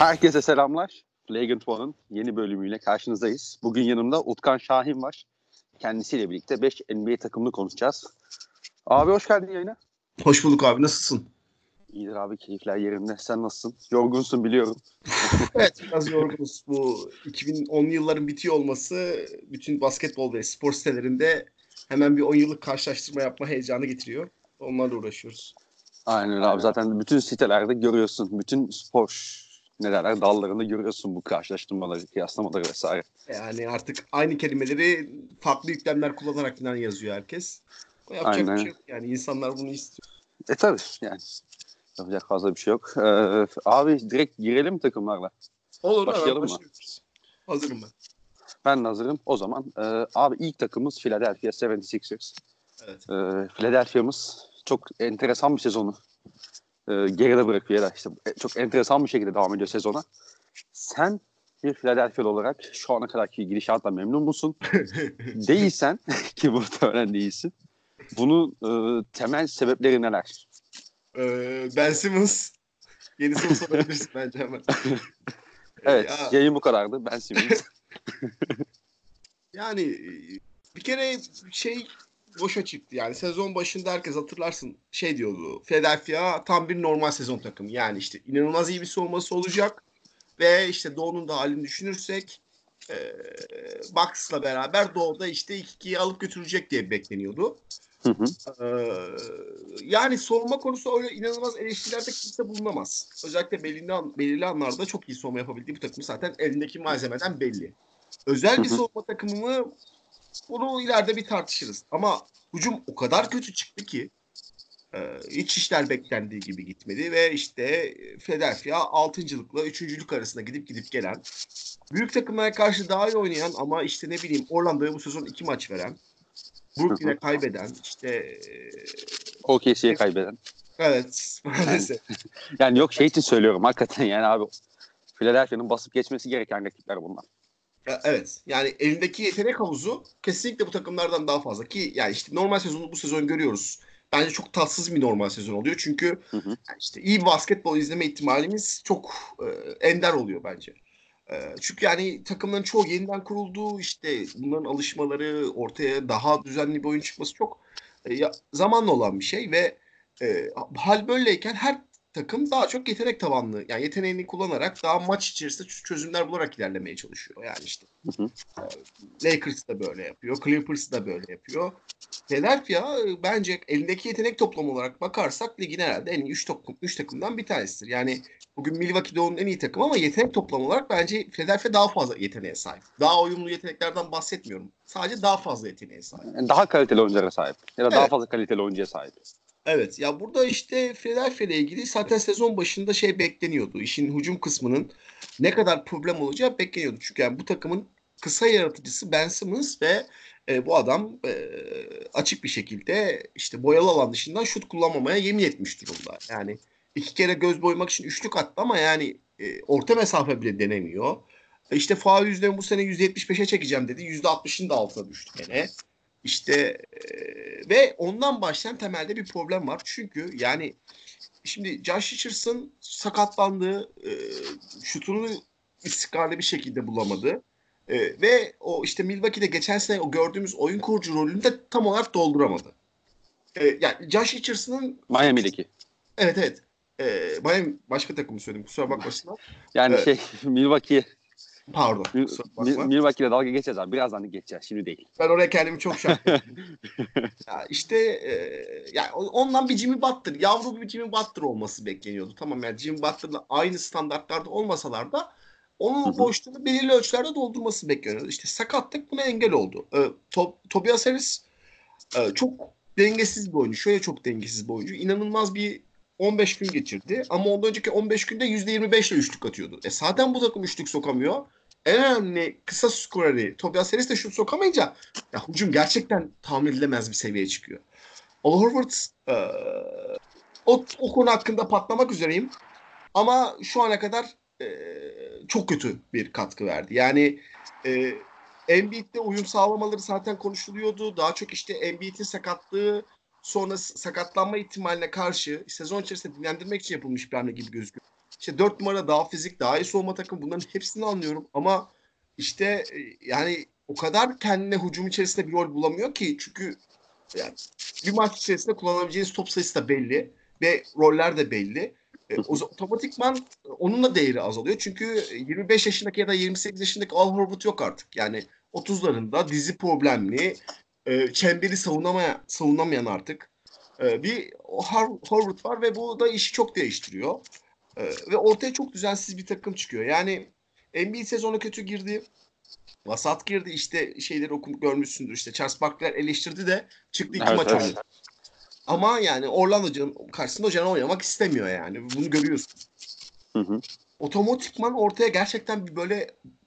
Herkese selamlar. Flagrant One'ın yeni bölümüyle karşınızdayız. Bugün yanımda Utkan Şahin var. Kendisiyle birlikte 5 NBA takımını konuşacağız. Abi hoş geldin yayına. Hoş bulduk abi. Nasılsın? İyidir abi, keyifler yerinde. Sen nasılsın? Yorgunsun biliyorum. Evet, biraz yorgunuz. Bu 2010'lu yılların bitiyor olması bütün basketbol ve spor sitelerinde hemen bir 10 yıllık karşılaştırma yapma heyecanı getiriyor. Onlarla uğraşıyoruz. Aynen öyle abi. Zaten bütün sitelerde görüyorsun. Bütün spor dallarında görüyorsun bu karşılaştırmaları, kıyaslamaları vesaire. Yani artık aynı kelimeleri farklı yüklemler kullanarak falan yazıyor herkes. O yapacak bir şey yok. Yani insanlar bunu istiyor. Tabii yani. Yapacak fazla bir şey yok. Abi direkt girelim takımlarla. Olur, başlayalım mı? Hazırım ben. Ben de hazırım. O zaman abi ilk takımımız Philadelphia 76ers. Evet. Philadelphia'mız çok enteresan bir sezonu geride bırakıyor. İşte çok enteresan bir şekilde devam ediyor sezona. Sen bir Philadelphia'lı olarak şu ana kadarki gidişatla memnun musun? Değilsen ki muhtemelen değilsin. Bunun temel sebepleri neler? Ben Simmons. Yeni soru sorabilirsin bence hemen. Evet, yayın bu kadardı. Ben Simmons. Yani bir kere boşa çıktı. Yani sezon başında herkes hatırlarsın diyordu. Philadelphia tam bir normal sezon takımı. Yani işte inanılmaz iyi bir savunması olacak ve işte Doğu'nun da halini düşünürsek Bucks'la beraber Doğu'da işte 2-2'yi alıp götürecek diye bekleniyordu. Yani savunma konusu öyle inanılmaz eleştirilerde kimse bulunamaz. Özellikle belirli anlarda çok iyi savunma yapabildiği bu takım zaten elindeki malzemeden belli. Özel bir savunma takımı mı? Bunu ileride bir tartışırız. Ama hücum o kadar kötü çıktı ki hiç işler beklendiği gibi gitmedi ve işte Philadelphia 6.'lıkla 3.'lük arasında gidip gelen, büyük takımlara karşı daha iyi oynayan ama işte ne bileyim Orlando'ya bu sezon 2 maç veren, Brooklyn'e kaybeden, işte OKC'ye kaybeden. Evet, maalesef. Yani yok için söylüyorum hakikaten yani abi. Philadelphia'nın basıp geçmesi gereken rakipler bunlar. Evet. Yani elindeki yetenek havuzu kesinlikle bu takımlardan daha fazla ki yani işte normal sezonu bu sezon görüyoruz. Bence çok tatsız bir normal sezon oluyor. Çünkü yani işte iyi bir basketbol izleme ihtimalimiz çok ender oluyor bence. Çünkü yani takımların çoğu yeniden kuruldu. İşte bunların alışmaları, ortaya daha düzenli bir oyun çıkması çok zamanla olan bir şey ve hal böyleyken her takım daha çok yetenek tabanlı, yani yeteneğini kullanarak daha maç içerisinde çözümler bularak ilerlemeye çalışıyor. Yani işte Lakers da böyle yapıyor, Clippers da böyle yapıyor. Philadelphia bence elindeki yetenek toplamı olarak bakarsak ligin herhalde en iyi 3 takımdan bir tanesidir. Yani bugün Milwaukee Doğu'nun en iyi takımı ama yetenek toplamı olarak bence Philadelphia daha fazla yeteneğe sahip. Daha uyumlu yeteneklerden bahsetmiyorum. Sadece daha fazla yeteneğe sahip. Yani daha kaliteli oyunculara sahip. Ya da daha Evet. fazla kaliteli oyuncuya sahip. Evet. Ya burada işte Philadelphia ile ilgili zaten sezon başında bekleniyordu. İşin hücum kısmının ne kadar problem olacağı bekleniyordu. Çünkü yani bu takımın kısa yaratıcısı Ben Simmons ve bu adam açık bir şekilde işte boyalı alan dışından şut kullanmamaya yemin etmiş durumda. Yani 2 kere göz boyamak için üçlük attı ama yani orta mesafe bile denemiyor. İşte faul yüzdeğimi bu sene %75'e çekeceğim dedi. %60'ın da altına düştü gene. İşte ve ondan başlayan temelde bir problem var. Çünkü yani şimdi Josh Richardson sakatlandı. Şutunu istikrarlı bir şekilde bulamadı. Ve o işte Milwaukee'de geçen sene o gördüğümüz oyun kurucu rolünü de tam olarak dolduramadı. Yani Josh Richardson'ın Miami'deki. Evet. Miami başka takımı söyledim. Kusura bakmasınlar. Yani Milwaukee. Pardon. Kusura bakma. Milwaukee'yle dalga geçeceğiz abi. Birazdan geçeceğiz. Şimdi değil. Ben oraya kendimi çok şartladım. Ya işte yani ondan bir Jimmy Butler, yavru bir Jimmy Butler olması bekleniyordu. Tamam yani Jimmy Butler'la aynı standartlarda olmasalar da onun boşluğunu belirli ölçülerde doldurması bekleniyordu. İşte sakatlık buna engel oldu. Tobias Harris çok dengesiz bir oyuncu. Şöyle çok dengesiz bir oyuncu. İnanılmaz bir 15 gün geçirdi. Ama ondan önceki 15 günde %25 ile üçlük atıyordu. Zaten bu takım üçlük sokamıyor. En önemli kısa skoreri Tobias Harris de şut sokamayınca hücum gerçekten tahmin edilemez bir seviyeye çıkıyor. Al Horford o konu hakkında patlamak üzereyim. Ama şu ana kadar çok kötü bir katkı verdi. Yani Embiid'de uyum sağlamaları zaten konuşuluyordu. Daha çok işte Embiid'in sakatlığı sonra sakatlanma ihtimaline karşı sezon içerisinde dinlendirmek için yapılmış bir hamle gibi gözüküyor. İşte 4 numara daha fizik, daha iyi savunma takım, bunların hepsini anlıyorum ama işte yani o kadar kendine hücum içerisinde bir rol bulamıyor ki, çünkü yani bir maç içerisinde kullanabileceğiniz top sayısı da belli ve roller de belli. Otomatikman onun da değeri azalıyor. Çünkü 25 yaşındaki ya da 28 yaşındaki Al Horford yok artık. Yani 30'larında dizi problemli, çemberi savunamayan artık bir Horford var ve bu da işi çok değiştiriyor. Ve ortaya çok düzensiz bir takım çıkıyor. Yani NBA sezonu kötü girdi. Vasat girdi, işte şeyleri görmüşsündür, işte Charles Barkley eleştirdi de çıktı 2 Evet, maç evet. oynadı. Ama yani Orlando'nun karşısında Hoca oynamak istemiyor yani. Bunu görüyorsun. Hı hı. Otomatikman ortaya gerçekten bir böyle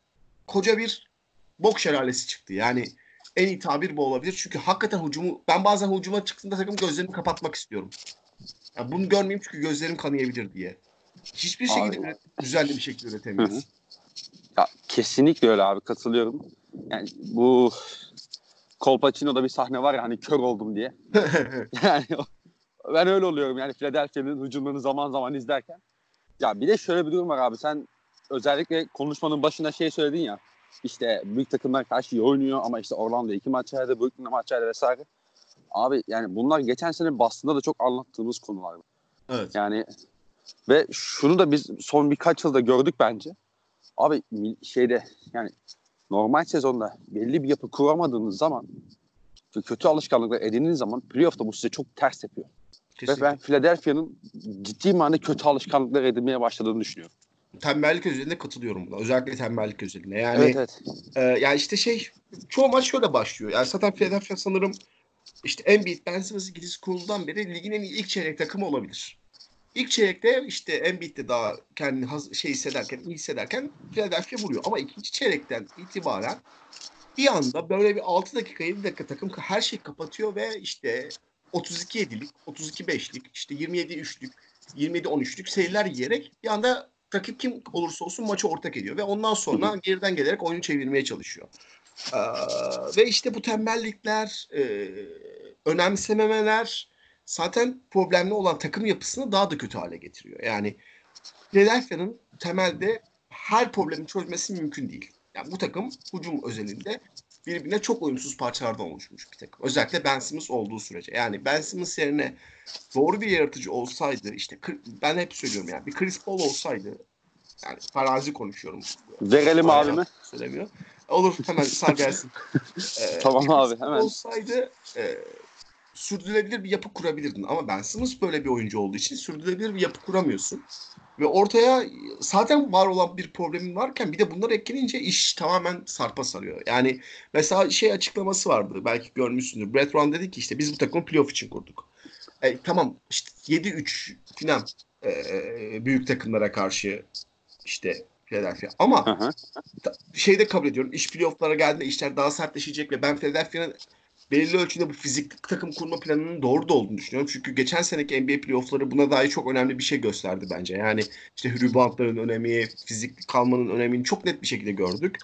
koca bir bok şelalesi çıktı. Yani en iyi tabir bu olabilir. Çünkü hakikaten ben bazen hücuma çıktığında takım gözlerimi kapatmak istiyorum. Yani bunu görmeyeyim çünkü gözlerim kanayabilir diye. Hiçbir Abi. şekilde düzenli bir şekilde Hı hı. üretemiyorsun. Ya, kesinlikle öyle abi, katılıyorum. Yani bu Kolpaçino'da bir sahne var ya, hani kör oldum diye. Yani ben öyle oluyorum yani Philadelphia'nın hücumlarını zaman zaman izlerken. Ya bir de şöyle bir durum var abi, sen özellikle konuşmanın başında şey söyledin ya, işte büyük takımlar karşı iyi oynuyor ama işte Orlando 2 maç yerdi, Brooklyn'de maç yerdi vesaire. Abi yani bunlar geçen sene Boston'da da çok anlattığımız konular. Evet. Yani ve şunu da biz son birkaç yılda gördük bence. Abi şeyde yani normal sezonda belli bir yapı kuramadığınız zaman ve kötü alışkanlıklar edindiğiniz zaman playoff'ta bu size çok ters yapıyor. Ve ben Kesinlikle. Philadelphia'nın ciddi manada kötü alışkanlıklar edinmeye başladığını düşünüyorum. Tembellik özelinde katılıyorum buna. Özellikle tembellik özelinde. Evet, Yani evet. yani işte çoğu maç şöyle başlıyor. Yani zaten Philadelphia sanırım işte Embiid, Ben Simmons ikilisi kuruldan beri ligin en iyi ilk çeyrek takımı olabilir. İlk çeyrekte işte Embiid de daha kendini iyi hissederken Philadelphia vuruyor. Ama ikinci çeyrekten itibaren bir anda böyle bir 6 dakika 7 dakika takım her şeyi kapatıyor ve işte 32-7'lik, 32-5'lik, işte 27-3'lük, 27-13'lük seriler yiyerek bir anda rakip kim olursa olsun maçı ortak ediyor ve ondan Hı hı. sonra geriden gelerek oyunu çevirmeye çalışıyor. Ee, Ve işte bu tembellikler, önemsememeler zaten problemli olan takım yapısını daha da kötü hale getiriyor. Yani Philadelphia'nın temelde her problemi çözmesi mümkün değil. Yani bu takım hücum özelinde birbirine çok uyumsuz parçalardan oluşmuş bir takım. Özellikle Ben Simmons olduğu sürece. Yani Ben Simmons yerine doğru bir yaratıcı olsaydı, işte ben hep söylüyorum yani bir Chris Paul olsaydı, yani farazi konuşuyorum. Verelim Aynen. abime. Söylemiyor. Olur, hemen sar gelsin. Tamam Chris abi, Paul hemen. olsaydı sürdürülebilir bir yapı kurabilirdin. Ama Ben Simmons böyle bir oyuncu olduğu için sürdürülebilir bir yapı kuramıyorsun. Ve ortaya zaten var olan bir problemin varken bir de bunlar eklenince iş tamamen sarpa sarıyor. Yani mesela açıklaması vardı, belki görmüşsündür. Brett Brown dedi ki işte biz bu takımı playoff için kurduk. Tamam işte 7-3 falan büyük takımlara karşı işte Philadelphia. Hı Ama hı. kabul ediyorum. İş playoff'lara geldiğinde işler daha sertleşecek ve ben Philadelphia'nın belirli ölçüde bu fizikli takım kurma planının doğru da olduğunu düşünüyorum. Çünkü geçen seneki NBA playoff'ları buna dair çok önemli bir şey gösterdi bence. Yani işte reboundların önemi, fizik kalmanın önemini çok net bir şekilde gördük.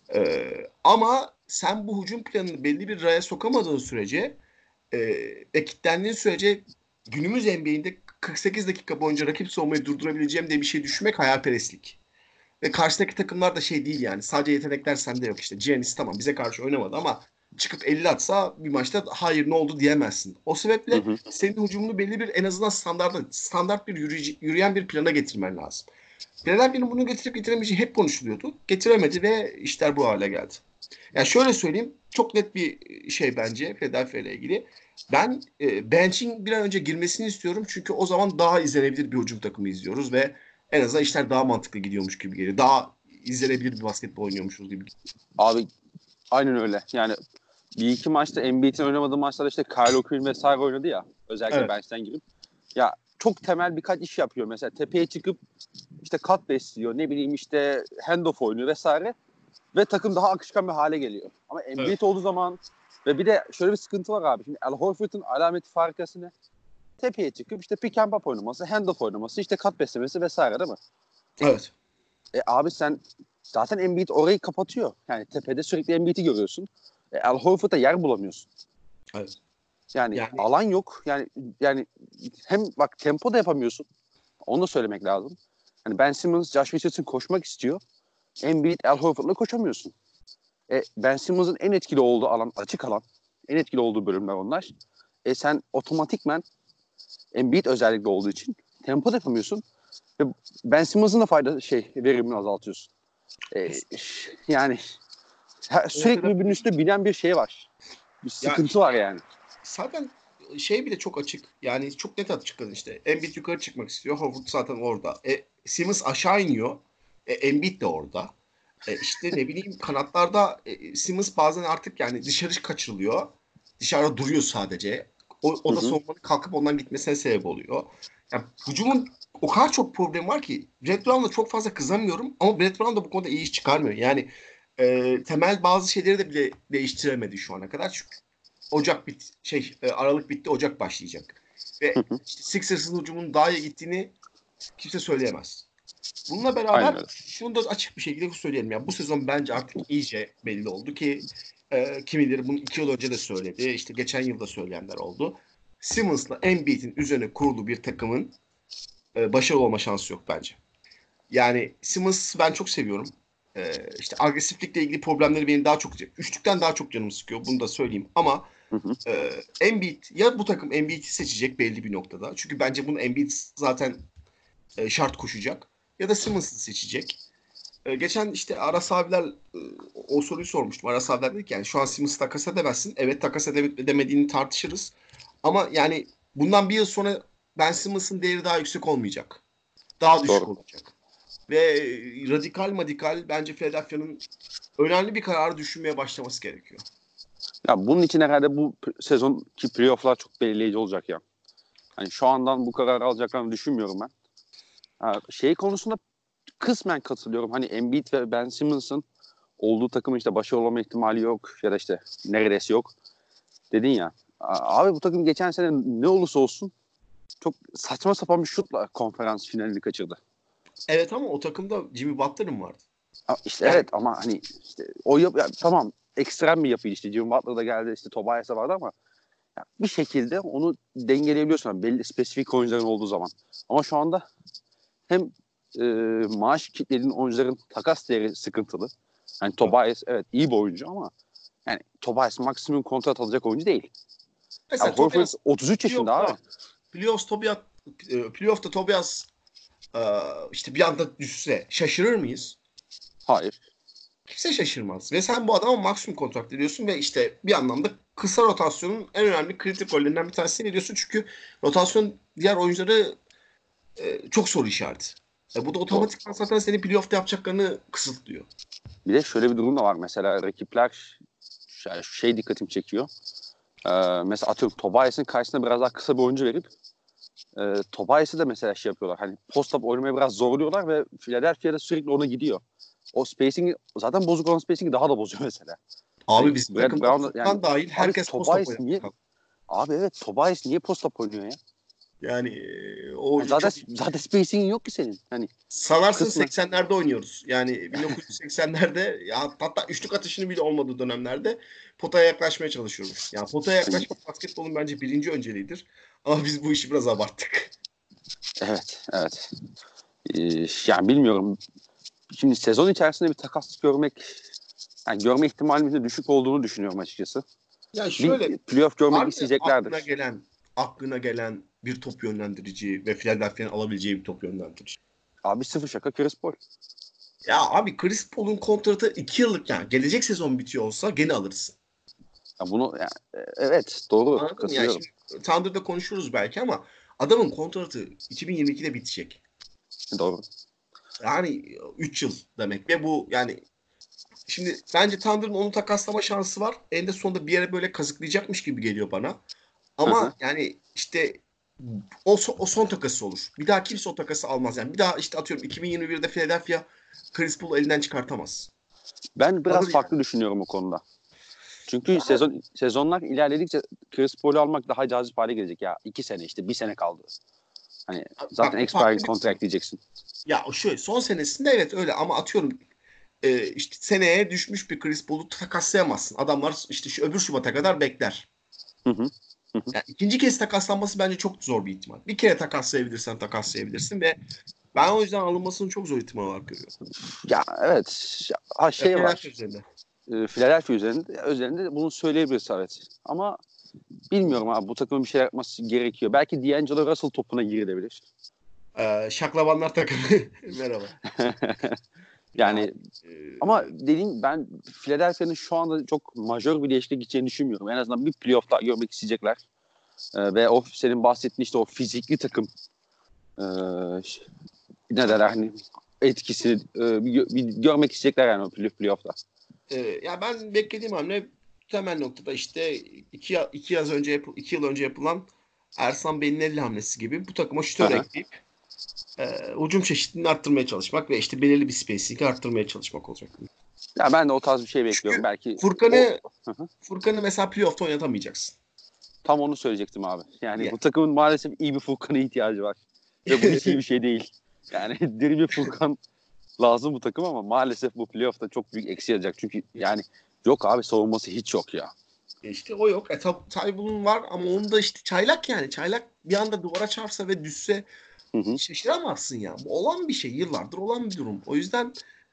Ama sen bu hücum planını belli bir raya sokamadığın sürece ve kilitlendiğin sürece günümüz NBA'inde 48 dakika boyunca rakip savunmayı durdurabileceğim diye bir şey düşünmek hayalperestlik. Ve karşıdaki takımlar da değil yani. Sadece yetenekler sende yok işte. Giannis tamam bize karşı oynamadı ama çıkıp 50 atsa bir maçta hayır ne oldu diyemezsin. O Hı sebeple hı. senin hücumunu belli bir en azından standart bir yürüyen bir plana getirmen lazım. Philadelphia'nın bunu getirip getiremeyeceği hep konuşuluyordu. Getiremedi ve işler bu hale geldi. Yani şöyle söyleyeyim, çok net bir bence Philadelphia ile ilgili. Ben bench'in bir an önce girmesini istiyorum. Çünkü o zaman daha izlenebilir bir hücum takımı izliyoruz ve en azından işler daha mantıklı gidiyormuş gibi geliyor. Daha izlenebilir bir basketbol oynuyormuşuz gibi. Abi aynen öyle. Yani bir iki maçta NBA'in oynamadığı maçlarda işte Kyle O'Quinn vesaire oynadı ya. Özellikle Evet. bench'ten girip. Ya çok temel birkaç iş yapıyor. Mesela tepeye çıkıp işte kat besliyor. Ne bileyim işte handoff oynuyor vesaire. Ve takım daha akışkan bir hale geliyor. Ama Evet. Embiid olduğu zaman ve bir de şöyle bir sıkıntı var abi. Şimdi Al Horford'un alameti farikası ne? Tepeye çıkıp işte pick and pop oynaması, handoff oynaması, işte kat beslemesi vesaire değil mi? Evet. Abi sen zaten Embiid orayı kapatıyor. Yani tepede sürekli Embiid'i görüyorsun. Al Horford'a yer bulamıyorsun. Evet. Yani Yani alan yok. Yani hem bak tempo da yapamıyorsun. Onu da söylemek lazım. Hani Ben Simmons, Josh Richardson koşmak istiyor. Embiid, Al Horford'la koşamıyorsun. Ben Simmons'ın en etkili olduğu alan, açık alan. En etkili olduğu bölümler onlar. Sen otomatikman Embiid özellikle olduğu için tempo da yapamıyorsun. Ve Ben Simmons'ın da verimini azaltıyorsun. Yani sürekli birbirinin üstüne binen bir şey var. Bir sıkıntı var yani. Zaten şey bile çok açık. Yani çok net açık işte. Embiid yukarı çıkmak istiyor. Horford zaten orada. Simmons aşağı iniyor. Embiid de orada. İşte ne bileyim kanatlarda Simmons bazen artık yani dışarı kaçırılıyor. Dışarıda duruyor sadece. O da savunmanın kalkıp ondan gitmesine sebep oluyor. Yani hücumun o kadar çok problem var ki Brett Brown'la çok fazla kızamıyorum ama Brett Brown da bu konuda iyi iş çıkarmıyor. Yani temel bazı şeyleri de bile değiştiremedi şu ana kadar. Çünkü Aralık bitti, Ocak başlayacak. Ve işte Sixers'ın hücumunun daha iyi gittiğini kimse söyleyemez. Bununla beraber şunu da açık bir şekilde söyleyelim. Yani bu sezon bence artık iyice belli oldu ki kimileri bunu 2 yıl önce de söyledi. İşte geçen yılda söyleyenler oldu. Simmons'la Embiid'in üzerine kurulu bir takımın başarılı olma şansı yok bence. Yani Simmons ben çok seviyorum. İşte agresiflikle ilgili problemleri benim daha çok üçlükten daha çok canımı sıkıyor. Bunu da söyleyeyim. Ama Embiid ya bu takım Embiid'i seçecek belli bir noktada. Çünkü bence bunu Embiid zaten şart koşacak. Ya da Simmons'ı seçecek. Geçen işte Aras abiler o soruyu sormuştum. Aras abiler dedi ki yani şu an Simmons'ı takas edemezsin. Evet takas edemediğini tartışırız. Ama yani bundan bir yıl sonra Ben Simmons'ın değeri daha yüksek olmayacak. Daha düşük olacak. Ve radikal bence Philadelphia'nın önemli bir kararı düşünmeye başlaması gerekiyor. Ya bunun için herhalde bu sezonki playoff'lar çok belirleyici olacak ya. Hani şu andan bu kararı alacaklarını düşünmüyorum ben. Şey konusunda kısmen katılıyorum. Hani Embiid ve Ben Simmons'ın olduğu takımın işte başarılı olma ihtimali yok ya da işte neredeyse yok dedin ya. Abi bu takım geçen sene ne olursa olsun çok saçma sapan bir şutla konferans finalini kaçırdı. Evet ama o takımda Jimmy Butler'ın vardı. İşte yani, evet ama hani işte tamam ekstrem bir yapıydı işte. Jimmy Butler da geldi işte Tobias'a vardı ama bir şekilde onu dengeleyebiliyorsun belli spesifik oyuncuların olduğu zaman. Ama şu anda hem maaş kitlediğin oyuncuların takas değeri sıkıntılı. Yani Tobias evet iyi bir oyuncu ama yani Tobias maksimum kontrat alacak oyuncu değil. Mesela yani Horford 33 yaşında abi. Playoff'ta Tobias işte bir anda düşse şaşırır mıyız? Hayır. Kimse şaşırmaz. Ve sen bu adama maksimum kontrat ediyorsun ve işte bir anlamda kısa rotasyonun en önemli kritik rollerinden bir tanesini ediyorsun. Çünkü rotasyon diğer oyuncuları çok soru işareti. Bu da otomatikman zaten seni playoff'ta yapacaklarını kısıtlıyor. Bir de şöyle bir durum da var. Mesela rakipler dikkatimi çekiyor. Mesela atıyorum Tobias'ın karşısına biraz daha kısa bir oyuncu verip Tobias'ı da mesela yapıyorlar. Hani post-up oynamaya biraz zorluyorlar ve Philadelphia'da sürekli ona gidiyor. O spacing'i zaten bozuk olan spacing'i daha da bozuyor mesela. Abi bizim takımda yani, dahil herkes post-up oynuyor. Abi evet Tobias niye post-up oynuyor ya? Yani zaten spacing'in yok ki senin. Hani sanarsın 80'lerde oynuyoruz. Yani 1980'lerde hatta üçlük atışının bile olmadığı dönemlerde potaya yaklaşmaya çalışıyoruz. Yani potaya yaklaşmak basketbolun bence birinci önceliğidir. Ama biz bu işi biraz abarttık. Evet. Yani bilmiyorum. Şimdi sezon içerisinde bir takas görme ihtimalimizin düşük olduğunu düşünüyorum açıkçası. Yani şöyle bir playoff görmek isteyeceklerdir. Aklına gelen bir top yönlendirici ve Philadelphia'nın alabileceği bir top yönlendirici. Abi sıfır şaka Chris Paul. Ya abi Chris Paul'un kontratı 2 yıllık yani gelecek sezon bitiyor olsa gene alırsın. Ya bunu evet doğru. Anladın mı? Yani şimdi Thunder'da konuşuruz belki ama adamın kontratı 2022'de bitecek. Doğru. Yani 3 yıl demek ve bu yani şimdi bence Thunder'ın onu takaslama şansı var. En de sonunda bir yere böyle kazıklayacakmış gibi geliyor bana. Ama yani işte o son takası olur. Bir daha kimse o takası almaz. Yani bir daha işte atıyorum 2021'de Philadelphia Chris Paul'u elinden çıkartamaz. Ben biraz farklı düşünüyorum o konuda. Çünkü sezonlar ilerledikçe Chris Paul'u almak daha cazip hale gelecek. Ya 2 sene işte 1 sene kaldı. Hani zaten expiring contract diyeceksin. Ya şöyle son senesinde evet öyle ama atıyorum işte seneye düşmüş bir Chris Paul'u takaslayamazsın. Adamlar işte öbür Şubat'a kadar bekler. Yani ikinci kez takaslanması bence çok zor bir ihtimal. Bir kere takaslayabilirsen takaslayabilirsin ve ben o yüzden alınmasını çok zor ihtimal olarak görüyorum. Ya evet. Şey Philadelphia var. üzerinde. Philadelphia üzerinde bunu söyleyebiliriz, evet. Ama bilmiyorum abi, bu takımın bir şey yapması gerekiyor. Belki D'Angelo Russell topuna girilebilir. Şaklabanlar takımı. Merhaba. Yani e, ama dediğim, ben Philadelphia'nın şu anda çok majör bir değişiklik gideceğini düşünmüyorum. En azından bir playoff daha görmek isteyecekler. Ve o senin bahsettiğin işte o fizikli takım e, ne derler hani etkisini bir görmek isteyecekler yani o playoff'ta. ya ben beklediğim hamle temel noktada işte iki yıl önce yapılan Ersan Belinelli hamlesi gibi bu takıma şütör Aha. ekleyip hücum çeşitliliğini arttırmaya çalışmak ve işte belirli bir spacing'i arttırmaya çalışmak olacak. Ya ben de o tarz bir şey bekliyorum. Çünkü Belki Furkan'ı Hı hı. Furkan'ı mesela playoff'ta oynatamayacaksın. Tam onu söyleyecektim abi. Yani Ya. bu takımın maalesef iyi bir Furkan'a ihtiyacı var. Ve bu hiç iyi bir şey değil. Yani diri bir Furkan lazım bu takım ama maalesef bu playoff'ta çok büyük eksi yazacak. Çünkü yani yok abi, savunması hiç yok ya. İşte o yok. Taybul'un var ama onun da işte çaylak yani. Çaylak bir anda duvara çarpsa ve düşse Hı hı. şaşıramazsın ya. Bu olan bir şey. Yıllardır olan bir durum. O yüzden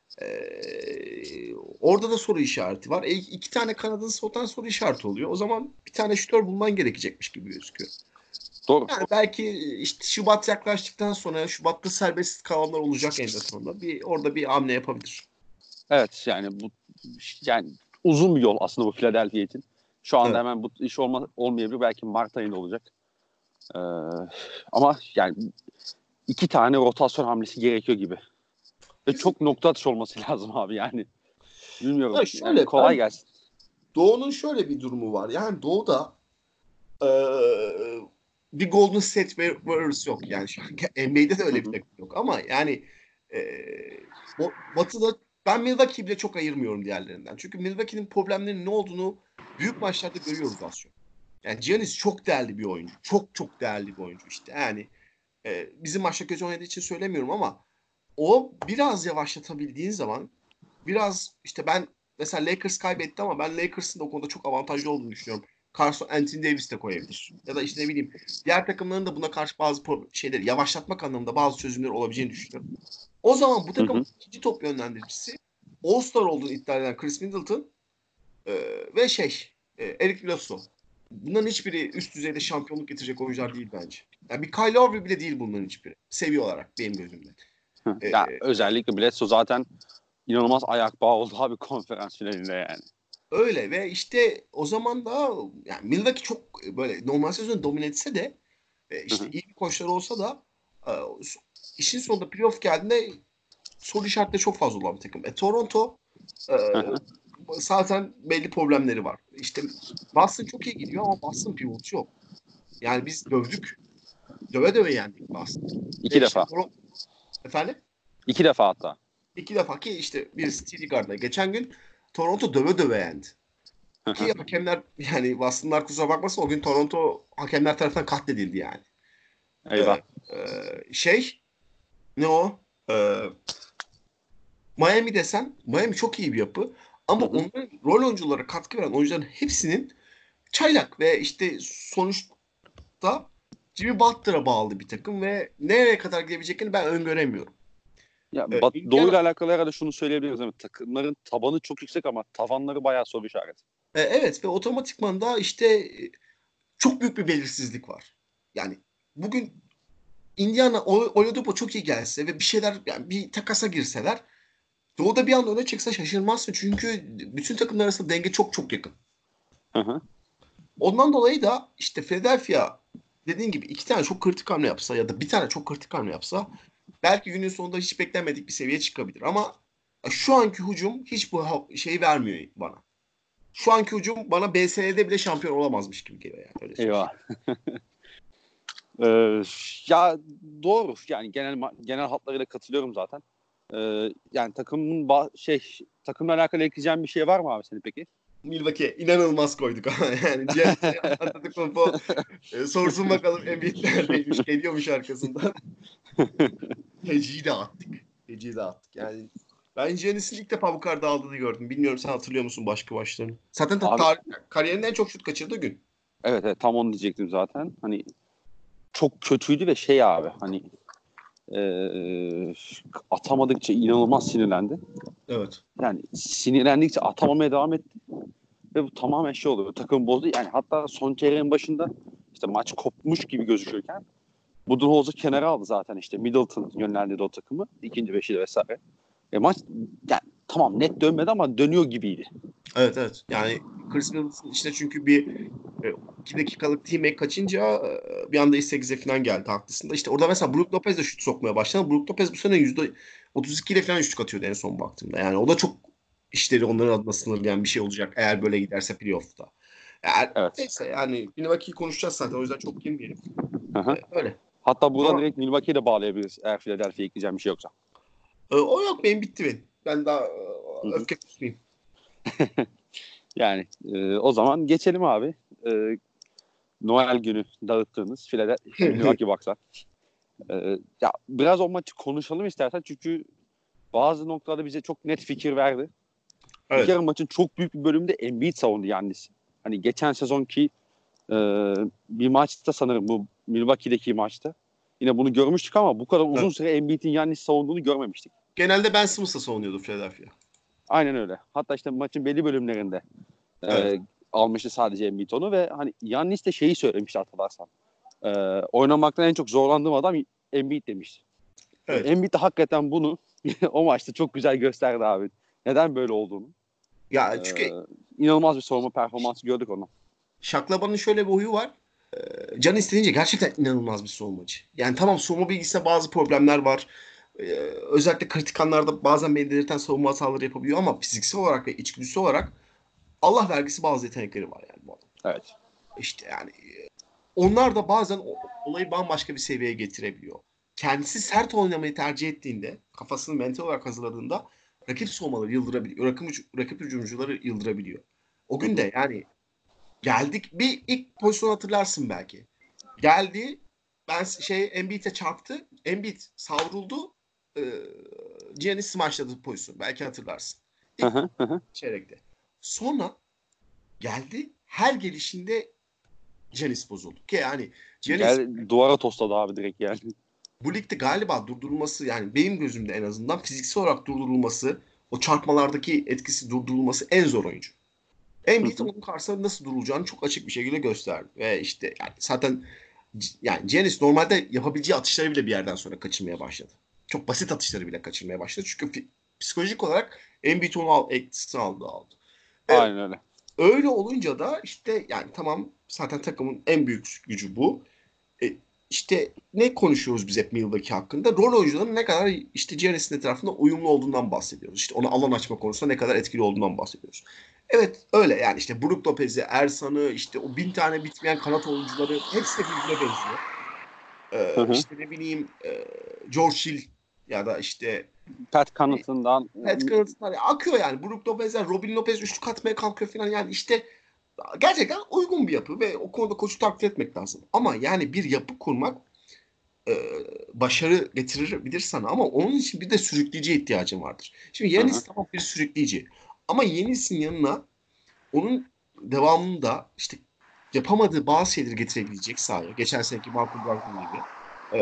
orada da soru işareti var. İki tane kanadın sotan soru işareti oluyor. O zaman bir tane şütör bulman gerekecekmiş gibi gözüküyor. Doğru. Yani belki işte Şubat yaklaştıktan sonra Şubat'ta serbest kalanlar olacak en sonunda. Orada bir hamle yapabilir. Evet, yani bu yani uzun bir yol aslında bu Philadelphia için. Şu anda Evet. hemen bu iş olmayabilir. Belki Mart ayında olacak. Ee, ama yani iki tane rotasyon hamlesi gerekiyor gibi. Ve çok Kesinlikle. nokta atışı olması lazım abi yani. Bilmiyorum. Ya Yani şöyle kolay gelsin. Doğu'nun şöyle bir durumu var. Yani Doğu'da bir Golden State Warriors yok. Yani şu an NBA'de de Hı öyle bir hı. takım yok. Ama yani Batı'da ben Milwaukee'yi bile çok ayırmıyorum diğerlerinden. Çünkü Milwaukee'nin problemlerinin ne olduğunu büyük maçlarda görüyoruz az çok. Yani Giannis çok değerli bir oyuncu. Çok çok değerli bir oyuncu işte. Yani bizim maçta kötü oynadığı için söylemiyorum ama o biraz yavaşlatabildiğin zaman biraz işte ben mesela Lakers kaybetti ama ben Lakers'ın da o konuda çok avantajlı olduğunu düşünüyorum. Carson Anthony Davis de koyabilir. Ya da işte ne bileyim diğer takımların da buna karşı bazı şeyleri yavaşlatmak anlamında bazı çözümler olabileceğini düşünüyorum. O zaman bu Hı takımın hı. ikinci top yönlendiricisi All-Star olduğunu iddia eden Chris Middleton ve Eric Bledsoe. Bunların hiçbiri üst düzeyde şampiyonluk getirecek oyuncular değil bence. Yani bir Kyle Lowry bile değil bunların hiçbiri. Seviye olarak benim gözümde. Hı. E, Ya özellikle Bledsoe zaten inanılmaz ayak bağı oldu abi konferans finalinde yani. Öyle ve işte o zaman da yani Milwaukee çok böyle normal sezonu domine etse de Hı işte hı. iyi bir koçları olsa da e, işin sonunda playoff geldiğinde soru işaretleri çok fazla olan bir takım. Toronto e, Hı hı. zaten belli problemleri var. İşte Boston çok iyi gidiyor ama Boston pivotçu yok. Yani biz dövdük. Döve döve yendik Boston. Ve İki işte defa. efendim İki defa hatta. iki defa ki işte bir TD Garden'da geçen gün Toronto döve döve yendi. Hı Ki hı. hakemler yani Boston'lar kusura bakmasın o gün Toronto hakemler tarafından katledildi yani. Ee, Eyvah. şey ne o? Ee, Miami desen Miami çok iyi bir yapı Hı ama hı. onların rol oyunculara katkı veren oyuncuların hepsinin çaylak ve işte sonuçta Jimmy Butler'a bağlı bir takım ve nereye kadar gidebileceklerini ben öngöremiyorum. Ya Indiana Doğu'yla alakalı herhalde şunu söyleyebiliriz. Evet, takımların tabanı çok yüksek ama tavanları bayağı soru işareti. evet ve otomatikman da işte çok büyük bir belirsizlik var. Yani bugün Indiana Oladipo çok iyi gelse ve bir şeyler yani bir takasa girseler Doğu'da bir anda öne çıksa şaşırmazsın. Çünkü bütün takımlar arasında denge çok çok yakın. Hı hı. Ondan dolayı da işte Philadelphia dediğin gibi iki tane çok kritik hamle yapsa ya da bir tane çok kritik hamle yapsa belki günün sonunda hiç beklenmedik bir seviyeye çıkabilir. Ama şu anki hücum hiç bu şeyi vermiyor bana. Şu anki hücum bana BSL'de bile şampiyon olamazmış gibi geliyor yani öyle söyleyeyim. Eyvah. Ee, ya doğru. Yani genel hatlarıyla katılıyorum zaten. Yani takımla alakalı ekleyeceğim bir şey var mı abi senin peki? Milwaukee inanılmaz koyduk ama yani Giannis'e Antetokounmpo sorsun bakalım Embiid neredeymiş geliyormuş arkasından. Feci'yi de attık. Feci'yi de attık. Yani ben Giannis'in ilk defa bu kadar dağıldığını gördüm. Bilmiyorum sen hatırlıyor musun başka maçlarını? Zaten Abi kariyerinin en çok şut kaçırdığı gün. Evet, evet, tam onu diyecektim zaten. Hani çok kötüydü ve şey abi hani atamadıkça inanılmaz sinirlendi. Evet. Yani sinirlendikçe atamamaya devam etti. Ve bu tamamen şey oluyor. Takım bozdu. Yani hatta son çeyreğin başında işte maç kopmuş gibi gözükürken Budenholzer kenara aldı zaten işte. Middleton yönlendirdi o takımı. İkinci beşiyle vesaire. Maç yani, tamam net dönmedi ama dönüyor gibiydi. Evet, evet. Yani Chris Middleton işte çünkü bir 2 dakikalık teammate kaçınca bir anda 8'e falan geldi, haklısın da. İşte orada mesela Brook Lopez de şut sokmaya başladı. Brook Lopez bu sene %32 ile falan şut atıyordu en son baktığımda. Yani o da çok işleri onların adına sınırlayan bir şey olacak eğer böyle giderse playoff'ta. Evet. Neyse yani Milwaukee'yi konuşacağız zaten, o yüzden çok girmeyelim. Hı hı. Öyle. Hatta buradan Ama direkt Milwaukee'ye de bağlayabiliriz eğer Philadelphia'ya ekleyeceğim bir şey yoksa. o yok, benim bitti benim. Ben daha Hı hı. öfke tutmayayım. Yani o zaman geçelim abi. Noel günü dağıttığınız Milwaukee Bucks'a. Ya biraz o maçı konuşalım istersen çünkü bazı noktalarda bize çok net fikir verdi. Bir Evet. kere maçın çok büyük bir bölümünde Embiid savundu Yannis. Hani geçen sezonki e, bir maçta sanırım bu Milwaukee'deki maçta. Yine bunu görmüştük ama bu kadar uzun Evet. süre Embiid'in Yannis savunduğunu görmemiştik. Genelde Ben Simmons'la savunuyordu Philadelphia. Aynen öyle. Hatta işte maçın belli bölümlerinde Evet. almıştı sadece Embiid onu ve hani Yannis de şeyi söylemişti hatırlarsan. E, oynamaktan en çok zorlandığım adam Embiid demişti. Ve Evet. Embiid de hakikaten bunu o maçta çok güzel gösterdi abi. Neden böyle olduğunu. Ya çünkü Ee, inanılmaz bir savunma performansı gördük onu. Şaklaban'ın şöyle bir huyu var. Can isteyince gerçekten inanılmaz bir savunmacı. Yani tamam, savunma bilgisinde bazı problemler var. Özellikle kritik anlarda bazen beni delirten savunma hataları yapabiliyor ama fiziksel olarak ve içgüdüsü olarak Allah vergisi bazı yetenekleri var yani bu adam. Evet. İşte yani onlar da bazen olayı bambaşka bir seviyeye getirebiliyor. Kendisi sert oynamayı tercih ettiğinde, kafasını mental olarak hazırladığında rakip savunmaları yıldırabiliyor. Rakip hücumcuları yıldırabiliyor. O Hı gün hı. de yani geldik, bir ilk pozisyon hatırlarsın belki. Geldi, Embiid'e çarptı. Embiid savruldu. E, Giannis smaçladı pozisyon. Belki hatırlarsın. Hı İlk hı, hı hı. çeyrekte. Sonra geldi, her gelişinde Giannis bozuldu. Ki yani Giannis Duvara tosladı abi direkt yani. bu ligde galiba durdurulması, yani benim gözümde en azından fiziksel olarak durdurulması, o çarpmalardaki etkisi durdurulması en zor oyuncu. Hı Embiid hı. onun karşısında nasıl durulacağını çok açık bir şekilde gösterdi. Ve işte yani zaten yani Giannis normalde yapabileceği atışları bile bir yerden sonra kaçırmaya başladı. Çok basit atışları bile kaçırmaya başladı. Çünkü psikolojik olarak Embiid onu etkisini aldı. Ve Aynen öyle. öyle olunca da işte yani tamam, zaten takımın en büyük gücü bu. E, işte ne konuşuyoruz biz hep Milwaukee hakkında? Rol oyuncularının ne kadar işte Giannis'in etrafında uyumlu olduğundan bahsediyoruz. İşte ona alan açma konusunda ne kadar etkili olduğundan bahsediyoruz. Evet öyle yani, işte Brook Lopez'i, Ersan'ı, işte o 1000 tane bitmeyen kanat oyuncuları hepsi de birbirine benziyor. Hı hı. İşte ne bileyim, George Hill ya da işte Pat Connaughton'dan Pat Connaughton, hani akıyor yani. Brook Lopez'den Robin Lopez üçlük atmaya kalkıyor falan, yani işte gerçekten uygun bir yapı ve o konuda koçu takdir etmek lazım. Ama yani bir yapı kurmak e, başarı getirebilir sana ama onun için bir de sürükleyiciye ihtiyacın vardır. Şimdi hı hı. Yanis tamam bir sürükleyici ama Yanis'in yanına onun devamında işte yapamadığı bazı şeyleri getirebilecek sahaya. Geçen seneki Malcolm Brogdon gibi. E,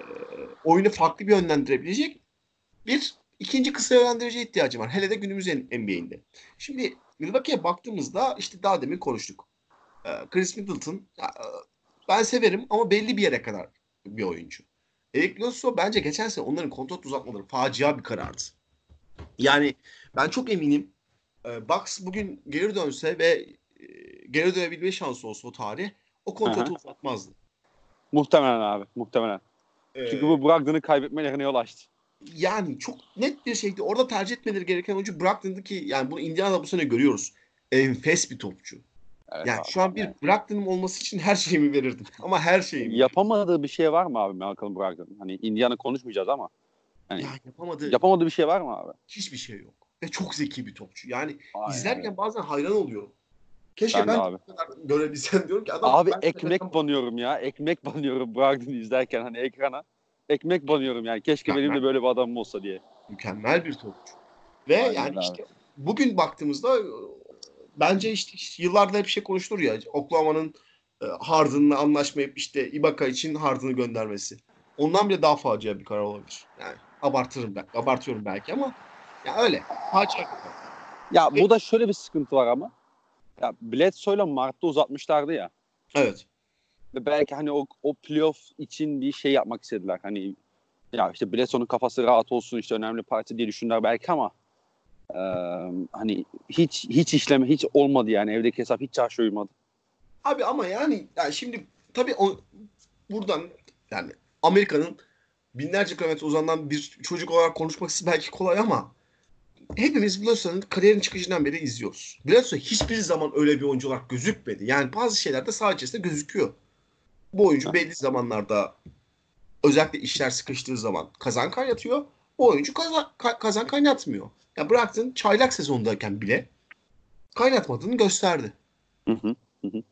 oyunu farklı bir yönlendirebilecek bir ikinci kısa yönlendiriciye ihtiyacı var. Hele de günümüz NBA'inde. Şimdi Milwaukee'ye baktığımızda işte daha demin konuştuk. Chris Middleton ben severim ama belli bir yere kadar bir oyuncu. Eric Bledsoe bence geçen sene onların kontrat uzatmaları facia bir karardı. Yani ben çok eminim Bucks bugün geri dönse ve e, geri dönebilme şansı olsa o tarih, o Hı hı. kontratı uzatmazdı. Muhtemelen abi. Muhtemelen. Çünkü E, bu Brogdon'u kaybetmelerine yol açtı. yani çok net bir şekilde orada tercih etmeleri gereken oyuncu Brogdon'dı ki yani bunu Indiana'da bu sene görüyoruz. Enfes bir topçu. Evet Yani abi. şu an bir Yani. Brogdon'um olması için her şeyimi verirdim. Ama her şeyimi. Yapamadığı bir şey var mı abi Malcolm Brogdon'un? Hani Indiana konuşmayacağız ama hani Ya yapamadığı yapamadığı bir şey var mı abi? hiçbir şey yok. Ve çok zeki bir topçu. Yani Aynen öyle. izlerken bazen hayran oluyorum. Keşke Ben de ben de abi. bu kadar görebilsem, diyorum ki adam Abi ben ekmek banıyorum ya. Ekmek banıyorum Brogdon'u izlerken hani ekrana. Ekmek banıyorum yani. Keşke benim mükemmel, de böyle bir adamım olsa diye. mükemmel bir topçu. Ve Aynen yani öyle abi. işte bugün baktığımızda bence işte yıllardır hep şey konuşulur ya, Oklahoma'nın Harden'la anlaşmayıp işte Ibaka için Harden'ı göndermesi. Ondan bile daha facia bir karar olabilir. Yani abartıyorum belki ama ya öyle. Facia bir karar. Ya bu da şöyle bir sıkıntı var ama. Ya Bledsoe'yla Mart'ta uzatmışlardı ya. Evet. Ve belki hani o playoff için bir şey yapmak istediler. Hani ya işte Bledsoe'nun kafası rahat olsun, işte önemli parça diye düşündüler belki ama hani hiç işleme hiç olmadı yani, evdeki hesap hiç çarşı uymadı. Abi ama yani şimdi tabii buradan yani Amerika'nın binlerce kilometre uzanan bir çocuk olarak konuşması belki kolay ama hepimiz Bledsoe'nun kariyerin çıkışından beri izliyoruz. Bledsoe hiçbir zaman öyle bir oyuncu olarak gözükmedi. Yani bazı şeylerde saha içerisinde gözüküyor. Bu oyuncu belli zamanlarda özellikle işler sıkıştığı zaman kazan kaynatıyor. Bu oyuncu kazan kaynatmıyor. Ya bıraktın çaylak sezondayken bile kaynatmadığını gösterdi. Hı hı, hı hı.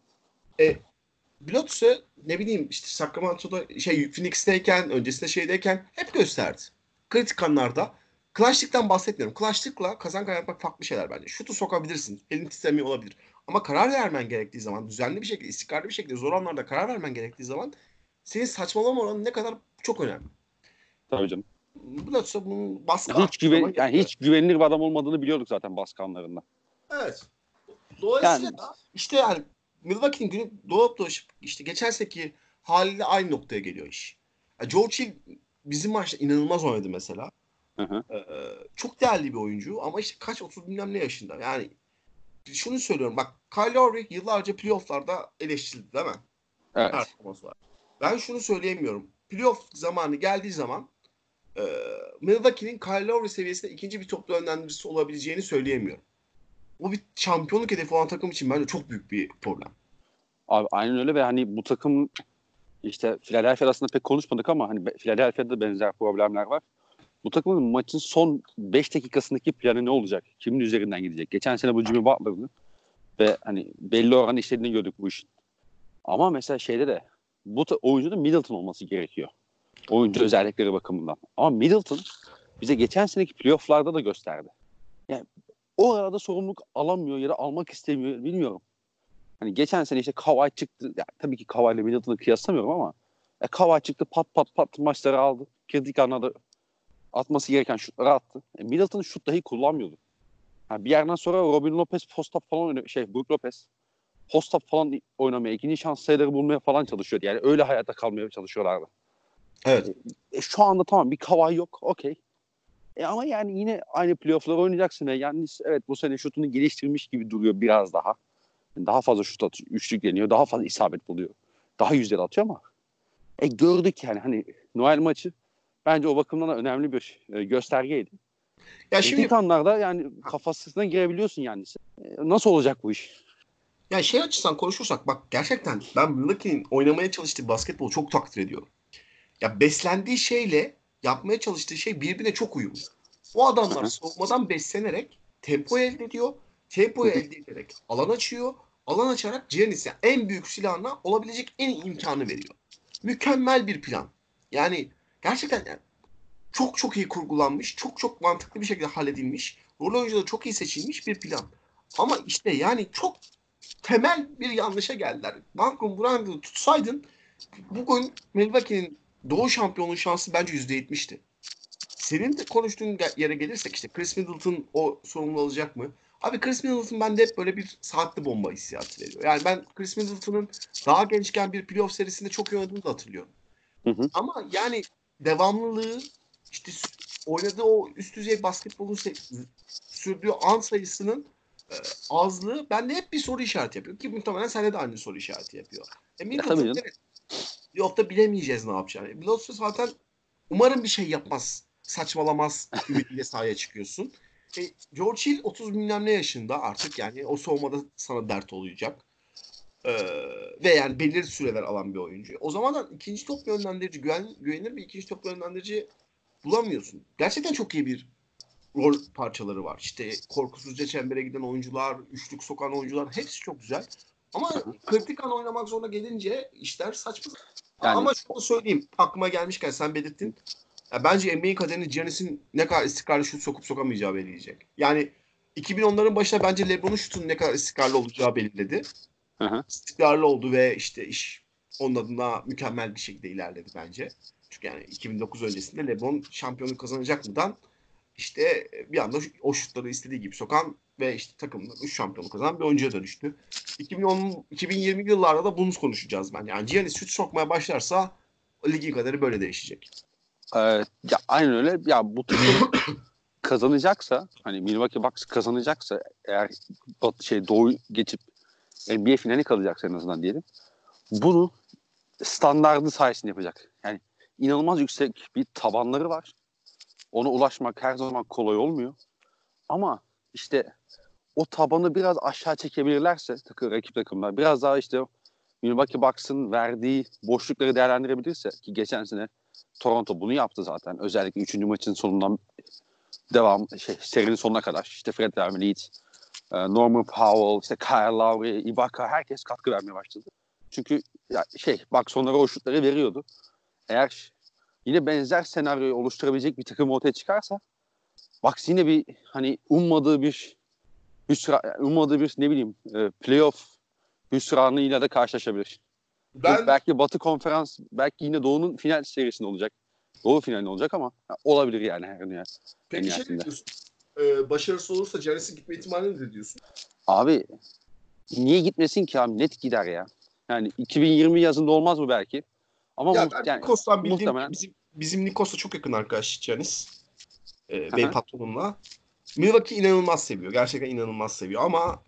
Bledsoe ne bileyim işte Sacramento'da Phoenix'teyken öncesinde şeydeyken hep gösterdi. Kritik anlarda clutch'lıktan bahsetmiyorum. Clutch'lıkla kazan kaynatmak farklı şeyler bence. Şutu sokabilirsin. Elin titremiyor olabilir. Ama karar vermen gerektiği zaman düzenli bir şekilde, istikrarlı bir şekilde zor anlarda karar vermen gerektiği zaman senin saçmalama oranı ne kadar çok önemli. Tabii canım. Bledsoe bunun baskı arttığı zaman Yani yapıyor. hiç güvenilir bir adam olmadığını biliyorduk zaten baskı anlarında. Evet. Dolayısıyla Yani da işte yani Milwaukee'nin günü doğup dolaşıp işte geçen seneki haliyle aynı noktaya geliyor iş. George Hill bizim maçta inanılmaz oynadı mesela. hı hı. Çok değerli bir oyuncu ama işte kaç 30 bilmem ne yaşında. Yani şunu söylüyorum bak Kyle Lowry yıllarca playofflarda eleştirildi değil mi? Evet. Performans var. Ben şunu söyleyemiyorum. Playoff zamanı geldiği zaman e, Milwaukee'nin Kyle Lowry seviyesinde ikinci bir toplu yönlendiricisi olabileceğini söyleyemiyorum. Bu bir şampiyonluk hedefi olan takım için bence çok büyük bir problem. Abi aynen öyle ve hani bu takım işte Philadelphia arasında pek konuşmadık ama hani Philadelphia'da da benzer problemler var. Bu takımın maçın son 5 dakikasındaki planı ne olacak? Kimin üzerinden gidecek? Geçen sene bu Jimmy Butler'dı ve hani belli oran işlediğini gördük bu işin. Ama mesela şeyde de oyuncunun Middleton olması gerekiyor. Oyuncu özellikleri bakımından. Ama Middleton bize geçen seneki playoff'larda da gösterdi. Yani o arada sorumluluk alamıyor ya da almak istemiyor, bilmiyorum. Hani geçen sene işte Kawhi çıktı. Yani tabii ki Kawhi ile Middleton'ı kıyaslamıyorum ama Kawhi çıktı, pat pat pat maçları aldı. Kritik anlarda atması gereken şutları attı. Middleton şut dahi kullanmıyordu. Yani bir yerden sonra Robin Lopez post-up falan oynuyor. Brook Lopez post-up falan oynamaya, ikinci şans sayıları bulmaya falan çalışıyordu. Yani öyle hayata kalmaya çalışıyorlardı. Evet. Şu anda tamam bir Kawhi yok. Okey. Ama yani yine aynı playoff'ları oynayacaksın. Yani evet bu sene şutunu geliştirmiş gibi duruyor biraz daha. Yani daha fazla şut atıyor, üçlük deniyor. Daha fazla isabet buluyor. Daha yüzdeli atıyor ama gördük yani hani Noel maçı bence o bakımdan da önemli bir göstergeydi. Ya Kritik şimdi anlarda yani kafasına girebiliyorsun yani. Nasıl olacak bu iş? ya şey açısından konuşursak bak gerçekten ben Milwaukee'nin oynamaya çalıştığı basketbolu çok takdir ediyorum. Ya beslendiği şeyle yapmaya çalıştığı şey birbirine çok uyumlu. O adamlar Hı soğumadan beslenerek tempo elde ediyor. Tempoyu hı. elde ederek alan açıyor. Alan açarak Giannis'e en büyük silahına olabilecek en iyi imkanı veriyor. Mükemmel bir plan. Yani gerçekten yani çok çok iyi kurgulanmış, çok çok mantıklı bir şekilde halledilmiş, rol oyuncuları çok iyi seçilmiş bir plan. Ama işte yani çok temel bir yanlışa geldiler. Malcolm Brogdon'u tutsaydın bugün Milwaukee'nin Doğu şampiyonluğu şansı bence %70'ti. Senin de konuştuğun yere gelirsek işte Chris Middleton o sorumluluğu alacak mı? Abi Chris Middleton bende hep böyle bir saatli bomba hissiyatı veriyor. Yani ben Chris Middleton'ın daha gençken bir playoff serisinde çok iyi oynadığını da hatırlıyorum. Hı hı. Ama yani devamlılığı işte oynadığı o üst düzey basketbolun sürdüğü an sayısının e, azlığı bende hep bir soru işareti yapıyor. Ki muhtemelen sende de aynı soru işareti yapıyor. Ya tabii Middleton canım. evet. Playoff'ta bilemeyeceğiz ne yapacağını. Middleton zaten umarım bir şey yapmaz. Saçmalamaz ümidiyle sahaya çıkıyorsun. George Hill 30 bilmem ne yaşında artık yani o soğumada sana dert olacak. Ve yani belirli süreler alan bir oyuncu. O zaman da ikinci top yönlendirici, güvenilir bir ikinci top yönlendirici bulamıyorsun. Gerçekten çok iyi bir rol parçaları var. İşte korkusuzca çembere giden oyuncular, üçlük sokan oyuncular hepsi çok güzel. Ama Hı hı. kritik an oynamak zoruna gelince işler saçma. Yani Ama şunu söyleyeyim. Aklıma gelmişken sen belirttin. Ya bence NBA'in kaderini Giannis'in ne kadar istikrarlı şut sokup sokamayacağı belirleyecek. Yani 2010'ların başında bence LeBron'un şutun ne kadar istikrarlı olacağı belirledi. Hı hı. İstikrarlı oldu ve işte iş onun adına mükemmel bir şekilde ilerledi bence. Çünkü yani 2009 öncesinde LeBron şampiyonluk kazanacak mıdan işte bir anda o şutları istediği gibi sokan ve işte takımın 3 şampiyonluk kazanan bir oyuncuya dönüştü. 2020 yıllarda da bunu konuşacağız ben. Yani Giannis şut sokmaya başlarsa ligin kaderi böyle değişecek. Ya aynen öyle. Ya bu takım kazanacaksa, hani Milwaukee Bucks kazanacaksa, eğer Doğu geçip NBA finali kalacaksa en azından diyelim. Bunu standardı sayesinde yapacak. Yani inanılmaz yüksek bir tabanları var. Ona ulaşmak her zaman kolay olmuyor. Ama işte o tabanı biraz aşağı çekebilirlerse rakip takımlar biraz daha işte Milwaukee Bucks'ın verdiği boşlukları değerlendirebilirse, ki geçen sene Toronto bunu yaptı zaten. Özellikle 3. maçın sonundan serinin sonuna kadar işte Fred VanVleet, Norman Powell, işte Kyle Lowry, Ibaka, herkes katkı vermeye başladı. Çünkü Bucks onlara o şutları veriyordu. Eğer yine benzer senaryoyu oluşturabilecek bir takım ortaya çıkarsa Bucks yine bir hani ummadığı bir ne bileyim playoff hüsranıyla da karşılaşabilir. Bu Ben belki Batı Konferans, belki yine Doğu'nun final serisinde olacak. Doğu finalinde olacak ama olabilir yani en peki şey ne nihayetinde. diyorsun? Başarısız olursa Giannis'in gitme ihtimali ne diyorsun? Abi niye gitmesin ki abi? Net gider ya. Yani 2020 yazında olmaz mı belki? Ama Ya ben Nikos'tan bildiğim muhtemelen. bizim Nikos'la çok yakın arkadaş Giannis. Hı Benim hı. patronumla. Milwaukee inanılmaz seviyor. Gerçekten inanılmaz seviyor ama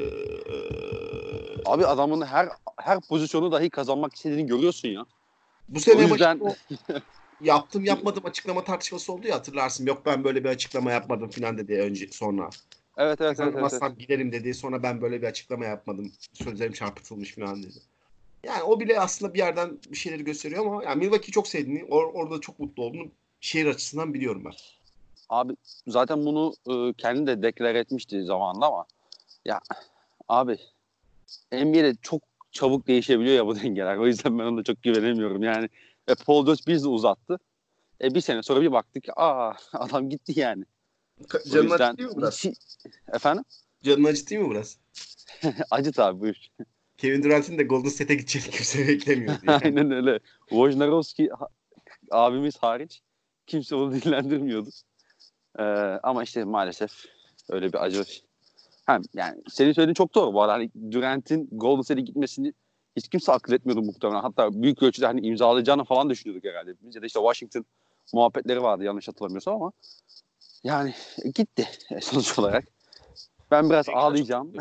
Abi adamın her pozisyonu dahi kazanmak istediğini görüyorsun ya. bu O sene başında yüzden o yaptım yapmadım açıklama tartışması oldu ya, hatırlarsın. Yok ben böyle bir açıklama yapmadım falan dedi önce sonra. evet. Kazanmazsam giderim dedi. Sonra ben böyle bir açıklama yapmadım. Sözlerim çarpıtılmış falan dedi. Yani o bile aslında bir yerden bir şeyleri gösteriyor ama yani Milwaukee'yi çok sevdiğini, orada çok mutlu olduğunu şehir açısından biliyorum ben. Abi zaten bunu kendi de deklar etmişti zamanında ama ya abi NBA'de çok çabuk değişebiliyor ya bu dengeler. O yüzden ben ona çok güvenemiyorum. Yani Paul George biz de uzattı. Bir sene sonra bir baktık ki adam gitti yani. O Canını yüzden acıtıyor mu biraz? hiç efendim Canını acıtıyor mu biraz? acıt abi buyur. Kevin Durant'in de Golden State'e gideceğini kimse beklemiyordu yani. Aynen öyle. Wojnarowski abimiz hariç kimse onu dillendirmiyordu. Ee, ama işte maalesef öyle bir acı. Yani senin söylediğin çok doğru bu arada. Hani Durant'in Golden State'e gitmesini hiç kimse akıl etmiyordu muhtemelen. Hatta büyük ölçüde hani imzalayacağını falan düşünüyorduk herhalde. Biz ya da işte Washington muhabbetleri vardı yanlış hatırlamıyorsam ama yani gitti sonuç olarak. Ben biraz Tekrar çok ağlayacağım.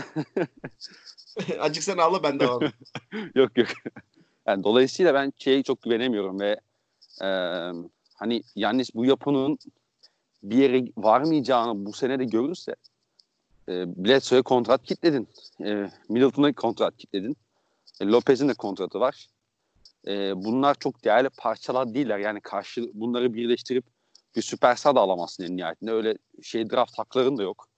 acıksan ağla, ben de ağlarım. Yok. Yani dolayısıyla ben çok güvenemiyorum ve e, hani Yannis bu yapının bir yere varmayacağını bu sene de görürse Bledsoe'ya kontrat kitledin. Middleton'a kontrat kitledin. Lopez'in de kontratı var. Bunlar çok değerli parçalar değiller. Yani bunları birleştirip bir süperstar da alamazsın en nihayetinde. Öyle draft hakların da yok.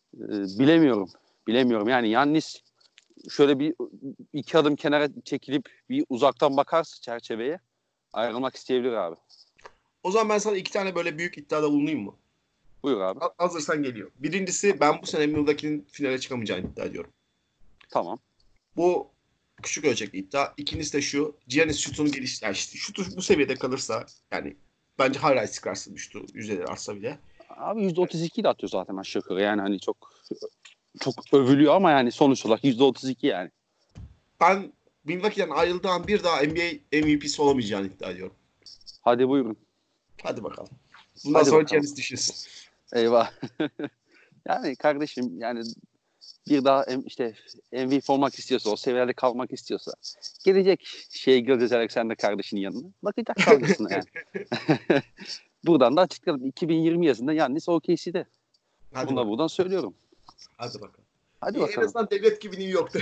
Bilemiyorum. Yani Yannis şöyle bir iki adım kenara çekilip bir uzaktan bakarsa çerçeveye ayrılmak isteyebilir abi. O zaman ben sana iki tane böyle büyük iddiada bulunayım mı? Buyur abi. Hazırsan geliyor. Birincisi, ben bu sene Milwaukee'nin finale çıkamayacağını iddia ediyorum. Tamam. Bu küçük ölçekli iddia. İkincisi de şu. Giannis şutunu yani işte şutu bu seviyede kalırsa, yani bence hala istikrarsız düştü. Yüzdeleri artsa bile. Abi %32 ile atıyor zaten aşağı yukarı. Yani hani çok övülüyor ama yani sonuç olarak %32 yani. Ben Milwaukee'den ayrıldığı an bir daha NBA MVP'si olamayacağını iddia ediyorum. Hadi buyurun. Hadi bakalım. Bundan Hadi sonra bakalım. Giannis düşünsün. Eyvah. Yani kardeşim yani bir daha işte MVP olmak istiyorsa, o seviyede kalmak istiyorsa gelecek Gilgeous Alexander kardeşinin yanına. Bakacak dalgasına yani. Buradan da açıkladım. 2020 yazında Yannis OKC'de. Hadi Bunu da bakalım. buradan söylüyorum. Hadi bakalım. Hadi İyi, en bakalım. azından devlet gibi New York'ta.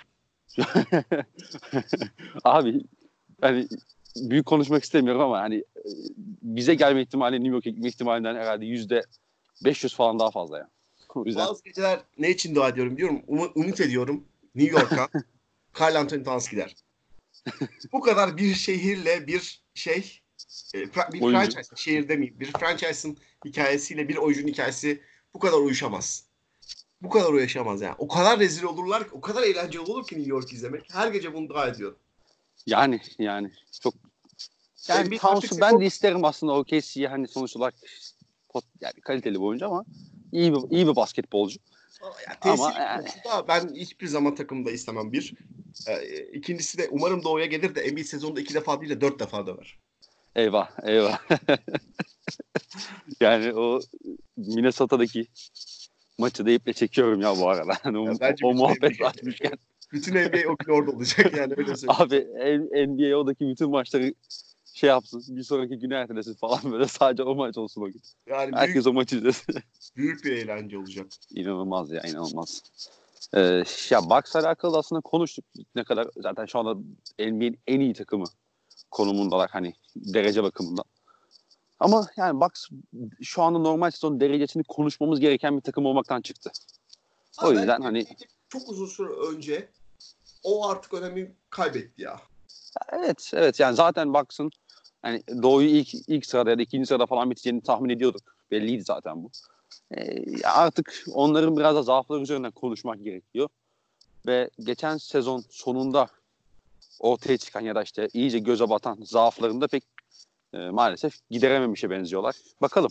Abi hani büyük konuşmak istemiyorum ama hani bize gelme ihtimali New York'a gitme ihtimalinden herhalde %500 falan daha fazla ya. O yüzden Bazı geceler ne için dua ediyorum diyorum. Umut ediyorum New York'a Karl Anthony Towns gider. Bu kadar bir şehirle bir bir oyuncu. franchise, şehir demeyeyim, bir franchise'ın hikayesiyle bir oyuncunun hikayesi bu kadar uyuşamaz. bu kadar o yaşamaz yani. O kadar rezil olurlar ki, o kadar eğlenceli olur ki New York izlemek. Her gece bunu dua ediyorum. Yani çok yani NBA artık Towns'u ben de isterim aslında OKC'ye hani sonuç olarak yani kaliteli bir oyuncu ama iyi bir basketbolcu. ya, Ama tesiri yani konusunda ben hiçbir zaman takımda istemem bir. İkincisi de umarım Doğu'ya gelir de NBA sezonunda 2 defa değil de 4 defa döver. eyvah. Yani o Minnesota'daki maçı da iple çekiyorum ya bu arada. Yani Bence o muhabbet açmışken. bütün NBA o gün orada olacak yani öyle söyleyeyim. Abi NBA odaki bütün maçları şey yapsın. Bir sonraki güne ertelesin falan böyle sadece o maç olsun o gün. Yani Herkes o maçı izlesin. büyük bir eğlence olacak. İnanılmaz ya inanılmaz. Ya Bucks alakalı aslında konuştuk. Ne kadar zaten şu anda NBA'nin en iyi takımı konumundalar hani derece bakımından. Ama yani Bucks şu anda normal sezon derecesini konuşmamız gereken bir takım olmaktan çıktı. O yüzden hani çok uzun süre önce o artık önemi kaybetti ya. evet yani zaten Bucks'ın yani Doğu'yu ilk sırada ya da ikinci sırada falan biteceğini tahmin ediyorduk. Belliydi zaten bu. Artık onların biraz da zaafları üzerinden konuşmak gerekiyor. Ve geçen sezon sonunda ortaya çıkan ya da işte iyice göze batan zaaflarını da pek maalesef giderememişe benziyorlar. Bakalım.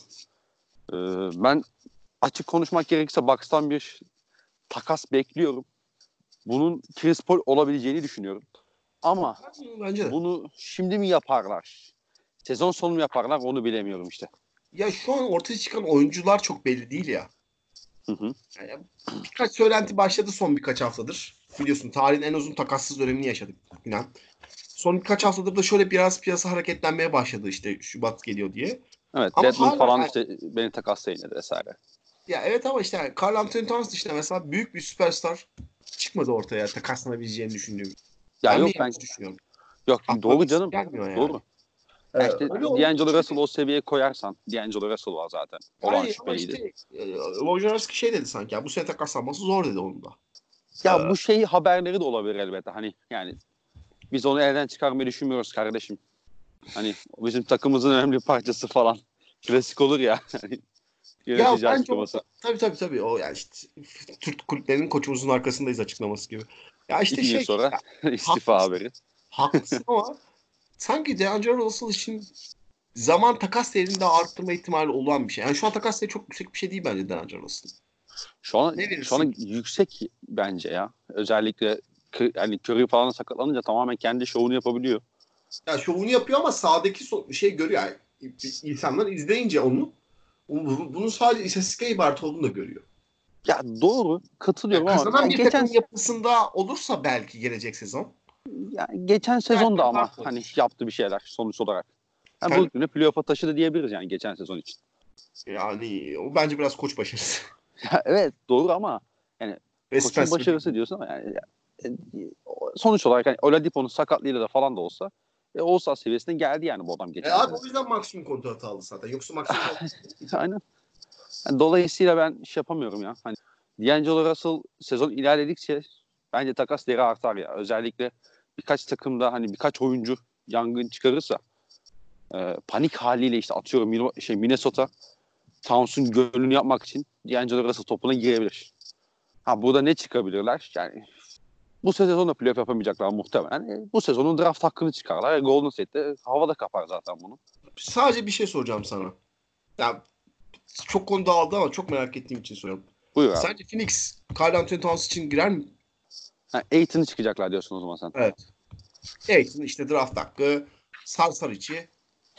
Ben açık konuşmak gerekirse Bucks'tan bir takas bekliyorum. Bunun Chris Paul olabileceğini düşünüyorum. Ama Bence de. bunu şimdi mi yaparlar? Sezon sonu mu yaparlar onu bilemiyorum işte. Ya şu an ortaya çıkan oyuncular çok belli değil ya. Hı hı. Yani birkaç söylenti başladı son birkaç haftadır. Biliyorsun tarihin en uzun takassız dönemini yaşadık inan. Son birkaç haftadır da şöyle biraz piyasa hareketlenmeye başladı işte Şubat geliyor diye. Evet, Ama Deadman hala falan yani, işte beni takaslayın vesaire. ya evet ama işte yani Karl Anthony Towns dışında mesela büyük bir süperstar çıkmadı ortaya takaslanabileceğini düşündüğüm. Ya Ben mi yok ben yanlış düşünüyorum? yok Aklıma doğru bir canım. gelmiyor yani. Doğru. Ya işte Öyle olunca D'Angelo işte, Russell o seviyeye koyarsan D'Angelo Russell var zaten. Olan hayır ama şüpheliydi. işte Wojnarowski şey dedi sanki ya bu sene takaslanması zor dedi onun da. Ya Ee, bu şey haberleri de olabilir elbette. Hani yani biz onu elden çıkarmayı düşünmüyoruz kardeşim. Hani bizim takımımızın önemli bir parçası falan. Klasik olur ya. Hani Ya yönetici bence o açıklaması. tabii o yani işte Türk kulüplerinin koçumuzun arkasındayız açıklaması gibi. Ya işte 2 gün şey sonra ya, istifa haklısın, haberi. haklısın ama sanki DeAngelo Russell için zaman takas değerini daha arttırma ihtimali olan bir şey. Yani şu an takas değeri çok yüksek bir şey değil bence DeAngelo Russell. Ne Şu verirsin an ki? yüksek bence ya. Özellikle hani Curry falan sakatlanınca tamamen kendi şovunu yapabiliyor. Ya şovunu yapıyor ama sahadaki şey görüyor. Yani insanlar izleyince onu bunun sadece istatistik ibaret olduğunu da görüyor. Ya doğru Yani katılıyorum ama kazanan yani bir takım yapısında olursa belki gelecek sezon. geçen sezon da Diğerleri ama farklı hani olur. yaptı bir şeyler sonuç olarak. Yani Efendim? Brooklyn'e playoff'a taşıdı diyebiliriz yani geçen sezon için. Yani o bence biraz koç başarısı. Ya evet doğru ama yani Ve koçun Spencer başarısı Dinwiddie. diyorsun ama yani sonuç olarak hani Oladipo'nun sakatlığıyla da falan da olsa All-Star seviyesine geldi yani bu adam geçen Abi sene. o yüzden maksimum kontratı aldı zaten. Yoksa maksimum kontratı Aynen. Yani dolayısıyla ben şey yapamıyorum ya. Hani D'Angelo Russell sezon ilerledikçe bence takas değeri artar ya. Özellikle birkaç takımda hani birkaç oyuncu yangın çıkarırsa panik haliyle işte atıyorum Minnesota Towns'un gönlünü yapmak için D'Angelo Russell topuna girebilir. Ha burada ne çıkabilirler? Yani bu sezon da playoff yapamayacaklar muhtemelen. Bu sezonun draft hakkını çıkarlar. Golden State'de havada kapar zaten bunu. sadece bir şey soracağım sana. Ya çok konu dağıldı ama çok merak ettiğim için soruyorum. Buyur abi. Sence Phoenix Karl Anthony Towns için girer mi? Ha, Aiton'u çıkacaklar diyorsun o zaman sen. Evet. Aiton işte draft hakkı, Sarsar içi.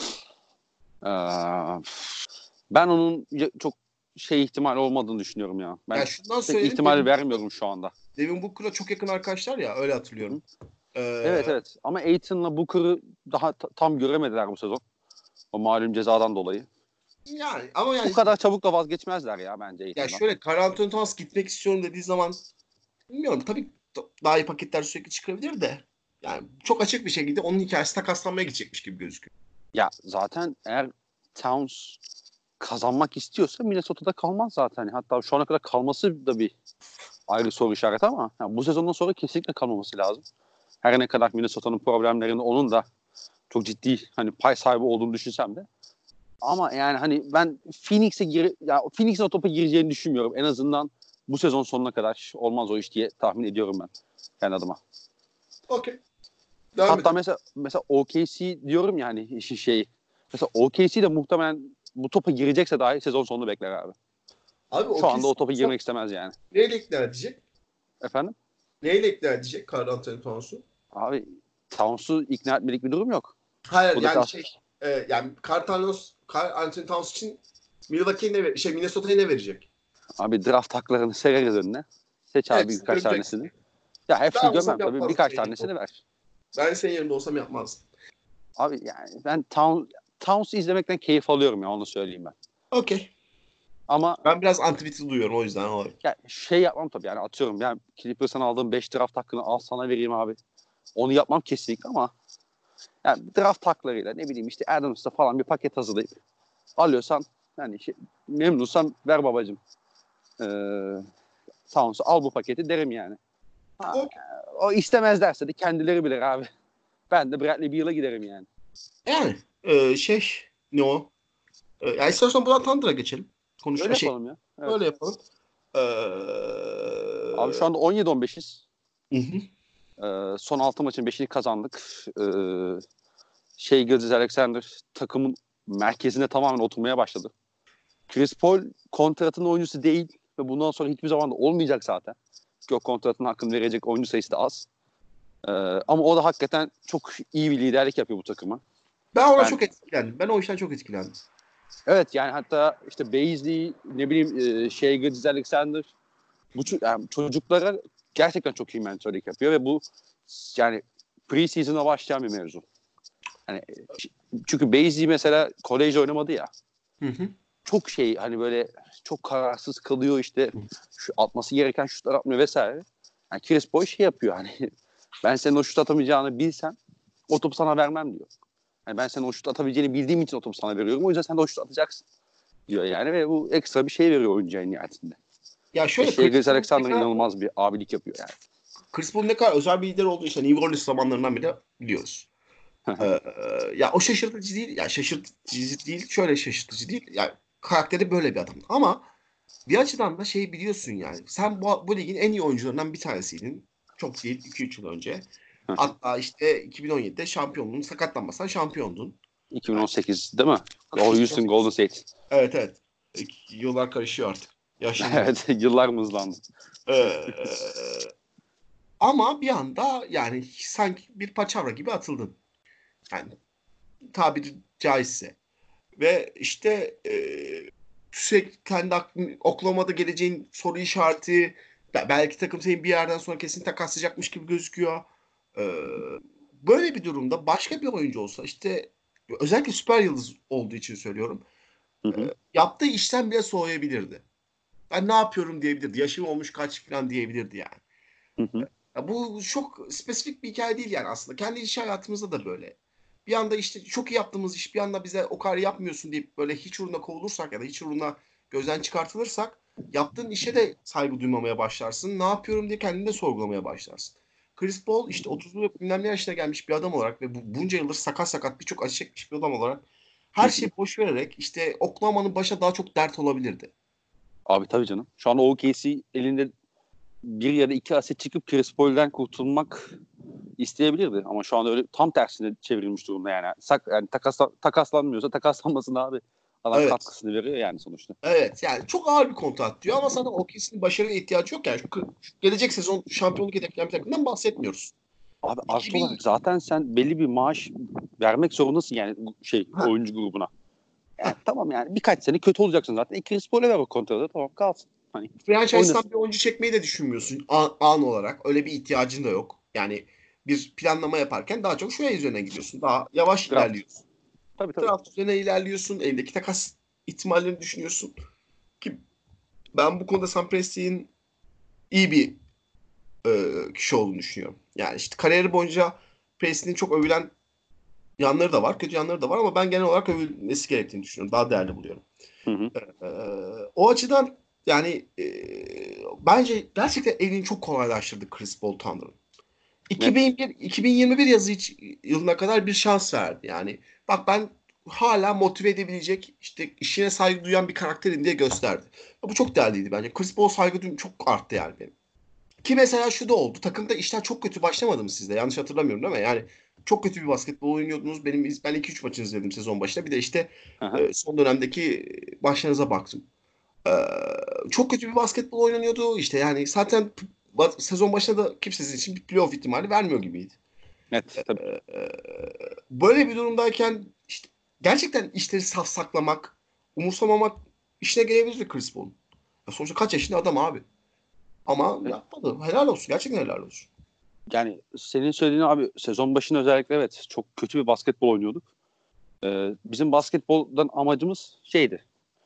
Ee, ben onun çok şey ihtimal olmadığını düşünüyorum ya. Ya Ben şundan pek söyledim. ihtimal vermiyorum şu anda. Devin Booker'la çok yakın arkadaşlar ya öyle hatırlıyorum. Hı-hı. Ee, Evet ama Aiton'la Booker'ı daha tam göremediler bu sezon. O malum cezadan dolayı. yani ama Bu yani kadar çabuk da vazgeçmezler ya bence ya Aiton'dan. şöyle Karl Anthony Towns gitmek istiyorum dediği zaman bilmiyorum tabii daha iyi paketler sürekli çıkabilir de yani çok açık bir şekilde onun hikayesi takaslanmaya gidecekmiş gibi gözüküyor. Ya zaten eğer Towns kazanmak istiyorsa Minnesota'da kalmaz zaten. Hatta şu ana kadar kalması da bir ayrı soru işareti ama yani bu sezondan sonra kesinlikle kalmaması lazım. Her ne kadar Minnesota'nın problemlerini onun da çok ciddi hani pay sahibi olduğunu düşünsem de. Ama yani hani ben Phoenix'in o topa gireceğini düşünmüyorum. En azından bu sezon sonuna kadar olmaz o iş diye tahmin ediyorum ben kendi adıma. Okey. Devam Hatta edelim. mesela OKC diyorum yani işin şeyi. Mesela OKC de muhtemelen bu topa girecekse dahi sezon sonunu bekler abi. Abi Şu o anda o topa kesin girmek istemez yani. neyle ikna edecek? Efendim? Neyle ikna edecek Karl Anthony Towns'u? Abi Towns'u ikna etmelik bir durum yok. Hayır Bu da yani yani Karl Anthony Towns için Minnesota'ya ne verecek? abi draft haklarını sereriz önüne. Seç abi Hepsini birkaç gömeceksin. tanesini. Ya hepsini Ben olsam gömem tabii. yapmazdım Birkaç senin yerinde tanesini olsam. ver. Ben senin yerinde olsam yapmazdım. Abi yani ben Towns'u izlemekten keyif alıyorum ya onu söyleyeyim ben. Okey. Ama Ben biraz antipati duyuyorum o yüzden. ya şey yapmam tabii yani atıyorum. Yani Clippers'tan aldığım 5 draft hakkını al sana vereyim abi. Onu yapmam kesinlikle ama yani draft haklarıyla ne bileyim işte Adams'ta falan bir paket hazırlayıp alıyorsan yani memnunsan ver babacığım. Ee, Towns'u al bu paketi derim yani. Ha, Okey. o istemezlerse de kendileri bilir abi. Ben de Bradley Beal'a giderim yani. Yani ne o? Ya istersen buradan Thunder'a geçelim. Öyle yapalım ya. Evet. Öyle yapalım. Ee, Abi şu anda 17-15'iz. hı. Son 6 maçın 5'ini kazandık. Gilgeous-Alexander takımın merkezine tamamen oturmaya başladı. Chris Paul kontratının oyuncusu değil ve bundan sonra hiçbir zaman da olmayacak zaten. Çünkü o kontratın hakkını verecek oyuncu sayısı da az. Ama o da hakikaten çok iyi bir liderlik yapıyor bu takıma. Çok etkilendim. Ben o işten çok etkilendim. Evet yani hatta işte Beasley ne bileyim Gilgeous-Alexander yani çocuklara gerçekten çok iyi mentörlük yapıyor ve bu yani pre-season'a başlayan bir mevzu. Yani çünkü Beasley mesela kolejde oynamadı ya. Hı hı. Çok hani böyle çok kararsız kalıyor işte şu atması gereken şutlar atmıyor vesaire. Yani Chris Paul yapıyor hani ben senin o şut atamayacağını bilsem o topu sana vermem diyor. Yani ben senin o şut atabileceğini bildiğim için o topu sana veriyorum. O yüzden sen de o şut atacaksın diyor yani ve bu ekstra bir şey veriyor oyuncuya nihayetinde. Ya şöyle Alexander inanılmaz bir abilik yapıyor yani. Chris Paul ne kadar özel bir lider olduğu işte New Orleans zamanlarından beri biliyoruz. Ya o şaşırtıcı değil. Ya şaşırtıcı değil. Şöyle şaşırtıcı değil. Yani karakteri böyle bir adam. Ama bir açıdan da biliyorsun yani. Sen bu ligin en iyi oyuncularından bir tanesiydin. Çok değil 2-3 yıl önce. Hatta işte 2017'de şampiyonluğun sakatlanmasan şampiyondun. 2018 değil mi? O Houston Golden State. Evet. Yıllar karışıyor artık. Yaşlanıyor. Evet yıllar mı hızlandı? Ee, ama bir anda yani sanki bir paçavra gibi atıldın. Yani tabiri caizse. Ve işte sürekli kendi Oklahoma'da geleceğin soru işareti, belki takım seni bir yerden sonra kesin takaslayacakmış gibi gözüküyor. Ee, böyle bir durumda başka bir oyuncu olsa işte özellikle süper yıldız olduğu için söylüyorum. Hı hı. Yaptığı işten bile soğuyabilirdi. Ben ne yapıyorum diyebilirdi. Yaşım olmuş kaç falan diyebilirdi yani. Hı hı. Ya bu çok spesifik bir hikaye değil yani aslında. Kendi iş hayatımızda da böyle. Bir anda işte çok iyi yaptığımız iş bir anda bize o kadar yapmıyorsun deyip böyle hiç uğruna kovulursak ya da hiç uğruna gözden çıkartılırsak yaptığın işe de saygı duymamaya başlarsın. Ne yapıyorum diye kendini de sorgulamaya başlarsın. Chris Paul işte 30'lu bilmem ne yaşına gelmiş bir adam olarak ve bunca yıldır sakat sakat birçok acı çekmiş bir adam olarak her şeyi boş vererek işte Oklahoma'nın başa daha çok dert olabilirdi. Abi tabii canım. Şu an OKC elinde bir ya da iki aset çıkıp Chris Paul'den kurtulmak isteyebilirdi. Ama şu anda öyle tam tersine çevrilmiş durumda yani. Yani takaslanmıyorsa takaslanmasın abi. Adam Evet. katkısını veriyor yani sonuçta. Evet yani çok ağır bir kontrat diyor ama sana OKC'nin başarıya ihtiyacı yok yani. Gelecek sezon şampiyonluk hedefleyen bir takımdan bahsetmiyoruz. Abi artı 2000 olarak zaten sen belli bir maaş vermek zorundasın yani ha, oyuncu grubuna. Yani ha. tamam yani birkaç sene kötü olacaksın zaten. Chris Paul'e ver o kontratı tamam kalsın. Hani Franchise'dan oynasın. bir oyuncu çekmeyi de düşünmüyorsun an olarak. Öyle bir ihtiyacın da yok. Yani bir planlama yaparken daha çok şuraya üzerine gidiyorsun. Daha yavaş Draft. ilerliyorsun. Tabii tabii. Draft üzerine ilerliyorsun. Elindeki takas ihtimallerini düşünüyorsun. Ki ben bu konuda Sam Presti'nin iyi bir kişi olduğunu düşünüyorum. Yani işte kariyeri boyunca Presti'nin çok övülen yanları da var, kötü yanları da var ama ben genel olarak övülmesi gerektiğini düşünüyorum. Daha değerli buluyorum. Hı hı. O açıdan yani bence gerçekten evini çok kolaylaştırdı Chris Paul Thunder'ın. Net. 2021 yılına kadar bir şans verdi. Yani bak ben hala motive edebilecek, işte işine saygı duyan bir karakterin diye gösterdi. Bu çok değerliydi bence. Chris Paul saygı duyum çok arttı yani benim. Ki mesela şu da oldu. Takımda işler çok kötü başlamadı mı sizde? Yanlış hatırlamıyorum değil mi? Yani çok kötü bir basketbol oynuyordunuz. Ben 2-3 maçını izledim sezon başında. Bir de işte Aha. son dönemdeki maçlarınıza baktım. Ee, Çok kötü bir basketbol oynanıyordu. İşte yani zaten sezon başında da kimse sizin için bir playoff ihtimali vermiyor gibiydi. Net tabii. Böyle bir durumdayken işte gerçekten işleri saklamak, umursamamak işine gelebilir Chris Paul'un. Sonuçta kaç yaşında adam abi. Ama yapmadı. Helal olsun. Gerçekten helal olsun. Yani senin söylediğin abi sezon başında özellikle evet çok kötü bir basketbol oynuyorduk. Bizim basketboldan amacımız şeydi.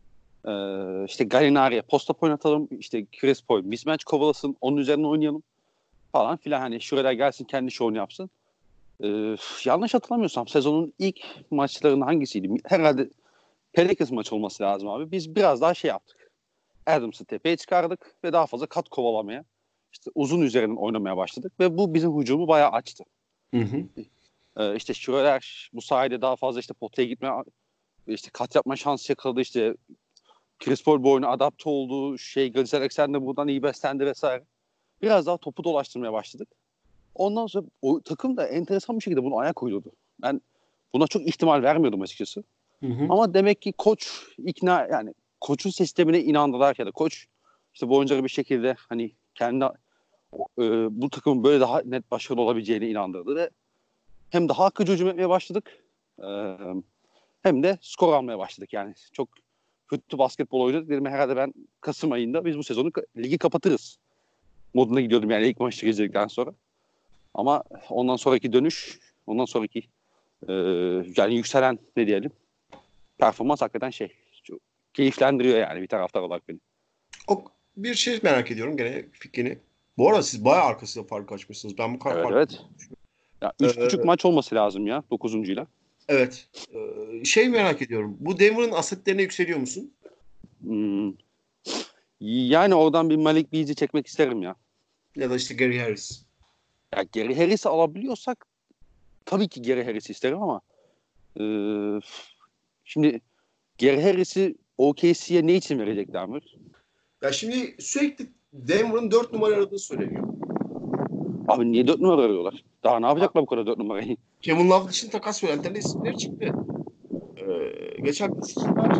İşte Gallinari'ye post-up oynatalım. İşte Chris Paul mismatch kovalasın. Onun üzerine oynayalım. Falan filan. Hani şuraya gelsin kendi şovunu yapsın. Yanlış hatırlamıyorsam sezonun ilk maçlarının hangisiydi? Herhalde Pelicans maçı olması lazım abi. Biz biraz daha şey yaptık. Adams'ı tepeye çıkardık ve daha fazla kat kovalamaya, işte uzun üzerinden oynamaya başladık ve bu bizim hücumu bayağı açtı. Hı hı. İşte Schroeder bu sayede daha fazla işte potaya gitme, işte kat yapma şansı yakaladı. İşte Chris Paul bu oyuna adapte oldu. Gilgeous Alexander buradan iyi beslendi vesaire. Biraz daha topu dolaştırmaya başladık. Ondan sonra o takım da enteresan bir şekilde bunu ayak uydurdu. Ben buna çok ihtimal vermiyordum açıkçası. Hı hı. Ama demek ki koç yani koçun sistemine inandılar ya da koç işte bu oyuncuları bir şekilde hani kendi bu takımın böyle daha net başarılı olabileceğine inandırdı ve hem daha akıcı hücum etmeye başladık hem de skor almaya başladık. Yani çok kötü basketbol oynadık dedim herhalde ben Kasım ayında biz bu sezonu ligi kapatırız moduna gidiyordum yani ilk maçı izledikten sonra. Ama ondan sonraki yani yükselen ne diyelim performans hakikaten çok keyiflendiriyor yani bir taraftar olarak beni. Bir şey merak ediyorum gene fikrini. Bu arada siz bayağı arkasında fark açmışsınız. Ben bu kadar Evet fark. evet. Ya 3,5 maç olması lazım ya 9'uncuyla. Evet. Şey merak ediyorum. Bu Denver'ın asetlerine yükseliyor musun? Hmm. Yani oradan bir Malik Beasley çekmek isterim ya. Ya da işte Gary Harris. Ya Gary Harris'i alabiliyorsak tabii ki Gary Harris'i isterim ama e, şimdi Gary Harris'i OKC'ye ne için verecek Denver? Ya şimdi sürekli Denver'ın 4 numara aradığı söyleniyor. Abi niye 4 numara arıyorlar? Daha ne yapacaklar bu kadar 4 numarayı? Kevin Love için takas söylentilerinde isimleri çıktı. Geçen bir isimler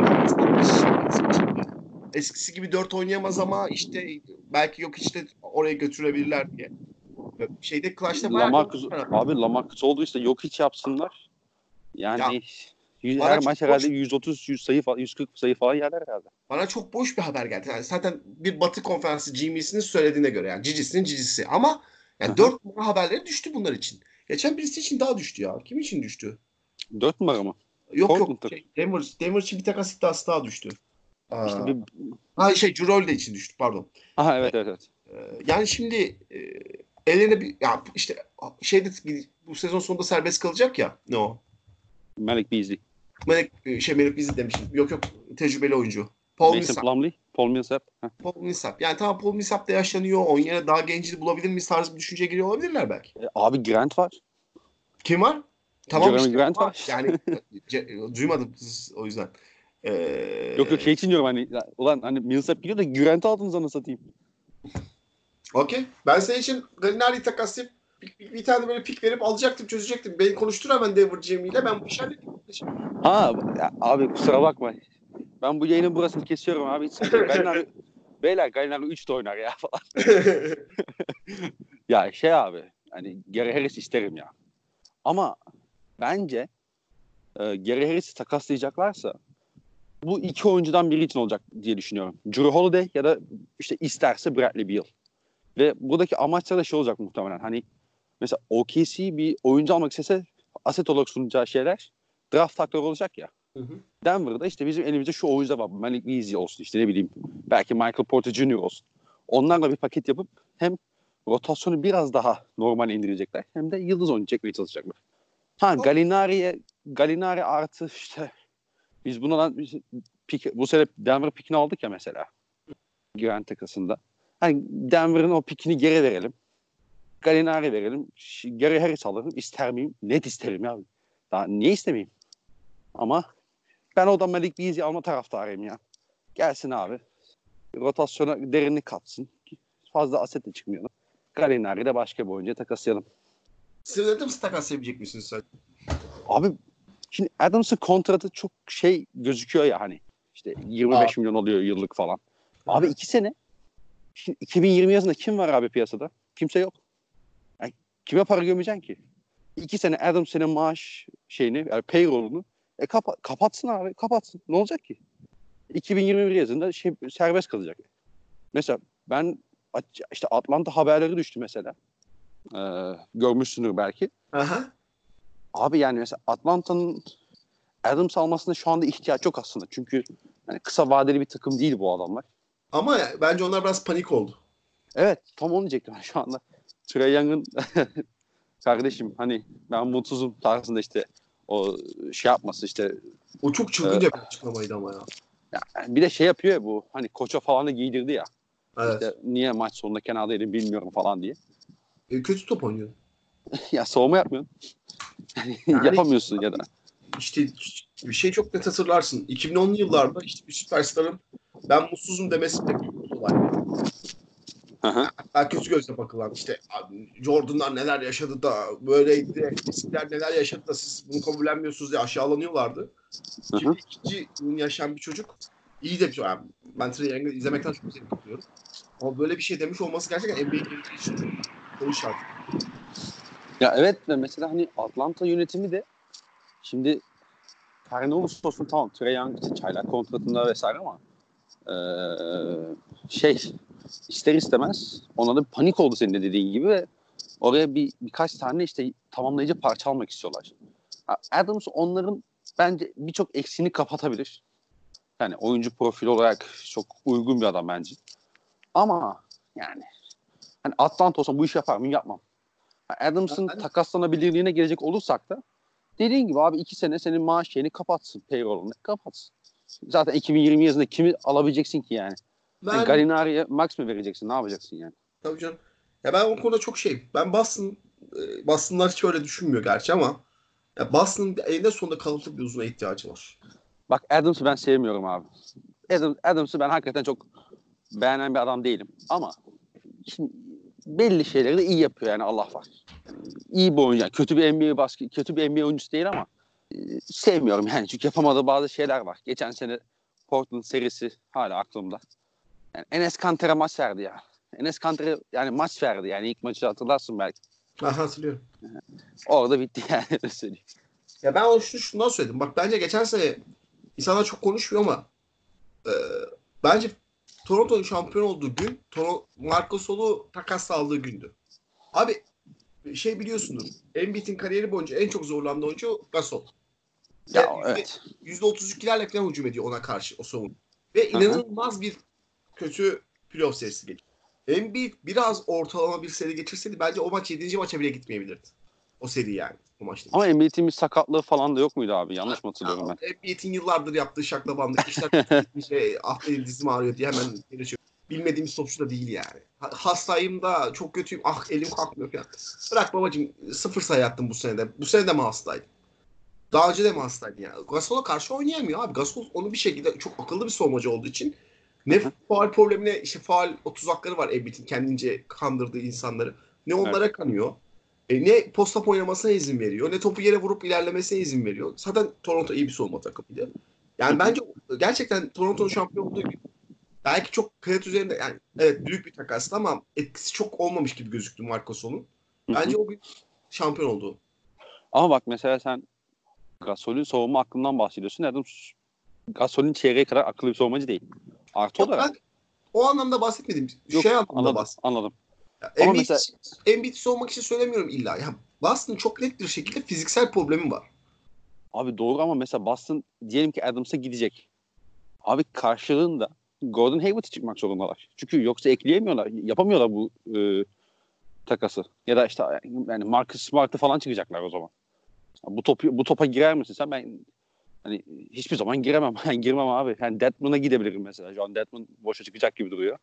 çıktı. Eskisi gibi 4 oynayamaz ama işte belki yok işte oraya götürebilirler diye. Şeyde Clash'ta bayağı Lamarcus, gördüm. abi Lamarcus oldu işte yok hiç yapsınlar. Ya Yani bana her maç çok boş herhalde 130 sayı falan 140 sayı falan yerler herhalde. bana çok boş bir haber geldi. Yani zaten bir Batı Konferansı GM'sinin söylediğine göre yani Cicisinin cicisi. Ama yani Aha. 4 numara haberleri düştü bunlar için. Geçen birisi için daha düştü ya. Kim için düştü? 4 numara mı? Yok Portland'da. Denver için bir takas iddiası daha düştü. İşte Aa, bir Drew Holiday için düştü pardon. aha evet evet evet. Yani şimdi ellerine bir ya işte şeyde bu sezon sonunda serbest kalacak ya. Ne o? Malik Beasley. Melek Bizi demişim. Yok tecrübeli oyuncu. Paul Mason Millsap. Plumlee. Paul Millsap. Heh. Paul Millsap. Yani tamam Paul Millsap da yaşlanıyor. Onun yerine daha gencini bulabilir miyiz tarzı bir düşünceye giriyor olabilirler belki. Abi Grant var. Kim var? Tamam Jeremy işte Grant ama var. yani duymadım o yüzden. Yok şey için diyorum hani ulan hani Millsap gidiyor da Grant'ı aldınız anasını satayım. Okey. Ben senin için Gallinari'yi takaslayıp bir tane böyle pik verip alacaktım, çözecektim. Beni konuştur hemen Denver GM ile. Ben bu işi halledeyim. Ha ya, abi kusura bakma. Ben bu yayının burasını kesiyorum abi hiç sıkıntı yok. Gallinari 3 de oynar ya falan. Ya abi hani Gary Harris isterim ya. Ama bence Gary Harris'i takaslayacaklarsa bu iki oyuncudan biri için olacak diye düşünüyorum. Drew Holiday ya da işte isterse Bradley Beal. Ve buradaki amaçlar da şey olacak muhtemelen. Hani mesela OKC bir oyuncu almak istese aset olarak sunacağı şeyler draft faktörü olacak ya. Hı hı. Denver'da işte bizim elimizde şu oyuncular var. Malik Beasley olsun işte ne bileyim. Belki Michael Porter Jr. olsun. Onlarla bir paket yapıp hem rotasyonu biraz daha normal indirecekler hem de yıldız oyuncu çekmeye çalışacaklar. Ha Gallinari artı işte biz bu sene Denver pikini aldık ya mesela. Güven takasında. Hani Denver'ın o pikini geri verelim. Gallinari verelim. Gary Harris alırım. İster miyim? Net isterim ya. Daha niye istemeyeyim? Ama ben o da Malik Beasley alma taraftarıyım ya. Gelsin abi. Rotasyona derinlik katsın. Fazla aset de çıkmıyor. Gallinari'yi de başka bir oyuncuya takaslayalım. Steven Adams'ı takaslayabilecek misiniz sen? Abi şimdi Adams'ın kontratı çok gözüküyor ya hani. İşte 25 milyon oluyor yıllık falan. Abi 2 sene. Şimdi 2020 yazında kim var abi piyasada? Kimse yok. Yani kime para gömeceksin ki? 2 sene Adams'ın maaş yani payroll'unu kapatsın abi. Kapatsın. Ne olacak ki? 2021 yazında serbest kalacak. Mesela ben işte Atlanta haberleri düştü mesela. Görmüşsündür belki. Aha. Abi yani mesela Atlanta'nın Adams almasına şu anda ihtiyaç yok aslında. Çünkü yani kısa vadeli bir takım değil bu adamlar. Ama bence onlar biraz panik oldu. Evet, tam onu diyecektim ben şu anda. Trae Young'ın kardeşim hani ben mutsuzum tarzında işte o yapması işte. O çok çılgınca bir açıklamaydı ama ya. Bir de yapıyor ya bu hani koça falan da giydirdi ya. Evet. İşte niye maç sonunda kenardaydım bilmiyorum falan diye. Kötü top oynuyor. Ya savunma yapmıyorsun. Yani yapamıyorsun ya da. İşte bir şey çok net hatırlarsın. 2010'lu yıllarda işte bir süperstarın ben mutsuzum demesi de büyük bir olay. Kötü gözle bakılan işte Jordan'lar neler yaşadı da böyleydi. Eskiler neler yaşadı da siz bunu kabullenmiyorsunuz diye aşağılanıyorlardı. Şimdi ikinci bunu yaşayan bir çocuk iyi de bir çocuk. Yani ben Trae Young'ı izlemekten çok zevk alıyorum. Ama böyle bir şey demiş olması gerçekten NBA'in geleceği için çok soru işareti. Ya evet de mesela hani Atlanta yönetimi de şimdi her ne olursa olsun tamam Trae Young işte çaylak kontratında vesaire ama ister istemez ona da bir panik oldu senin de dediğin gibi ve oraya birkaç tane işte tamamlayıcı parça almak istiyorlar. Adams onların bence birçok eksiğini kapatabilir. Yani oyuncu profili olarak çok uygun bir adam bence. Ama yani hani Atlanta olsa bu işi yapar mı? Yapmam. Adams'ın takaslanabilirliğine gelecek olursak da dediğin gibi abi 2 sene senin maaş şeyini kapatsın. Payroll'unu kapatsın. Zaten 2020 yazında kimi alabileceksin ki yani? Yani Gallinari'ye max mı vereceksin? Ne yapacaksın yani? Tabii canım. Ya ben o konuda çok Ben Boston'lar hiç öyle düşünmüyor gerçi ama ya Boston'ın eninde sonunda kalıcı bir uzuna ihtiyacı var. Bak Adams'ı ben sevmiyorum abi. Adams'ı ben hakikaten çok beğenen bir adam değilim. Ama şimdi belli şeyleri de iyi yapıyor yani Allah var. Yani iyi bir oyuncu. Yani kötü bir NBA oyuncusu değil ama sevmiyorum yani. Çünkü yapamadığı bazı şeyler var. Geçen sene Portland serisi hala aklımda. Yani Enes Kanter'e maç verdi ya. Enes Kanter'e yani maç verdi. Yani ilk maçı hatırlarsın belki. Hatırlıyorum. Orada bitti yani. Öyle söyleyeyim. Ya ben şundan söyledim. Bak bence geçen sene insanlar çok konuşmuyor ama e, bence Toronto'nun şampiyon olduğu gün Marc Gasol'u takas aldığı gündü. Abi biliyorsundur. Embiid'in kariyeri boyunca en çok zorlandığı oyuncu Gasol. Ya Ve evet. %32'lerle falan hücum ediyor ona karşı o savunma. Ve Hı-hı. inanılmaz bir kötü playoff serisi geçti. Embiid biraz ortalama bir seri geçirseydi bence o maç 7. maça bile gitmeyebilirdi. O seri yani. O maçta. Ama Embiid'in bir sakatlığı falan da yok muydu abi? Yanlış mı hatırlıyorum ben? Embiid'in yıllardır yaptığı şaklabanlık işler benim dizim ağrıyor diye hemen gelişiyor. Bilmediğimiz topçu da değil yani. Hastayım da çok kötüyüm. Elim kalkmıyor falan. Bırak babacığım 0 sayı attım bu senede. Bu sene de mi hastaydın? Daha önce de mi hastaydı yani? Gasol'a karşı oynayamıyor abi. Gasol onu bir şekilde çok akıllı bir savunmacı olduğu için ne Hı-hı. faul problemine faul 30 hakları var Embiid'in kendince kandırdığı insanları. Ne onlara Evet. kanıyor. Ne post-up oynamasına izin veriyor. Ne topu yere vurup ilerlemesine izin veriyor. Zaten Toronto iyi bir savunma takımıydı. Yani bence gerçekten Toronto'nun şampiyon olduğu gün belki çok kağıt üzerinde yani evet büyük bir takastı ama etkisi çok olmamış gibi gözüktü Marc Gasol'un. Bence o gün şampiyon oldu. Ama bak mesela sen Gasol'ün savunma hakkından bahsediyorsun. Adam Gasol'ün çeyreğe kadar akıllı bir savunmacı değil. Artı Yok olarak. ben o anlamda bahsetmedim. Yok Anlamda anladım bahsettim. anladım. Ama Embiid, mesela Embiid olmak için söylemiyorum illa. Ya Boston çok net bir şekilde fiziksel problemi var. abi doğru ama mesela Boston diyelim ki Adams'a gidecek. Abi karşılığında Gordon Hayward'a çıkmak zorundalar. Çünkü yoksa ekleyemiyorlar. Yapamıyorlar bu takası. Ya da işte yani Marcus Smart'ı falan çıkacaklar o zaman. Bu topa girer misin sen? Ben hani hiçbir zaman giremem. Ben girmem abi. Yani Deadman'a gidebilirim mesela. Şu an Deadman boşa çıkacak gibi duruyor.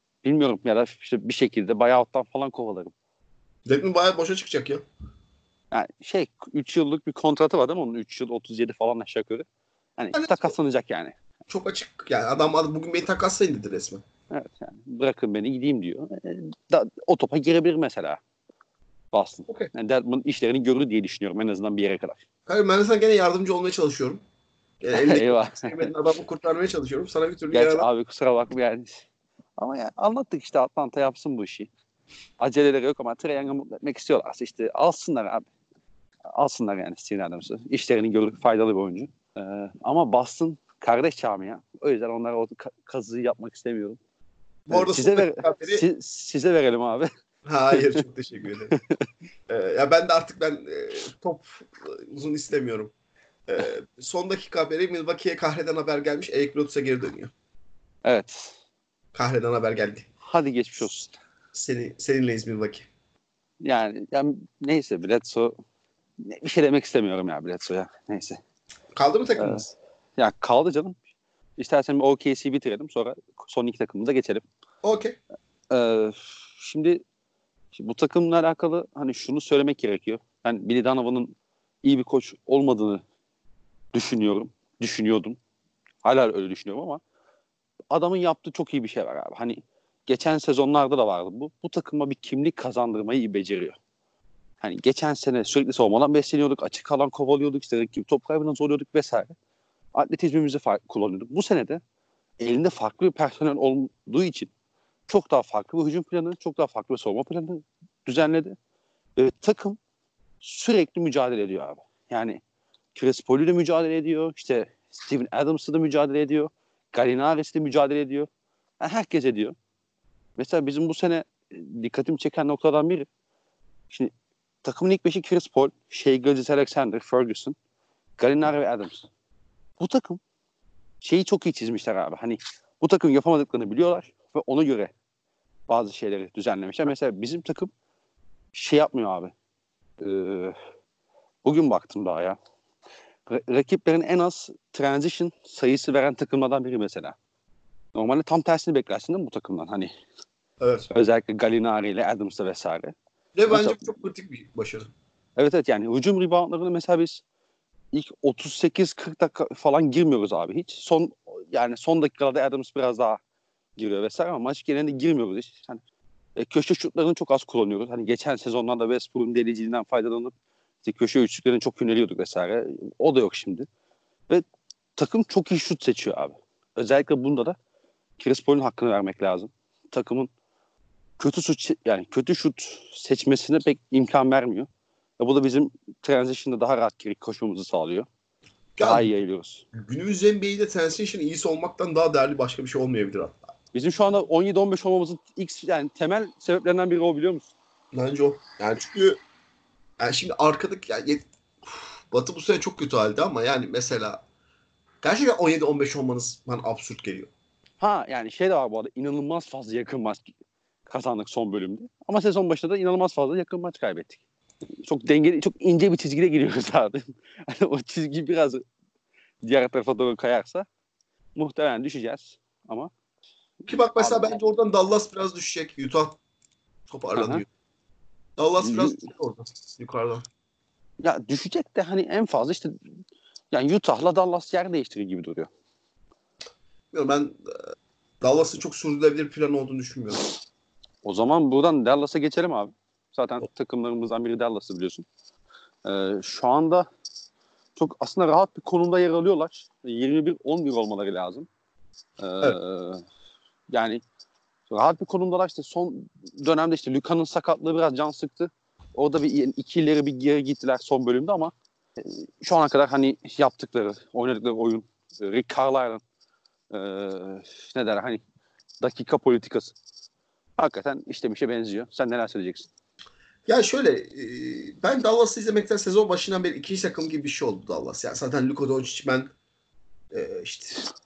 Bilmiyorum ya da işte bir şekilde buyout'tan falan kovalarım. Devin bayağı boşa çıkacak ya. Yani 3 yıllık bir kontratı var değil mi? Onun 3 yıl 37 falan aşağı yukarı. Hani Yani takaslanacak yani. çok açık. Yani adam bugün beni takaslayın dedi resmen. Evet yani bırakın beni gideyim diyor. O topa girebilir mesela Boston. Okey. Yani Deadman işlerini görür diye düşünüyorum en azından bir yere kadar. Hayır, ben de sana gene yardımcı olmaya çalışıyorum. Yani elindeki Eyvah. sevmediğin adamı kurtarmaya çalışıyorum. Sana bir türlü Gerçi yaradan. abi kusura bakma yani. Ama ya anlattık işte Atlanta yapsın bu işi. Aceleleri yok ama Trae Young'ı mutlu etmek istiyorlarsa işte alsınlar abi. Alsınlar yani Steven Adams'ı. İşlerini görür faydalı bir oyuncu. Ama Boston kardeş camia. O yüzden onlara o kazığı yapmak istemiyorum. Bu arada son dakika haberi. Size verelim abi. Hayır, çok teşekkür ederim. Ya ben de artık top uzun istemiyorum. Son dakika haberi, Milwaukee'ye kahreden haber gelmiş. Eric Bledsoe geri dönüyor. Evet. Kahreden haber geldi. Hadi geçmiş olsun. Seninleyiz Milwaukee. Yani neyse Bledsoe bir şey demek istemiyorum ya Bledsoe'ya. Neyse. Kaldı mı takımımız? Ya kaldı canım. İstersen bir OKC bitirelim. Sonra son 2 takımımıza geçelim. Okey. Şimdi bu takımla alakalı hani şunu söylemek gerekiyor. Ben Billy Donovan'ın iyi bir koç olmadığını düşünüyordum. Hala öyle düşünüyorum ama adamın yaptığı çok iyi bir şey var abi. Hani geçen sezonlarda da vardı bu. Bu takıma bir kimlik kazandırmayı iyi beceriyor. Hani geçen sene sürekli savunmadan besleniyorduk. Açık alan kovalıyorduk. İşte rakip top kaybından zorluyorduk vesaire. Atletizmimizi kullanıyorduk. Bu sene de elinde farklı bir personel olduğu için çok daha farklı bir hücum planı, çok daha farklı bir savunma planı düzenledi. Ve takım sürekli mücadele ediyor abi. Yani Chris Paul'u da mücadele ediyor. İşte Steven Adams'ı da mücadele ediyor. Gallinari'si de mücadele ediyor. Yani herkes ediyor. Mesela bizim bu sene dikkatimi çeken noktadan biri. Şimdi takımın ilk beşi Chris Paul, Shai Gilgeous-Alexander, Ferguson, Gallinari ve Adams. Bu takım şeyi çok iyi çizmişler abi. Hani bu takım yapamadıklarını biliyorlar ve ona göre bazı şeyleri düzenlemişler. Mesela bizim takım şey yapmıyor abi. Bugün baktım daha ya. Rakiplerin en az transition sayısı veren takımlardan biri mesela. Normalde tam tersini beklersin değil mi bu takımdan? Hani Evet. özellikle Gallinari ile Adams'la vesaire. Ve Mesela, bence çok kritik bir başarı. evet yani hücum reboundlarını mesela biz ilk 38-40 dakika falan girmiyoruz abi hiç. Son dakikalarda Adams biraz daha giriyor vesaire ama maç genelinde girmiyoruz hiç. Hani, köşe şutlarını çok az kullanıyoruz. Hani geçen sezonlarda Westbrook'un deliciliğinden faydalanıp işte köşe üçlüklerine çok yöneliyorduk vesaire. O da yok şimdi. Ve takım çok iyi şut seçiyor abi. Özellikle bunda da Chris Paul'un hakkını vermek lazım. Takımın kötü şut seçmesine pek imkan vermiyor. Bu da bizim transition'da daha rahat geri koşmamızı sağlıyor. Ya, Daha iyi yayılıyoruz. günümüz NBA'de transition iyisi olmaktan daha değerli başka bir şey olmayabilir hatta. Bizim şu anda 17-15 olmamızın temel sebeplerinden biri o, biliyor musun? Bence o. Yani çünkü şimdi arkadaki Batı bu sene çok kötü halde ama yani mesela gerçekten 17-15 olmanız bana absürt geliyor. Ha yani şey de var bu arada, inanılmaz fazla yakın maç kazandık son bölümde. Ama sezon başında da inanılmaz fazla yakın maç kaybettik. Çok dengeli, çok ince bir çizgide giriyoruz abi. Hani o çizgi biraz diğer tarafa doğru kayarsa muhtemelen düşeceğiz. Ama Ki bak mesela abi, bence oradan Dallas biraz düşecek. Utah hı. toparlanıyor. Dallas biraz düşecek oradan yukarıdan. Ya düşecek de hani en fazla işte yani Utah'la Dallas yer değiştirir gibi duruyor. Bilmiyorum, ben Dallas'ın çok sürdürülebilir bir plan olduğunu düşünmüyorum. O zaman buradan Dallas'a geçelim abi. Zaten takımlarımızdan biri Dallas'ı biliyorsun. Şu anda çok aslında rahat bir konumda yer alıyorlar. 21-11 olmaları lazım. Evet. Yani rahat bir konumdalar. İşte son dönemde işte Luka'nın sakatlığı biraz can sıktı. Orada bir iki ileri bir geri gittiler son bölümde ama şu ana kadar hani oynadıkları oyun, Rick Carlisle'ın ne derler hani dakika politikası hakikaten işlemişe benziyor. Sen neler söyleyeceksin? Ya şöyle, ben Dallas'ı izlemekten sezon başından beri ikinci takım gibi bir şey oldu Dallas. Yani zaten Luka Doncic ben işte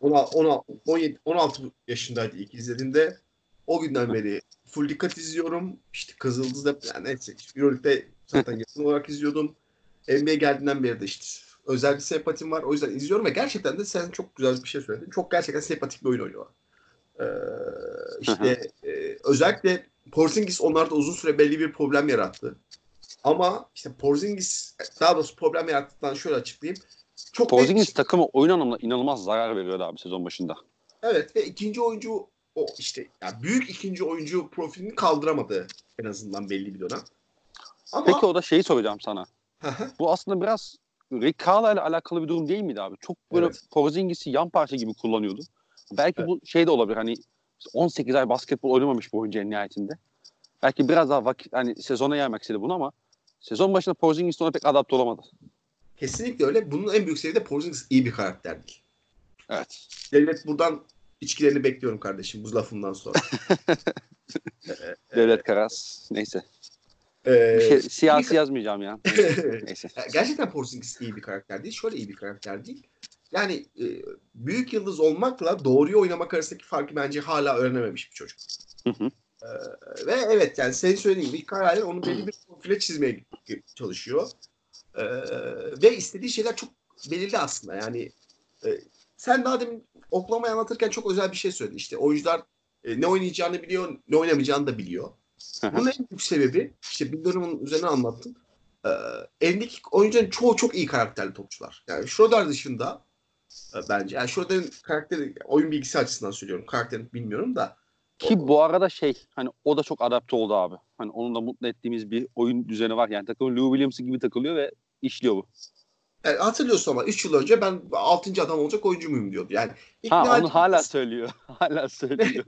16 yaşındaydı ilk izlediğimde. O günden beri full dikkat izliyorum. İşte Kızıldız'da yani neyse, Euroleague'de zaten yakın olarak izliyordum. NBA geldiğinden beri de işte özel bir sempatim var. O yüzden izliyorum ve gerçekten de sen çok güzel bir şey söyledin. Çok gerçekten sempatik bir oyun oynuyorlar. Ee, işte özellikle Porzingis onlarda uzun süre belli bir problem yarattı. Ama işte Porzingis daha doğrusu problem yarattıktan şöyle açıklayayım. Çok net bir Porzingis şey. takımı oyun anlamında inanılmaz zarar veriyordu abi sezon başında. Evet ve ikinci oyuncu o işte yani büyük ikinci oyuncu profilini kaldıramadı en azından belli bir dönem. Peki Ama o da şeyi soracağım sana. Bu aslında biraz Rick Carlisle ile alakalı bir durum değil miydi abi? Çok böyle evet. Porzingis'i yan parça gibi kullanıyordu. Belki Evet. bu şey de olabilir hani 18 ay basketbol oynamamış bu oyuncu en nihayetinde. Belki biraz daha vakit hani sezona yaymak istedi bunu ama sezon başında Porzingis ona pek adapte olamadı. Kesinlikle öyle. Bunun en büyük sebebi de Porzingis iyi bir karakter değil. Evet. Devlet buradan içkilerini bekliyorum kardeşim bu lafımdan sonra. Devlet Karas. Neyse. Bir Ee, şey iyi bir siyasi yazmayacağım ya. Neyse. Neyse. Gerçekten Porzingis iyi bir karakter değil. Şöyle iyi bir karakter değil. Yani büyük yıldız olmakla doğruyu oynamak arasındaki farkı bence hala öğrenememiş bir çocuk. Hı hı. Ve evet yani senin söylediğin gibi Kyle onu belli bir profile çizmeye çalışıyor. Ee, ve istediği şeyler çok belirli aslında. Yani e, sen daha demin Oklahoma'yı anlatırken çok özel bir şey söyledin. İşte oyuncular ne oynayacağını biliyor, ne oynamayacağını da biliyor. Hı hı. Bunun en büyük sebebi işte Bill Donovan'ın üzerine anlattım. Ee, elindeki oyuncuların çoğu çok iyi karakterli topçular. Yani Schroeder dışında bence. Yani Schroeder'in karakteri oyun bilgisi açısından söylüyorum. Karakterini bilmiyorum da. Ki bu arada şey hani o da çok adapte oldu abi. Hani onun da mutlu ettiğimiz bir oyun düzeni var. Yani takım Lou Williams gibi takılıyor ve işliyor bu. Yani hatırlıyorsun ama 3 yıl önce ben 6. adam olacak oyuncu muyum diyordu. Yani Ha ikna onu hala edilmez. söylüyor. Hala söylüyor.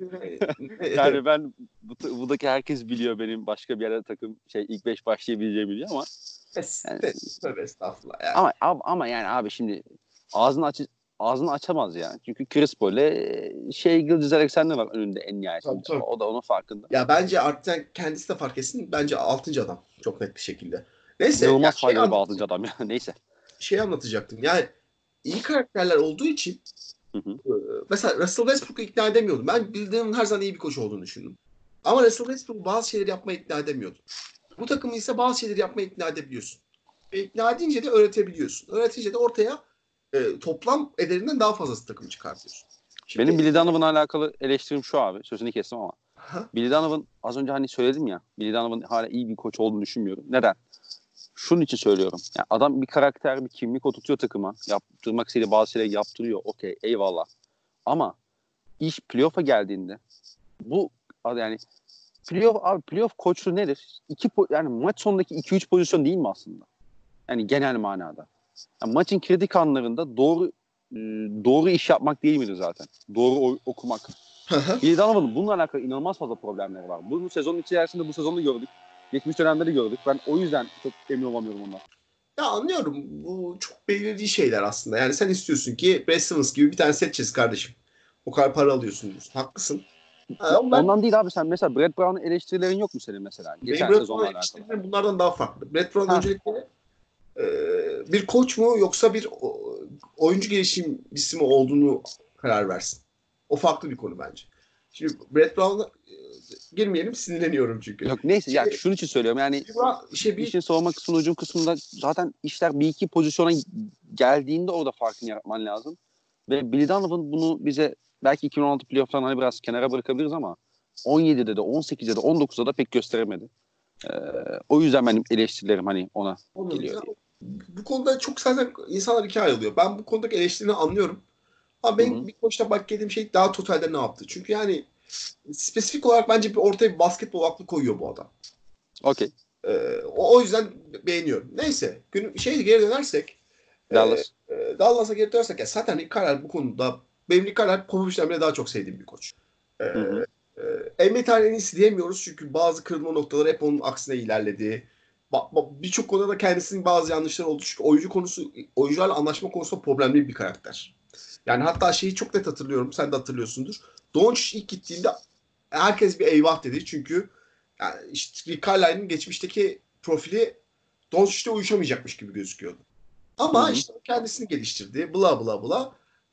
Yani ben buradaki herkes biliyor benim başka bir yerde takım şey ilk 5 başlayabileceğimi biliyor ama yani, Tövbe estağfurullah yani. ama yani abi şimdi ağzını aç ağzını açamaz yani. Çünkü Crispo ile şey Gilgeous Alexander var önünde en Tabii, nihayetinde. tabii. O da onun farkında. Ya bence artık kendisi de fark etsin. Bence 6. adam. Çok net bir şekilde. Neyse ya İnanılmaz faydalı bir 6. adam ya. Neyse. şey anlatacaktım. Yani iyi karakterler olduğu için Hı hı. mesela Russell Westbrook'u ikna edemiyordum. Ben bildiğim her zaman iyi bir koç olduğunu düşündüm. Ama Russell Westbrook bazı şeyleri yapmaya ikna edemiyordu. Bu takımı ise bazı şeyleri yapmaya ikna edebiliyorsun. Ve ikna edince de öğretebiliyorsun. Öğretince de ortaya toplam ederinden daha fazlası takım çıkartıyorsun. Benim Şimdi Billy Donovan'la alakalı eleştirim şu abi. Sözünü kestim ama. ha, Billy Donovan az önce hani söyledim ya. Billy Donovan hala iyi bir koç olduğunu düşünmüyorum. Neden? Şunun için söylüyorum. Yani adam bir karakter, bir kimlik oturtuyor takıma. Yaptırmak istediği bazı şeyleri yaptırıyor. Okey, eyvallah. Ama iş playoff'a geldiğinde bu yani playoff koçluğu nedir? Yani maç sonundaki 2-3 pozisyon değil mi aslında? Yani genel manada. Yani maçın kritik anlarında doğru iş yapmak değil midir zaten? Doğru okumak. Billy Donovan'ın bununla alakalı inanılmaz fazla problemleri var. Bunu sezonun içerisinde bu sezonda gördük. Geçmiş dönemde de gördük. Ben o yüzden çok emin olamıyorum ondan. ya anlıyorum. Bu çok belirli şeyler aslında. Yani sen istiyorsun ki Brad Stevens gibi bir tane set çiz kardeşim. O kadar para alıyorsun diyorsun. Haklısın. Ya Ama ondan değil abi sen mesela Brett Brown'un eleştirilerin yok mu senin mesela benim geçen Brett sezonla Brown'a alakalı? eleştirilerim bunlardan daha farklı. Brett Brown Ha, öncelikle bir koç mu yoksa bir oyuncu gelişimcisi mi olduğunu karar versin. O farklı bir konu bence. Şimdi Brett Brown'a girmeyelim sinirleniyorum çünkü. yok neyse ya Şimdi şunun için söylüyorum yani bir işin savunma kısmının ucum kısmında zaten işler bir iki pozisyona geldiğinde orada farkını yaratman lazım. Ve Billy Donovan bunu bize belki 2016 playoff'tan hani biraz kenara bırakabiliriz ama 17'de de 18'de de 19'da da pek gösteremedi. Ee, o yüzden benim eleştirilerim hani ona Anladım. geliyor Ya, diye. bu konuda çok zaten insanlar ikiye ayrılıyor. Ben bu konudaki eleştirini anlıyorum. Ama Hı benim hı. bir koçta bak dediğim şey daha totalde ne yaptı. Çünkü yani spesifik olarak bence ortaya bir basketbol aklı koyuyor bu adam. Okey. O yüzden beğeniyorum. Neyse. Geri dönersek Dallas. Dallas'a geri dönersek ya zaten Rick Carlisle bu konuda benim Rick Carlisle Popovich'ten bile daha çok sevdiğim bir koç. E, Hı hı. NBA tarihinin en iyisi diyemiyoruz çünkü bazı kırılma noktaları hep onun aksine ilerledi. Birçok konuda da kendisinin bazı yanlışları oldu. Çünkü oyuncularla anlaşma konusunda problemli bir karakter. Yani hatta şeyi çok net hatırlıyorum. Sen de hatırlıyorsundur. Doncic ilk gittiğinde herkes bir eyvah dedi. Çünkü yani işte Rick Carlisle'ın geçmişteki profili Doncic'le uyuşamayacakmış gibi gözüküyordu. Hı Ama hı. işte kendisini geliştirdi. Bla bla bla.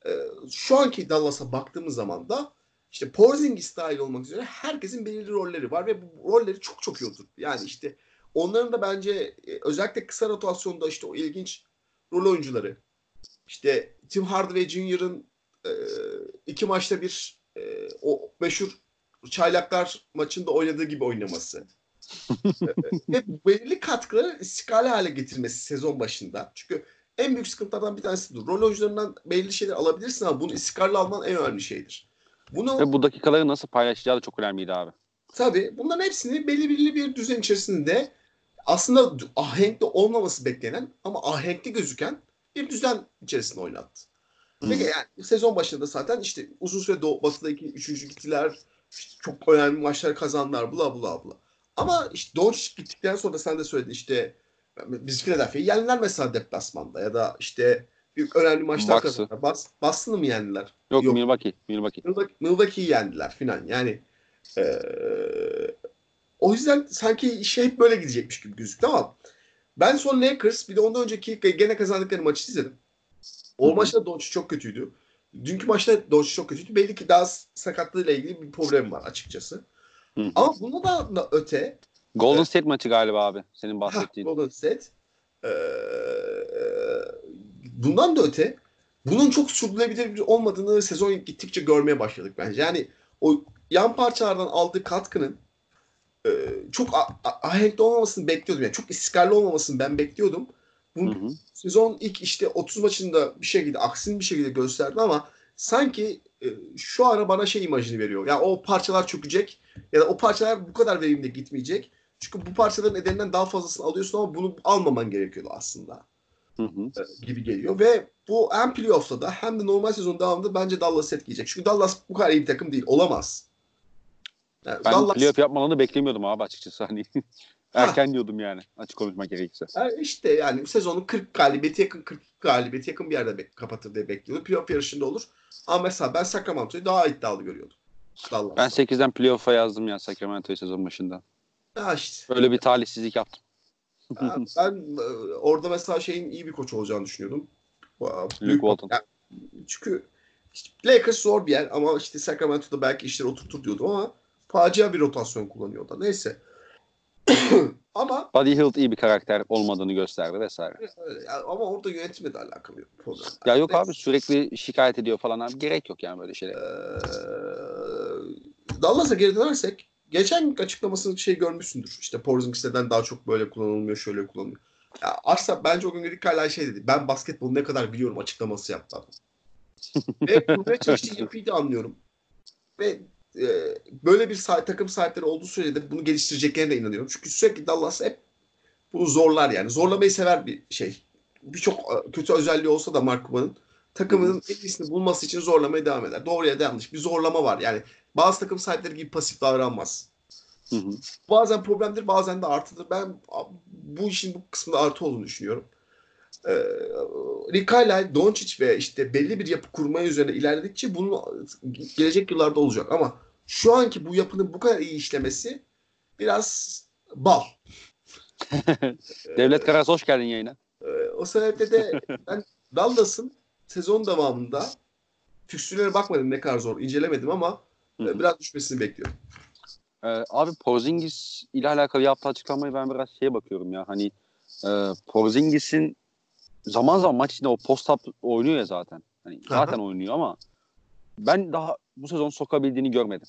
Şu anki Dallas'a baktığımız zaman da işte Porzingis dahil olmak üzere herkesin belirli rolleri var ve bu rolleri çok çok iyi oturttu. Yani işte onların da bence özellikle kısa rotasyonda işte o ilginç rol oyuncuları. İşte Tim Hardaway Jr.'ın e, 2 maçta bir o meşhur Çaylaklar maçında oynadığı gibi oynaması. Ve belirli katkıları istikrarlı hale getirmesi sezon başında. Çünkü en büyük sıkıntılardan bir tanesi bu. Rol oyuncularından belirli şeyler alabilirsin ama bunu istikrarlı alman en önemli şeydir. Ve Bunu bu dakikaları nasıl paylaşacağı da çok önemliydi abi. tabii bunların hepsini belirli bir düzen içerisinde aslında ahenkli olmaması beklenen ama ahenkli gözüken bir düzen içerisinde oynattı. Peki yani sezon başında zaten işte uzun süre Batı'da üçüncü gittiler. İşte çok önemli maçlar kazandılar bla bla bla. Ama işte Doncic gittikten sonra sen de söyledin işte biz Philadelphia'yı yendiler mesela deplasmanda ya da işte büyük önemli maçlar Bucks'ı. kazandılar. Boston'ı mı yendiler? Yok, Yok. Milwaukee. Milwaukee'yi yendiler filan. Yani ee, o yüzden sanki işe hep böyle gidecekmiş gibi gözüktü ama ben son Lakers bir de ondan önceki gene kazandıkları maçı izledim. Hı O hı. maçta Doncic çok kötüydü. Dünkü maçta Doncic çok kötüydü. Belli ki daha sakatlığıyla ilgili bir problem var açıkçası. Hı hı. Ama bundan da öte Golden State maçı galiba abi. Senin bahsettiğin. Golden State ee, bundan da öte bunun çok sürdürülebilir olmadığını sezon gittikçe görmeye başladık bence. Yani o yan parçalardan aldığı katkının çok ahenkli olmamasını bekliyordum. Yani çok istikrarlı olmamasını ben bekliyordum. Hı Bu hı. sezon ilk işte 30 maçında bir şekilde aksini bir şekilde gösterdi ama sanki şu ara bana şey imajını veriyor. Ya o parçalar çökecek ya da o parçalar bu kadar verimli gitmeyecek. Çünkü bu parçaların ederinden daha fazlasını alıyorsun ama bunu almaman gerekiyordu aslında Hı hı. gibi geliyor. Ve bu hem playoff'ta da hem de normal sezon devamında bence Dallas'ı etkileyecek. Çünkü Dallas bu kadar iyi bir takım değil. Olamaz. Yani Ben Dallas playoff yapmalarını beklemiyordum abi açıkçası. Hani ha erken diyordum yani. Açık konuşmak gerekirse. işte yani sezonu 40 galibiyeti yakın 40 galibiyeti yakın bir yerde kapatır diye bekliyordu. Playoff yarışında olur. Ama mesela ben Sacramento'yu daha iddialı görüyordum. Ben Dallas'tan. 8'den playoff'a yazdım ya Sacramento'yu sezon başında. Ya işte. Böyle bir talihsizlik yaptım. Ben orada mesela şeyin iyi bir koç olacağını düşünüyordum. Luke Büyük Walton. yani çünkü işte Lakers zor bir yer ama işte Sacramento'da belki işleri oturtur diyordum ama facia bir rotasyon kullanıyor da. Neyse. Ama Buddy Hield iyi bir karakter olmadığını gösterdi vesaire. ama orada yönetimle de alakalı bir problem. Ya yok abi, Neyse. sürekli şikayet ediyor falan abi. Gerek yok yani böyle şeylere. Dallas'a geri dönersek geçen gün açıklamasını şey görmüşsündür. İşte Porzingis neden daha çok böyle kullanılmıyor, şöyle kullanılıyor. Ya Arsa bence o gün dedik hala şey dedi. Ben basketbolu ne kadar biliyorum açıklaması yaptı adam. Ve kurmaya çalıştığı yapıyı da anlıyorum. Ve e, böyle bir takım sahipleri olduğu sürece de bunu geliştireceklerine de inanıyorum. Çünkü sürekli Dallas hep bunu zorlar yani. Zorlamayı sever bir şey. Birçok kötü özelliği olsa da Mark Cuban'ın takımının en iyisini bulması için zorlamaya devam eder. Doğru ya da yanlış. Bir zorlama var. Yani bazı takım sahipleri gibi pasif davranmaz. Hı hı. Bazen problemdir, bazen de artıdır. Ben bu işin bu kısmında artı olduğunu düşünüyorum. Rick Carlisle, Doncic ve işte belli bir yapı kurmaya üzerine ilerledikçe bunun gelecek yıllarda olacak. Ama şu anki bu yapının bu kadar iyi işlemesi biraz bal. Devlet Karas, hoş geldin yayına. O sebeple de ben Dallas'ın sezon devamında fikstürlere bakmadım ne kadar zor incelemedim ama Hı hı. biraz düşmesini bekliyorum. Abi Porzingis ile alakalı yaptığı açıklamayı ben biraz şeye bakıyorum ya. Hani Porzingis'in zaman zaman maç içinde o post-up oynuyor ya zaten. Hani zaten oynuyor ama ben daha bu sezon sokabildiğini görmedim.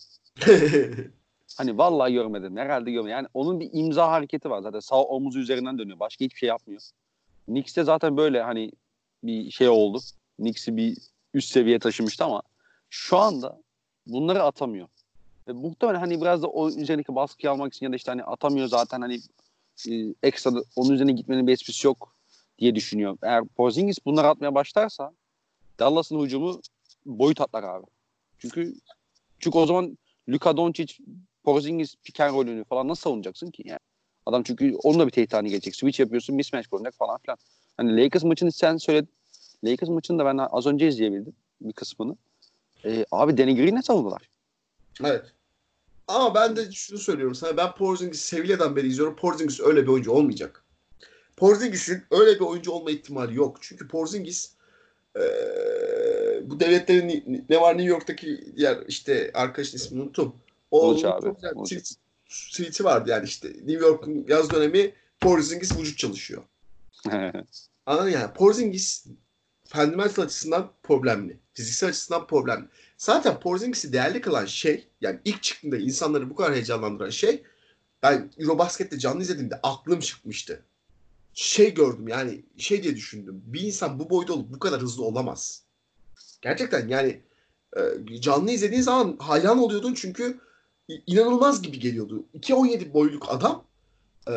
Hani vallahi görmedim. Herhalde görmedim. Yani onun bir imza hareketi var zaten. Sağ omuzu üzerinden dönüyor. Başka hiçbir şey yapmıyor. Knicks'te zaten böyle hani bir şey oldu. Knicks'i bir üst seviye taşımıştı ama şu anda bunları atamıyor. Ve muhtemelen hani biraz da o üzerindeki baskıyı almak için ya da işte hani atamıyor zaten, hani ekstra onun üzerine gitmenin bir esprisi yok diye düşünüyorum. Eğer Porzingis bunları atmaya başlarsa Dallas'ın hücumu boyut atlar abi. Çünkü o zaman Luka Doncic, Porzingis pick and roll'ünü falan nasıl savunacaksın ki yani? Adam çünkü onunla bir tehdit haline gelecek. Switch yapıyorsun, mismatch kuracak falan filan. Hani Lakers maçını sen söyledin. Lakers maçını da ben az önce izleyebildim bir kısmını. Abi Danny Green'le savundular. Evet. Ama ben de şunu söylüyorum sana. Ben Porzingis'i Sevilla'dan beri izliyorum. Porzingis öyle bir oyuncu olmayacak. Porzingis'in öyle bir oyuncu olma ihtimali yok. Çünkü Porzingis bu devletlerin ne var New York'taki diğer işte arkadaşın ismini unuttum. Uluç Onun abi. çok güzel Uluç. tweet'i vardı yani işte New York'un yaz dönemi Porzingis vücut çalışıyor. Anladın yani Porzingis fundamental açısından problemli. Fiziksel açısından problemli. Zaten Porzingis'i değerli kılan şey yani ilk çıktığında insanları bu kadar heyecanlandıran şey Ben Eurobasket'te canlı izlediğimde aklım çıkmıştı. Şey gördüm yani şey diye düşündüm. Bir insan bu boyda olup bu kadar hızlı olamaz. Gerçekten yani canlı izlediğin zaman hayran oluyordun çünkü inanılmaz gibi geliyordu. 2.17 boyluk adam e,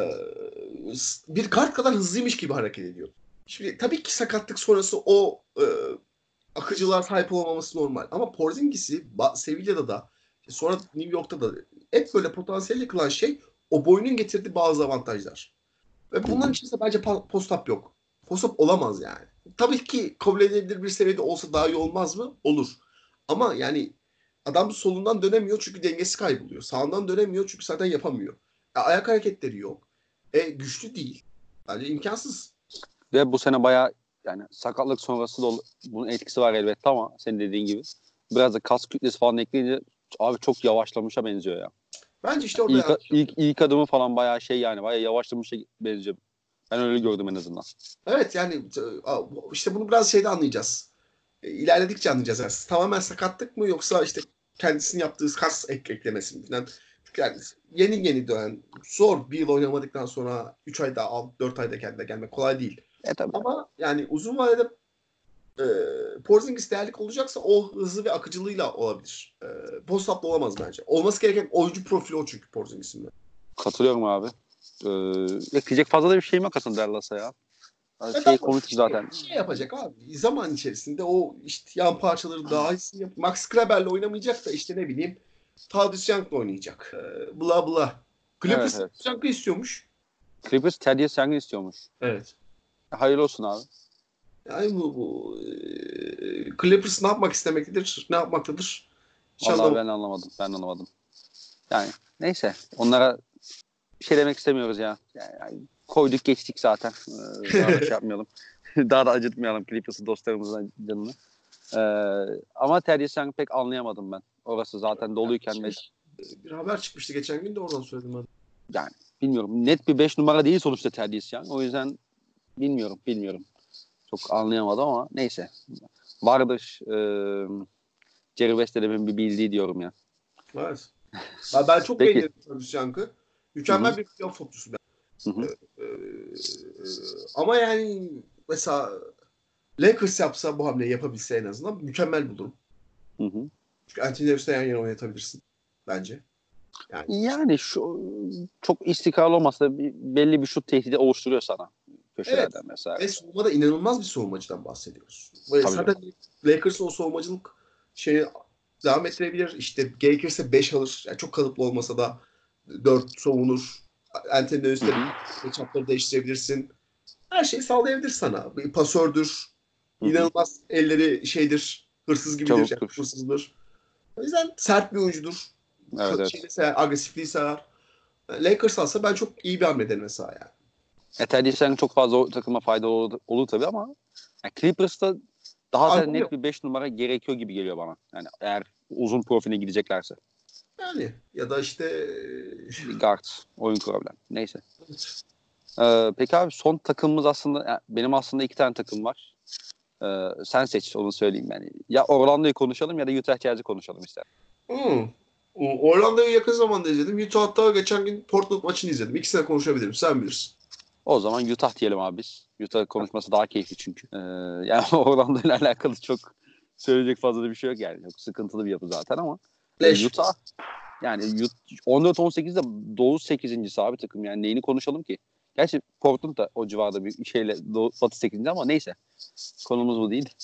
bir kart kadar hızlıymış gibi hareket ediyor. Şimdi tabii ki sakatlık sonrası o akıcılar sahip olmaması normal. Ama Porzingis'i Sevilla'da da sonra New York'ta da hep böyle potansiyelli kılan şey o boyunun getirdiği bazı avantajlar. Ve bunların içerisinde bence post-up yok. Post-up olamaz yani. Tabii ki kabul edilebilir bir seviyede olsa daha iyi olmaz mı? Olur. Ama yani adam solundan dönemiyor çünkü dengesi kayboluyor. Sağından dönemiyor çünkü zaten yapamıyor. Ayak hareketleri yok. Güçlü değil. Bence imkansız. Ve bu sene bayağı yani sakatlık sonrası da bunun etkisi var elbette ama senin dediğin gibi. Biraz da kas kütlesi falan ekleyince abi çok yavaşlamışa benziyor ya. Bence işte orada İlk adımı falan bayağı şey yani bayağı yavaşlamışa benziyor. Ben öyle gördüm en azından. evet yani işte bunu biraz şeyde anlayacağız. İlerledikçe anlayacağız. Yani tamamen sakatlık mı yoksa işte kendisinin yaptığı kas eklemesi mi falan. Çünkü yani yeni dönen zor bir yıl oynamadıktan sonra 3 ayda 4 ayda kendine gelmek kolay değil. Tabii. Ama yani uzun vadede Porzingis değerlik olacaksa o hızı ve akıcılığıyla olabilir. Post-up'la olamaz bence. Olması gereken oyuncu profili o çünkü Porzingis'in de. Katılıyorum abi. Ekleyecek fazla da bir şeyim yok aslında Dallas'a ya. Konuştuk zaten. Şey yapacak abi. Zaman içerisinde o işte yan parçaları daha iyisini yap. Max Kleber'le oynamayacak da işte ne bileyim Tadius Young'la oynayacak. Bla bla. Clippers Evet. Young'ı istiyormuş. Clippers Thaddeus Young'ı istiyormuş. Evet. Hayırlı olsun abi. Yani bu Clippers ne yapmak istemektedir? Ne yapmaktadır? Vallahi ben anlamadım. Yani neyse. Onlara bir şey demek istemiyoruz ya. Yani koyduk geçtik zaten. Daha da şey yapmayalım. Daha da acıtmayalım Clippers'ı dostlarımızın canını. Ama Thaddeus Young'ı pek anlayamadım ben. Orası zaten doluyken ve bir haber çıkmıştı geçen gün de oradan söyledim ben. yani bilmiyorum. Net bir 5 numara değil sonuçta Thaddeus Young. O yüzden bilmiyorum. Çok anlayamadım ama neyse. Vardır. Jerry West'e bir bildiği diyorum ya. Evet. Ben çok Peki. beğeniyorum Tadius Young'ı. Mükemmel bir playoff topçusu. Hı-hı. Ama yani mesela Lakers yapsa bu hamleyi yapabilse en azından mükemmel bulurum. Hı-hı. Çünkü Anthony Davis'le yan yana oynatabilirsin bence. Yani şu çok istikrarlı olmasa da belli bir şut tehdidi oluşturuyor sana Evet. köşelerden mesela. Ve savunmada inanılmaz bir savunmacıdan bahsediyoruz. Ve Tabii zaten Lakers'ın o savunmacılık şeyi devam ettirebilir. İşte gerekirse 5 alır. Yani çok kalıplı olmasa da 4 savunur. Anthony Davis'le çapları değiştirebilirsin. Her şeyi sağlayabilir sana. Bir pasördür. Hı-hı. İnanılmaz elleri şeydir. Hırsız gibidir. Yani Çabuktur. hırsızdır. O yüzden sert bir oyuncudur. Evet. Şeyini sever, agresifliği sever. Lakers alsa ben çok iyi bir hamle derim mesela yani. Etheridge'den çok fazla o takıma faydalı olur tabii ama yani Clippers'ta daha Arka net yok. bir 5 numara gerekiyor gibi geliyor bana. Yani eğer uzun profiline gideceklerse. Yani ya da işte Bir guard, oyun kurabilen. Neyse. Peki abi son takımımız aslında yani benim aslında 2 tane takım var. Sen seç onu söyleyeyim yani. Ya Orlando'yu konuşalım ya da Utah Jazz'i konuşalım ister. Orlando'yu yakın zamanda izledim. Utah hatta geçen gün Portland maçını izledim. İkisine konuşabilirim. Sen bilirsin. O zaman Utah diyelim abi biz. Utah konuşması daha keyifli çünkü. Yani Orlando ile alakalı çok söyleyecek fazla da bir şey yok yani. Çok sıkıntılı bir yapı zaten ama Leş. Utah yani 14-18'de Doğu 8.'si abi takım yani neyini konuşalım ki? Gerçi Portland da o civarda bir şeyle Batı 8. ama neyse. Konumuz bu değil.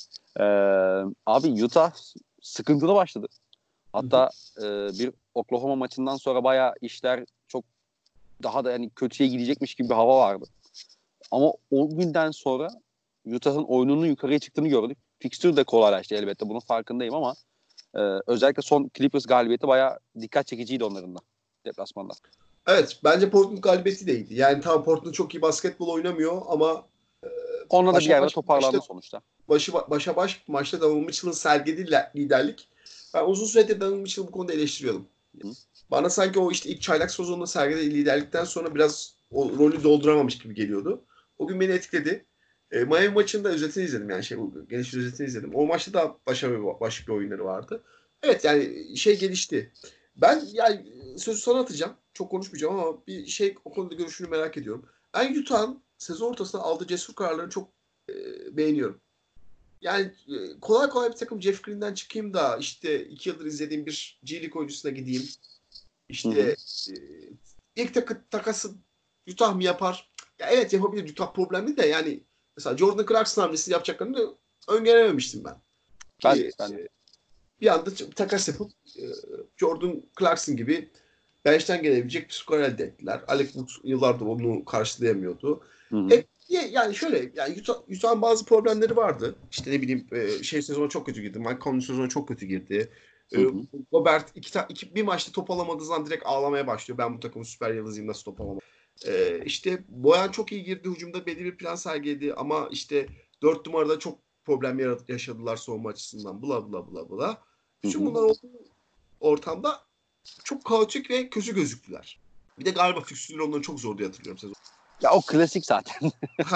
Abi Utah sıkıntılı başladı. Hatta bir Oklahoma maçından sonra bayağı işler çok daha da yani kötüye gidecekmiş gibi bir hava vardı. Ama o günden sonra Utah'ın oyununun yukarıya çıktığını gördük. Fixture de kolaylaştı elbette. Bunun farkındayım ama özellikle son Clippers galibiyeti bayağı dikkat çekiciydi onların da deplasmanda. Evet. Bence Portland galibiyeti de iyiydi. Yani tam Portland çok iyi basketbol oynamıyor ama Onunla da bir başa yerde baş bir maçta toparlandı sonuçta. başa baş bir maçta Donovan Mitchell'ın sergilediği liderlik. Ben uzun süredir Donovan Mitchell'ı bu konuda eleştiriyordum. Hı. Bana sanki o işte ilk çaylak sezonunda sergilediği liderlikten sonra biraz o rolü dolduramamış gibi geliyordu. O gün beni etkiledi. Miami maçında özetini izledim yani geniş özetini izledim. O maçta da başka bir oyunları vardı. Evet yani şey gelişti. Ben yani sözü sana atacağım. çok konuşmayacağım ama bir şey o konuda görüşünü merak ediyorum. Ben Utah'ın sezon ortasında aldığı cesur kararlarını çok beğeniyorum. Yani kolay kolay bir takım Jeff Green'den çıkayım da işte 2 yıldır izlediğim bir G League oyuncusuna gideyim. İşte ilk takası Utah mı yapar? Ya evet yapabilir. Utah problemli de yani mesela Jordan Clarkson hamlesi yapacaklarını öngörememiştim ben. Ki Ben bir anda takas yapıp Jordan Clarkson gibi bench'ten gelebilecek bir skor elde ettiler. Alec Wood yıllardır onu karşılayamıyordu. Yani şöyle yani Utah'ın bazı problemleri vardı. İşte ne bileyim sezona çok kötü girdi. Mike Conley sezona çok kötü girdi. Robert bir maçta top alamadığı zaman direkt ağlamaya başlıyor. Ben bu takımın süper yıldızıyım, nasıl top alamam. İşte Boyan çok iyi girdi. Hücumda belli bir plan sergiledi ama işte 4 numarada çok problem yaşadılar savunma açısından. Bla bla bla bla. Bütün bunlar olduğu ortamda çok kaotik ve kötü gözüktüler. Bir de galiba fikstürleri onları çok zor diye hatırlıyorum sezon. Ya o klasik zaten.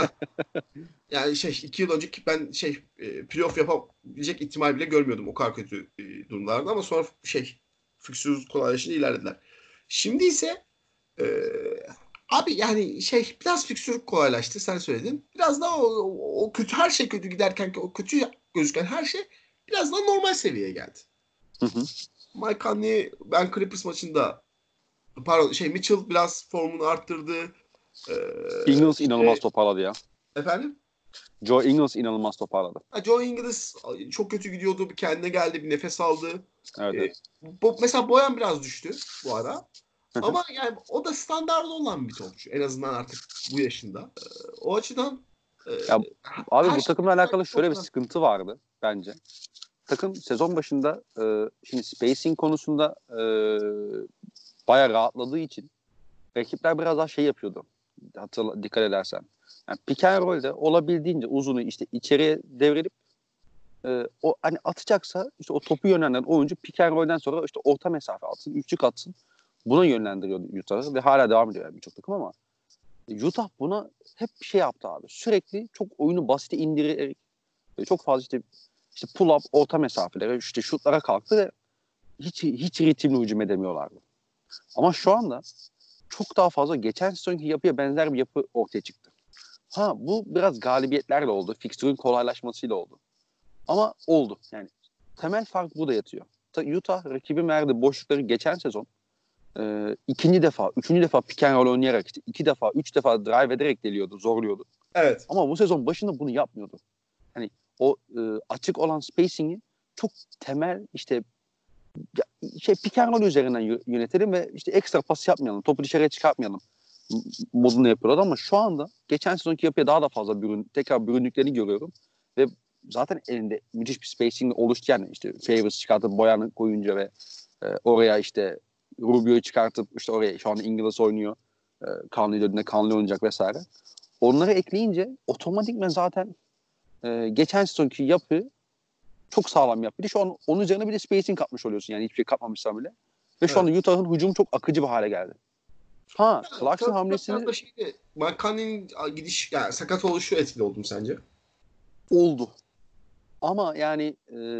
Yani 2 yıl önceki ben playoff yapabilecek ihtimal bile görmüyordum o kadar kötü durumlarda ama sonra fikstür kolaylaşınca ilerlediler. Şimdi ise abi yani biraz fikstür kolaylaştı, sen söyledin. Biraz daha o kötü, her şey kötü giderken ki o kötü gözüken her şey biraz daha normal seviyeye geldi. Mike Conley, ben Clippers maçında Mitchell biraz formunu arttırdı. Ingles inanılmaz toparladı ya. Efendim? Joe Ingles inanılmaz toparladı. Joe Ingles çok kötü gidiyordu. Bir kendine geldi, bir nefes aldı. Evet. Mesela Boyan biraz düştü bu ara. Ama yani o da standart olan bir topçu. En azından artık bu yaşında. O açıdan ya, abi bu takımla alakalı şöyle bir sıkıntı vardı bence. Takım sezon başında şimdi spacing konusunda bayağı rahatladığı için rakipler biraz daha yapıyordu. Dikkat edersen. Yani pick and roll'de olabildiğince uzunu işte içeriye devredip o hani atacaksa işte o topu yönlendiren oyuncu pick and roll'den sonra işte orta mesafe atsın, üçlük atsın. Buna yönlendiriyordu Utah'ı ve hala devam ediyor yani birçok takım ama Utah buna hep yaptı abi. Sürekli çok oyunu basite indirerek çok fazla işte pull up, orta mesafelere, işte şutlara kalktı ve hiç ritimli hücum edemiyorlardı. Ama şu anda çok daha fazla geçen sezonki yapıya benzer bir yapı ortaya çıktı. Bu biraz galibiyetlerle oldu. Fikstürün kolaylaşmasıyla oldu. Ama oldu. Yani temel fark burada yatıyor. Utah rakibin verdiği boşlukları geçen sezon üçüncü defa pick and roll oynayarak işte 3 defa drive ederek deliyordu, zorluyordu. Evet. Ama bu sezon başında bunu yapmıyordu. Hani o açık olan spacing'i çok temel işte pick and roll üzerinden yönetelim ve işte ekstra pas yapmayalım, topu dışarıya çıkartmayalım modunu yapıyorlar ama şu anda geçen sezonki yapıya daha da fazla tekrar büründüklerini görüyorum ve zaten elinde müthiş bir spacing oluştu yani işte Favors çıkartıp Boyan'ı koyunca ve oraya işte Rubio'yu çıkartıp işte oraya şu anda İngiliz oynuyor. Conley önüne Conley oynayacak vesaire. Onları ekleyince otomatikman zaten geçen sezonki yapı çok sağlam yapı. Bir de şu an onun üzerine bir de spacing katmış oluyorsun yani hiçbir şey katmamışsan bile. Ve şu anda Utah'ın hücumu çok akıcı bir hale geldi. Clarkson hamlesini Mike Conley'nin gidiş yani sakat oluşu etkili oldu mu sence? Oldu. Ama yani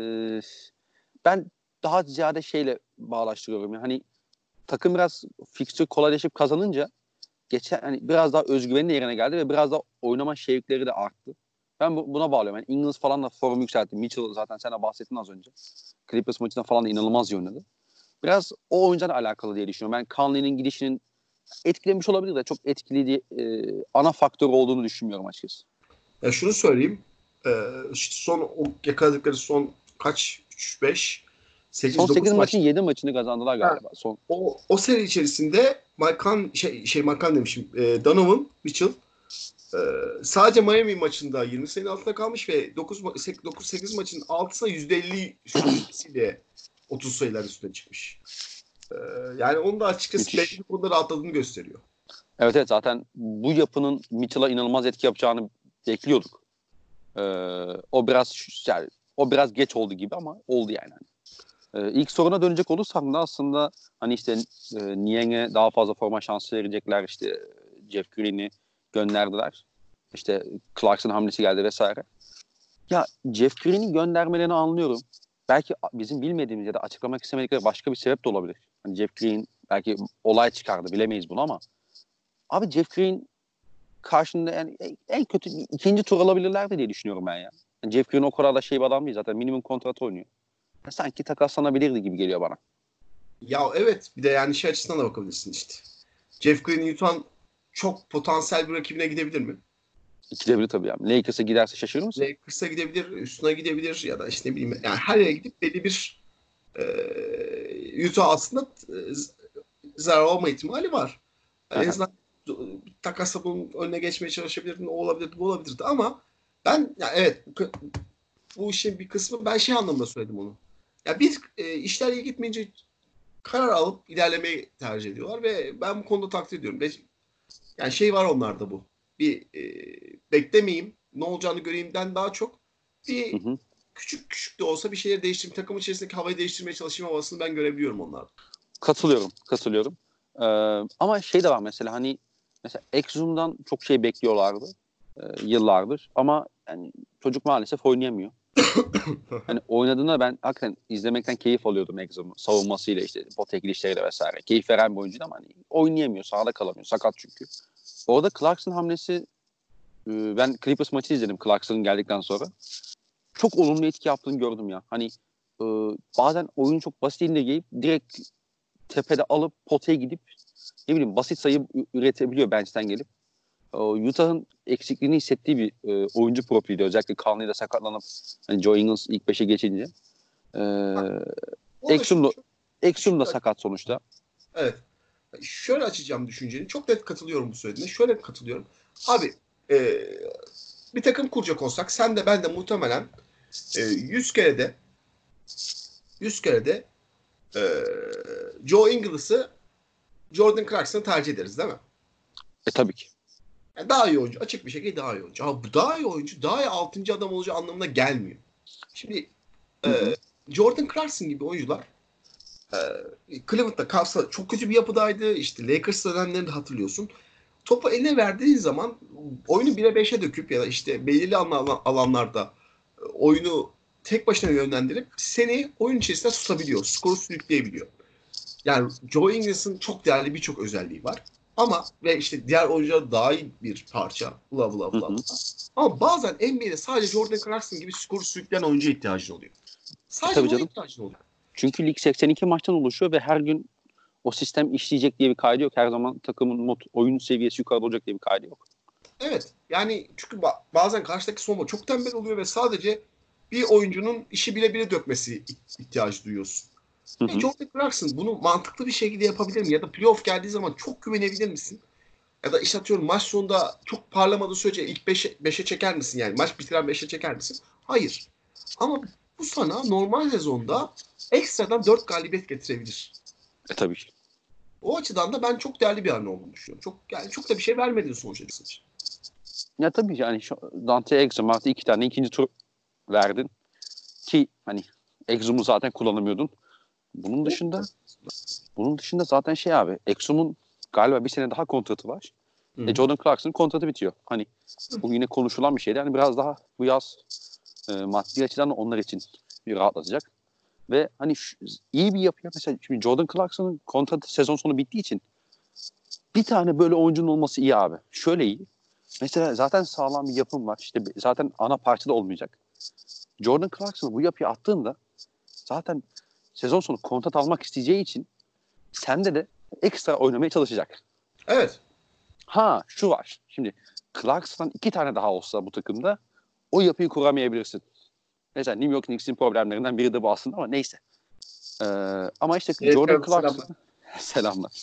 ben daha ziyade bağlaştırıyorum. Yani hani takım biraz fikstür kolaylaşıp kazanınca hani biraz daha özgüveni de yerine geldi ve biraz daha oynama şevkleri de arttı. Ben buna bağlıyorum. Yani Ingles falan da formu yükseltti. Mitchell zaten sen de bahsettin az önce. Clippers maçında falan da inanılmaz oynadı. Biraz o oyuncudan alakalı diye düşünüyorum. Ben Conley'nin gidişinin etkilemiş olabilir de çok etkili diye ana faktör olduğunu düşünmüyorum açıkçası. Ya şunu söyleyeyim. Son yakaladıkları son kaç? 3-5 son 8 maçın 7 maçını kazandılar galiba. Son. O seri içerisinde Mike demişim. Donovan Mitchell sadece Miami maçında 20 sayının altında kalmış ve 9-8 maçın altısına %50 süresiyle 30 sayılar üstüne çıkmış. Yani onun da açıkçası belki bir konuda rahatladığını gösteriyor. Evet zaten bu yapının Mitchell'a inanılmaz etki yapacağını bekliyorduk. O biraz geç oldu gibi ama oldu yani. İlk soruna dönecek olursam da aslında hani işte Niang'e daha fazla forma şansı verecekler, işte Jeff Green'i gönderdiler. İşte Clarkson hamlesi geldi vesaire. Ya Jeff Green'i göndermelerini anlıyorum. Belki bizim bilmediğimiz ya da açıklamak istemedikleri başka bir sebep de olabilir. Hani Jeff Green belki olay çıkardı bilemeyiz bunu ama abi Jeff Green karşında yani en kötü ikinci tur alabilirlerdi diye düşünüyorum ben ya. Yani Jeff Green o kadar da bir adam değil zaten minimum kontrat oynuyor. Sanki takaslanabilirdi gibi geliyor bana. Ya evet, bir de yani şey açısından da bakabilirsin işte. Jeff Green'i yutan çok potansiyel bir rakibine gidebilir mi? Gidebilir tabii yani. Lakers'a giderse şaşırır mısın? Lakers'a gidebilir, üstüne gidebilir ya da işte ne bileyim, yani her yere gidip belli bir Utah aslında zarar olma ihtimali var. Yani en azından takasla bunun önüne geçmeye çalışabilirdin, o olabilirdi, bu olabilirdi ama ben ya evet, bu işin bir kısmı, ben şey anlamda söyledim onu. Ya biz işler iyi gitmeyince karar alıp ilerlemeyi tercih ediyorlar ve ben bu konuda takdir ediyorum. Yani şey var onlarda bu. Bir beklemeyeyim, ne olacağını göreyimden daha çok bir küçük küçük de olsa bir şeyleri değiştirme, takım içerisindeki havayı değiştirmeye çalışma havasını ben görebiliyorum onlarda. Katılıyorum. Ama şey de var mesela hani mesela Exum'dan çok şey bekliyorlardı yıllardır ama yani çocuk maalesef oynayamıyor. Hani oynadığında ben hakikaten izlemekten keyif alıyordum Exum'u. Savunmasıyla işte potek girişleriyle vesaire. Keyif veren bir oyuncuydu ama hani oynayamıyor. Sahada kalamıyor. Sakat çünkü. Orada Clarkson hamlesi ben Clippers maçı izledim Clarkson'ın geldikten sonra. Çok olumlu etki yaptığını gördüm ya. Hani e, bazen oyun çok basit indirgeyip direkt tepede alıp potaya gidip ne bileyim basit sayı üretebiliyor bench'ten gelip. Utah'ın eksikliğini hissettiği bir oyuncu profiliydi. Özellikle Conley'de sakatlanıp hani Joe Ingles ilk 5'e geçince. Exum da sakat sonuçta. Evet. Şöyle açacağım düşünceni. Çok net katılıyorum bu söylediğine. Şöyle katılıyorum. Abi bir takım kuracak olsak sen de ben de muhtemelen 100 kere de Joe Ingles'ı Jordan Clarkson'ı tercih ederiz değil mi? Tabii ki. Yani daha iyi oyuncu. Açık bir şekilde daha iyi oyuncu. Ama bu daha iyi oyuncu, daha iyi 6. adam olacağı anlamına gelmiyor. Şimdi Jordan Clarkson gibi oyuncular Cleveland'da kalsa çok kötü bir yapıdaydı. İşte Lakers dönemlerini de hatırlıyorsun. Topu eline verdiğin zaman oyunu 1'e 5'e döküp ya da işte belirli alanlarda oyunu tek başına yönlendirip seni oyun içerisinde tutabiliyor. Skoru sürükleyebiliyor. Yani Joe Ingles'ın çok değerli birçok özelliği var. Ama ve işte diğer oyunculara daha iyi bir parça. Bla bla bla. Ama bazen NBA'de sadece Jordan Clarkson gibi skoru sürükleyen oyuncuya ihtiyacın oluyor. Sadece buna ihtiyacın oluyor. Çünkü lig 82 maçtan oluşuyor ve her gün o sistem işleyecek diye bir kaydı yok. Her zaman takımın oyun seviyesi yukarıda olacak diye bir kaydı yok. Evet. Yani çünkü bazen karşıdaki savunma çok tembel oluyor ve sadece bir oyuncunun işi bile bile dökmesi ihtiyacı duyuyorsun. Jordan Clarkson bunu mantıklı bir şekilde yapabilir mi? Ya da playoff geldiği zaman çok güvenebilir misin? Ya da işte atıyorum maç sonunda çok parlamadığı sürece ilk 5'e çeker misin yani? Maç bitiren 5'e çeker misin? Hayır. Ama bu sana normal sezonda ekstradan 4 galibiyet getirebilir. Tabii ki. O açıdan da ben çok değerli bir hamle olduğunu düşünüyorum. Çok da bir şey vermedi sonuç için. Ya tabii yani şu Dante Exum artı 2 tane ikinci tur verdin ki hani Exum'u zaten kullanamıyordun. Bunun dışında zaten şey abi Exum'un galiba bir sene daha kontratı var. Jordan Clarkson'ın kontratı bitiyor. Hani bu yine konuşulan bir şeydi. Hani biraz daha bu yaz maddi açıdan onlar için bir rahatlatacak. Ve hani iyi bir yapıya mesela şimdi Jordan Clarkson'ın kontratı sezon sonu bittiği için bir tane böyle oyuncunun olması iyi abi. Şöyle iyi. Mesela zaten sağlam bir yapım var. İşte zaten ana parça da olmayacak. Jordan Clarkson'ı bu yapıya attığında zaten sezon sonu kontrat almak isteyeceği için sende de ekstra oynamaya çalışacak. Evet. Ha şu var. Şimdi Clarkson'dan 2 tane daha olsa bu takımda o yapıyı kuramayabilirsin. Mesela New York Knicks'in problemlerinden biri de bu aslında ama neyse. Ama işte Jordan Clarkson selamlar.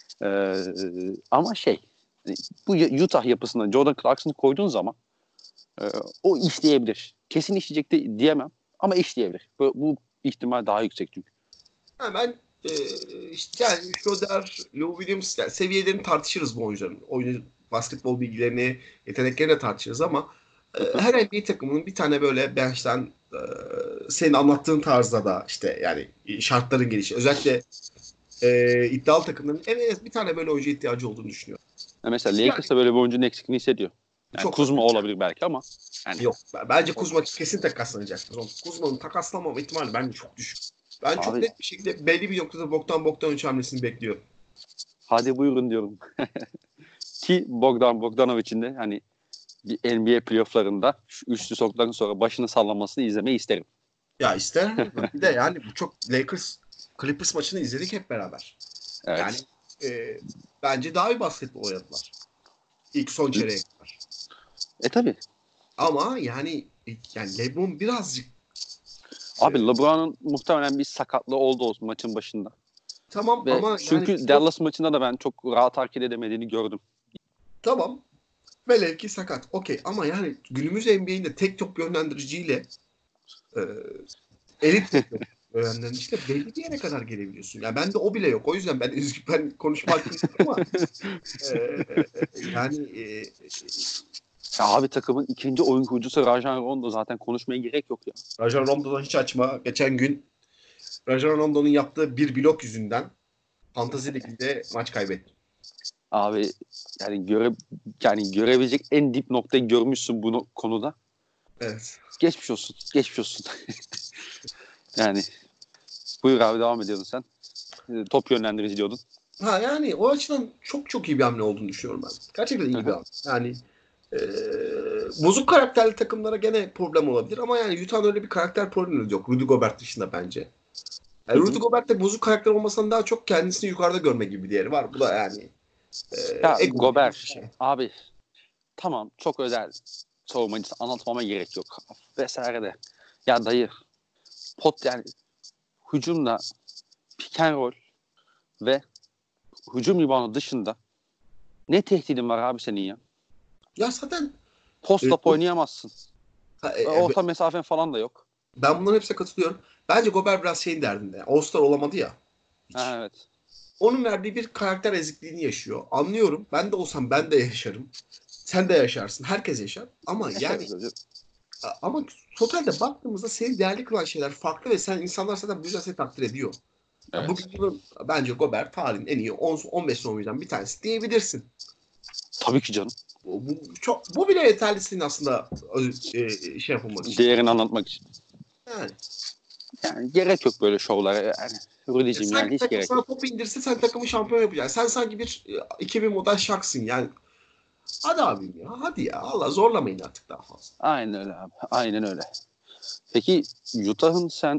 Ama bu Utah yapısına Jordan Clarkson'ı koyduğun zaman o işleyebilir. Kesin işleyecek de diyemem ama işleyebilir. Bu ihtimal daha yüksek çünkü. Ben işte yani Schroeder, Lou Williams yani seviyelerini tartışırız bu oyuncuların. Oyunu, basketbol bilgilerini, yeteneklerini tartışırız ama her NBA takımının bir tane böyle bench'ten senin anlattığın tarzda da işte yani şartların gelişi. Özellikle iddialı takımların en az bir tane böyle oyuncu ihtiyacı olduğunu düşünüyorum. Mesela Lakers'ta böyle bir oyuncunun eksikliğini hissediyor. Yani çok Kuzma olabilir belki ama. Yani, yok. Bence Kuzma kesin takaslanacaktır. Kuzma'nın takaslanmama ihtimali bence çok düşük. Ben çok net bir şekilde belli bir noktada boktan 3 hamlesini bekliyorum. Hadi buyurun diyorum. Ki Bogdanovic'in de hani bir NBA playofflarında şu üçlü soktuktan sonra başını sallamasını izlemeyi isterim. Ya ister. Bir de yani bu çok Lakers Clippers maçını izledik hep beraber. Yani Evet. bence daha iyi basketbol oynadılar. İlk son çeyreğe kadar. Tabii. Ama yani LeBron birazcık Abi LeBron'un muhtemelen bir sakatlığı oldu o maçın başında. tamam Ve ama yani çünkü Dallas maçında da ben çok rahat hareket edemediğini gördüm. tamam. Velev ki sakat. Okey ama yani günümüz NBA'inde tek top yönlendiriciyle e, elit top yönlendiriciyle belli bir yere kadar gelebiliyorsun. Yani bende o bile yok. O yüzden ben konuşmak istiyorum ama yani Ya abi takımın ikinci oyun kurucusu Rajon Rondo, zaten konuşmaya gerek yok ya. Rajon Rondo'dan hiç açma. Geçen gün Rajon Rondo'nun yaptığı bir blok yüzünden Fantasy Ligi'nde maç kaybettim. Abi yani görebilecek en dip noktayı görmüşsün bu konuda. Evet. Geçmiş olsun. Geçmiş olsun. Yani buyur abi, devam ediyordun sen. Top yönlendirici diyordun. Ha yani o açıdan çok çok iyi bir hamle olduğunu düşünüyorum ben. Gerçekten iyi bir hamle. Yani bozuk karakterli takımlara gene problem olabilir ama yani Utah'ın öyle bir karakter problemi yok. Rudy Gobert dışında bence. Yani Rudy Gobert de bozuk karakter olmasından daha çok kendisini yukarıda görme gibi bir değeri var. Bu da yani Ya ego bir Gobert şey. abi tamam, çok özel savunmacısı, anlatmama gerek yok vesaire de. Ya dayı, yani hücumda pick and roll ve hücum reboundu dışında ne tehdidin var abi senin ya? Ya zaten Post-up oynayamazsın. ha, Orta mesafen falan da yok. ben bunların hepsine katılıyorum. Bence Gobert biraz şeyin derdinde. All-Star olamadı ya. Hiç. Ha, evet. Onun verdiği bir karakter ezikliğini yaşıyor. Anlıyorum. Ben de olsam ben de yaşarım. Sen de yaşarsın. Herkes yaşar. Ama yani ama totalde baktığımızda seni değerli kılan şeyler farklı ve sen insanlar zaten bu yüzden seni takdir ediyor. Ya Evet. bugün yılın bence Gobert tarihin en iyi 10-15 oyuncudan bir tanesi diyebilirsin. Tabii ki canım. Bu bile yeterli senin aslında şey yapılmak için. Değerini anlatmak için. Yani. Yani gerek yok böyle şovlara. Yani Rudy'cim, yani Sanki hiç takım gerek sana yok. topu indirse sen takımı şampiyon yapacaksın. Sen sanki bir 2000 model şaksın yani. Hadi abim ya. Hadi ya. Allah zorlamayın artık daha fazla. Aynen öyle abi. Aynen öyle. Peki Utah'ın sen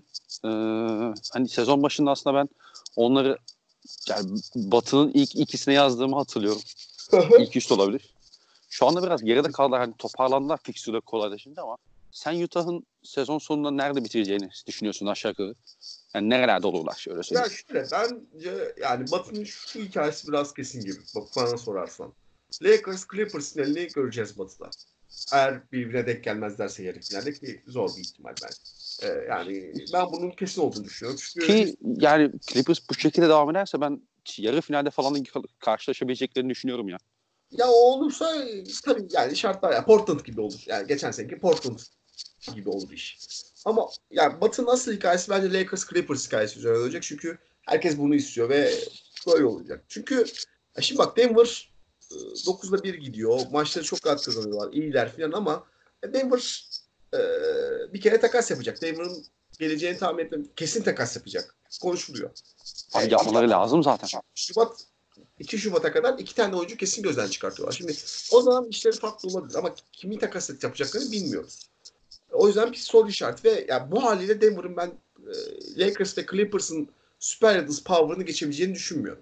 hani sezon başında aslında ben onları, yani Batı'nın ilk ikisine yazdığımı hatırlıyorum. İlk üst olabilir. Şu anda biraz geride kaldılar. Hani toparlandılar fikstürde kolaylaşınca ama sen Utah'ın sezon sonunda nerede bitireceğini düşünüyorsun aşağı yukarı? Yani nerelerde olurlar, şöyle Ya söyleyeyim. şöyle bence yani Batı'nın şu hikayesi biraz kesin gibi. Bak bana sorarsan. Lakers Clippers finalini göreceğiz Batı'da. Eğer birbirine denk gelmezlerse yarı finalde ki zor bir ihtimal bence. Yani ben bunun kesin olduğunu düşünüyorum. Çünkü Ki yani Clippers bu şekilde devam ederse ben yarı finalde falan karşılaşabileceklerini düşünüyorum ya. ya o olursa tabii yani şartlar ya Portland gibi olur. Yani geçen seneki Portland gibi olur iş. Ama yani Batı'nın asıl hikayesi bence Lakers Clippers hikayesi üzerine olacak. Çünkü herkes bunu istiyor ve böyle olacak. Çünkü şimdi bak Denver 9'da 1 gidiyor. Maçları çok rahat kazanıyorlar. İyiler falan ama Denver e, bir kere takas yapacak. Denver'ın geleceğini tahmin etmem. Kesin takas yapacak. Konuşuluyor. Abi yapmaları lazım zaten. Şubat 2 Şubat'a kadar 2 tane oyuncu kesin gözden çıkartıyorlar. Şimdi o zaman işleri farklı olabilir ama kimi takas yapacaklarını bilmiyoruz. O yüzden bir soru işareti ve yani bu haliyle Denver'ın ben Lakers ve Clippers'ın süper yıldız power'ını geçebileceğini düşünmüyorum.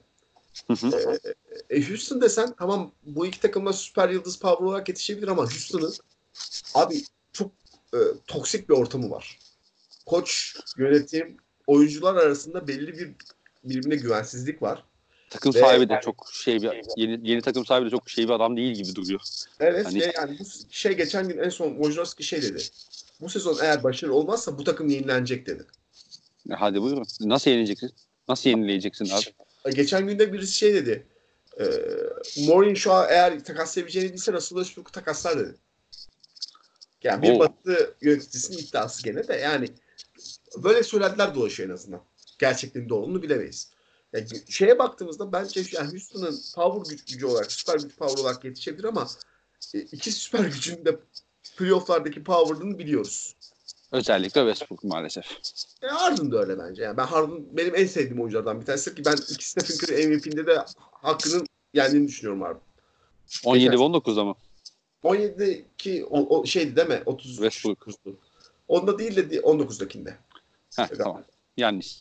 Houston desen tamam bu iki takımda süper yıldız power olarak yetişebilir ama Houston'ın abi çok toksik bir ortamı var. Koç, yönetim, oyuncular arasında belli bir birbirine güvensizlik var. Takım Ve sahibi de çok yeni takım sahibi de çok bir adam değil gibi duruyor. evet Hani ve yani bu geçen gün en son Wojnarowski dedi. Bu sezon eğer başarılı olmazsa bu takım yenilenecek dedi. hadi buyurun. Nasıl yeneceksin? Nasıl yenileyeceksin abi? Geçen günde birisi dedi. Mourinho şu an eğer takaslayabileceğini bilse Russell Westbrook'u takaslar dedi. Yani bir Oo. Batı yöneticisinin iddiası gene de yani böyle söylentiler dolaşıyor en azından. Gerçekliğinde olduğunu bilemeyiz. Yani şeye baktığımızda bence yani Houston'ın power gücü olarak, süper güç power olarak yetişebilir ama iki süper gücün de playoff'lardaki power'ını biliyoruz. Özellikle Westbrook maalesef. Harden da öyle bence. Yani ben Harden benim en sevdiğim oyunculardan bir tanesi ki ben Stephen Curry MVP'inde de hakkının yendiğini düşünüyorum Harden. 17 ve 19'da mı? 17'deki o şeydi değil mi? 30 Westbrook. Onda değil de 19'dakinde. Tamam. Yanlış.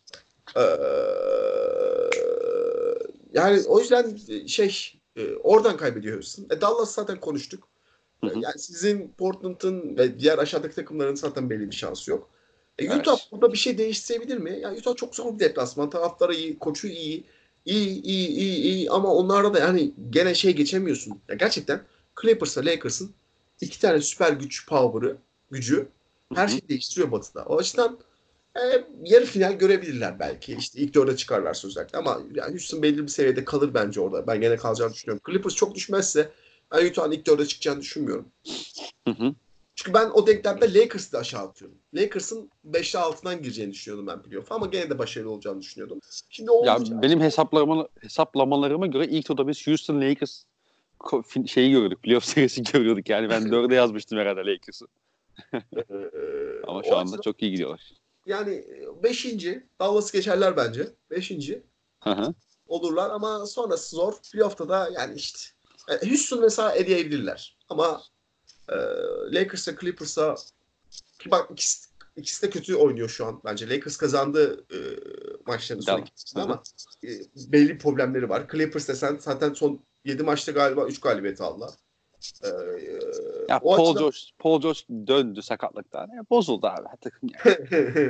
Yani o yüzden oradan kaybediyor Houston. Dallas zaten konuştuk. Yani sizin Portland'ın ve diğer aşağıdaki takımların zaten belli bir şansı yok. Utah burada bir şey değiştirebilir mi? Yani Utah çok zor bir deplasman. Taraftarı iyi, koçu iyi. İyi ama onlarda da yani gene geçemiyorsun. Ya gerçekten Clippers'la Lakers'ın iki tane süper gücü her şeyi değiştiriyor Batı'da. O açıdan yarı final görebilirler belki. İşte ilk dörde çıkarlarsa özellikle. Ama yani Houston belli bir seviyede kalır bence orada. Ben gene kalacağını düşünüyorum. Clippers çok düşmezse ben Utah'ın ilk dörde çıkacağını düşünmüyorum. Çünkü ben o denklemde Lakers'ı da aşağı atıyorum. Lakers'ın 5'te altından gireceğini düşünüyordum ben playoff'a ama gene de başarılı olacağını düşünüyordum. Şimdi benim hesaplamalarıma göre ilk turda biz Houston Lakers gördük. Playoff serisi görüyorduk. Yani ben 4'e yazmıştım herhalde Lakers'ı. Ama şu anda çok iyi gidiyorlar. Yani 5. Dallas'ı geçerler bence. 5. olurlar ama sonrası zor. Playoff'ta da yani işte Houston mesela eleyebilirler. Ama Lakers'a Clippers'a ki bak ikisi de kötü oynuyor şu an bence. Lakers kazandı maçlarını son ikisinde ama belli problemleri var. Clippers desen zaten son 7 maçta galiba 3 galibiyet aldılar. Paul George döndü sakatlıktan. Bozuldu abi takım yani.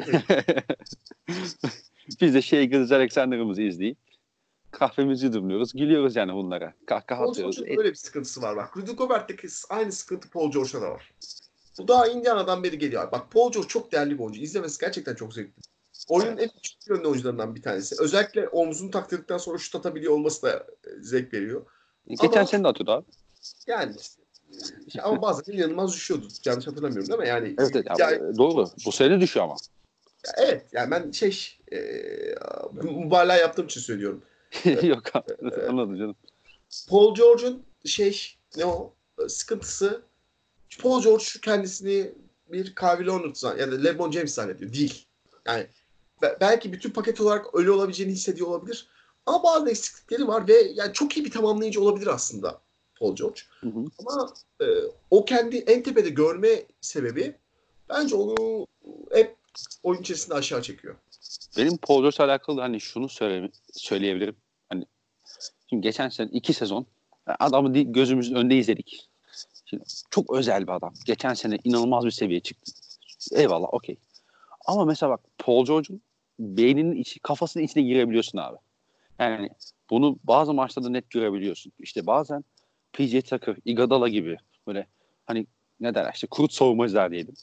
Biz de Gilgeous Alexander'ımızı izleyip kahvemizi yudumluyoruz. Gülüyoruz yani bunlara. Kahkaha atıyoruz. Paul George'un böyle bir sıkıntısı var bak. Rudy Gobert'teki aynı sıkıntı Paul George'da da var. Bu daha Indiana'dan beri geliyor. Bak Paul George çok değerli bir oyuncu. İzlemesi gerçekten çok zevkli. Oyunun en küçük yönlü oyuncularından bir tanesi. Özellikle omzunu taktırdıktan sonra şut atabiliyor olması da zevk veriyor. Geçen sene de atıyordu abi. Yani ama bazen inanılmaz düşüyordu. Yanlış hatırlamıyorum değil mi? Yani, evet doğru. Bu sene düşüyor ama. Evet. Yani ben mübalağa yaptığım için söylüyorum. Yok abi. Anladım canım. Paul George'un sıkıntısı Paul George kendisini bir Kawhi Leonard ya da LeBron James zannediyor. Değil. Yani belki bütün paket olarak öyle olabileceğini hissediyor olabilir. Ama bazı eksiklikleri var ve yani çok iyi bir tamamlayıcı olabilir aslında Paul George. Ama o kendi en tepede görme sebebi bence onu hep oyun içerisinde aşağı çekiyor. Benim Paul George'la alakalı hani şunu söyleyebilirim. Hani şimdi geçen sene 2 sezon adamı gözümüzün önünde izledik. Şimdi çok özel bir adam. Geçen sene inanılmaz bir seviyeye çıktı. Eyvallah okey. Ama mesela bak Paul George'un beyninin kafasının içine girebiliyorsun abi. Yani bunu bazı maçlarda net görebiliyorsun. İşte bazen PJ Tucker, Iguodala gibi böyle hani ne derler işte kurt savunmacılar diyelim.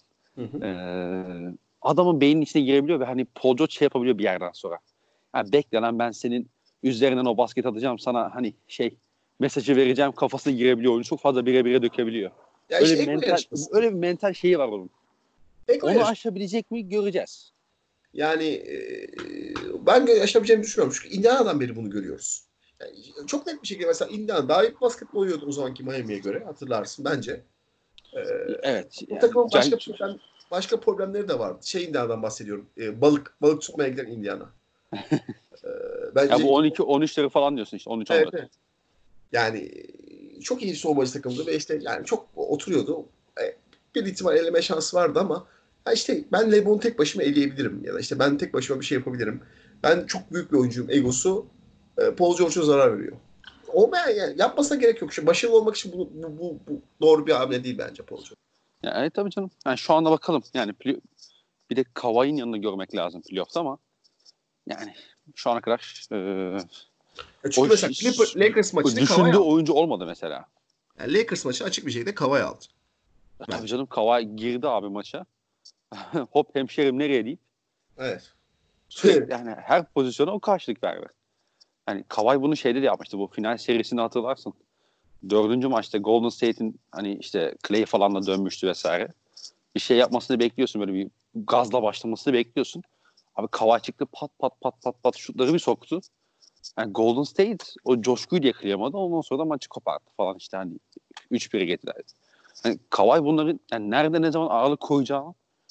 Adamın beyninin içine girebiliyor ve hani Paul George yapabiliyor bir yerden sonra. Yani bekle lan ben senin üzerinden o basket atacağım sana hani mesajı vereceğim kafasına girebiliyor. Oyunu çok fazla bire dökebiliyor. Ya öyle bir mental şeyi var onun. Onu aşabilecek mi göreceğiz. Yani ben aşabileceğimi düşünmüyorum. Çünkü Indiana'dan beri bunu görüyoruz. Yani çok net bir şekilde mesela Indiana daha iyi basketbol oynuyordu o zamanki Miami'ye göre. Hatırlarsın bence. Evet. Bu takımın başka problemleri de vardı. Indiana'dan bahsediyorum. Balık tutmaya giden Indiana. Bence, ya bu 12-13'leri falan diyorsun işte. 13-14. Evet. Yani çok iyi savunmacı takımdı ve işte yani çok oturuyordu. Bir ihtimal eleme şansı vardı ama işte ben LeBron'u tek başıma eleyebilirim ya da işte ben tek başıma bir şey yapabilirim. Ben çok büyük bir oyuncuyum egosu Paul George'a zarar veriyor. Yani yapmasına gerek yok. Başarılı olmak için bu doğru bir hamle değil bence Paul George. Ya, evet tabii canım. Yani şu anda bakalım. Yani bir de Kawhi'nin yanında görmek lazım playoff'ta ama yani şu ana kadar çünkü mesela Lakers maçını düşündüğü oyuncu olmadı mesela. Yani Lakers maçı açık bir şekilde Kawhi aldı. Tabii canım Kawhi girdi abi maça. Hop hemşerim nereye deyip. Evet. Sürekli yani her pozisyona o karşılık verdi. Hani Kawhi bunu de yapmıştı. Bu final serisini hatırlarsın. 4. maçta Golden State'in hani işte Clay falanla dönmüştü vesaire. Bir şey yapmasını bekliyorsun. Böyle bir gazla başlamasını bekliyorsun. Abi Kawhi çıktı pat şutları bir soktu. Yani Golden State o coşkuyu yakalayamadı. Ondan sonra da maçı kopardı falan işte hani 3-1'e getirdi. Yani Kawhi bunların yani nerede ne zaman ağırlık koyacağını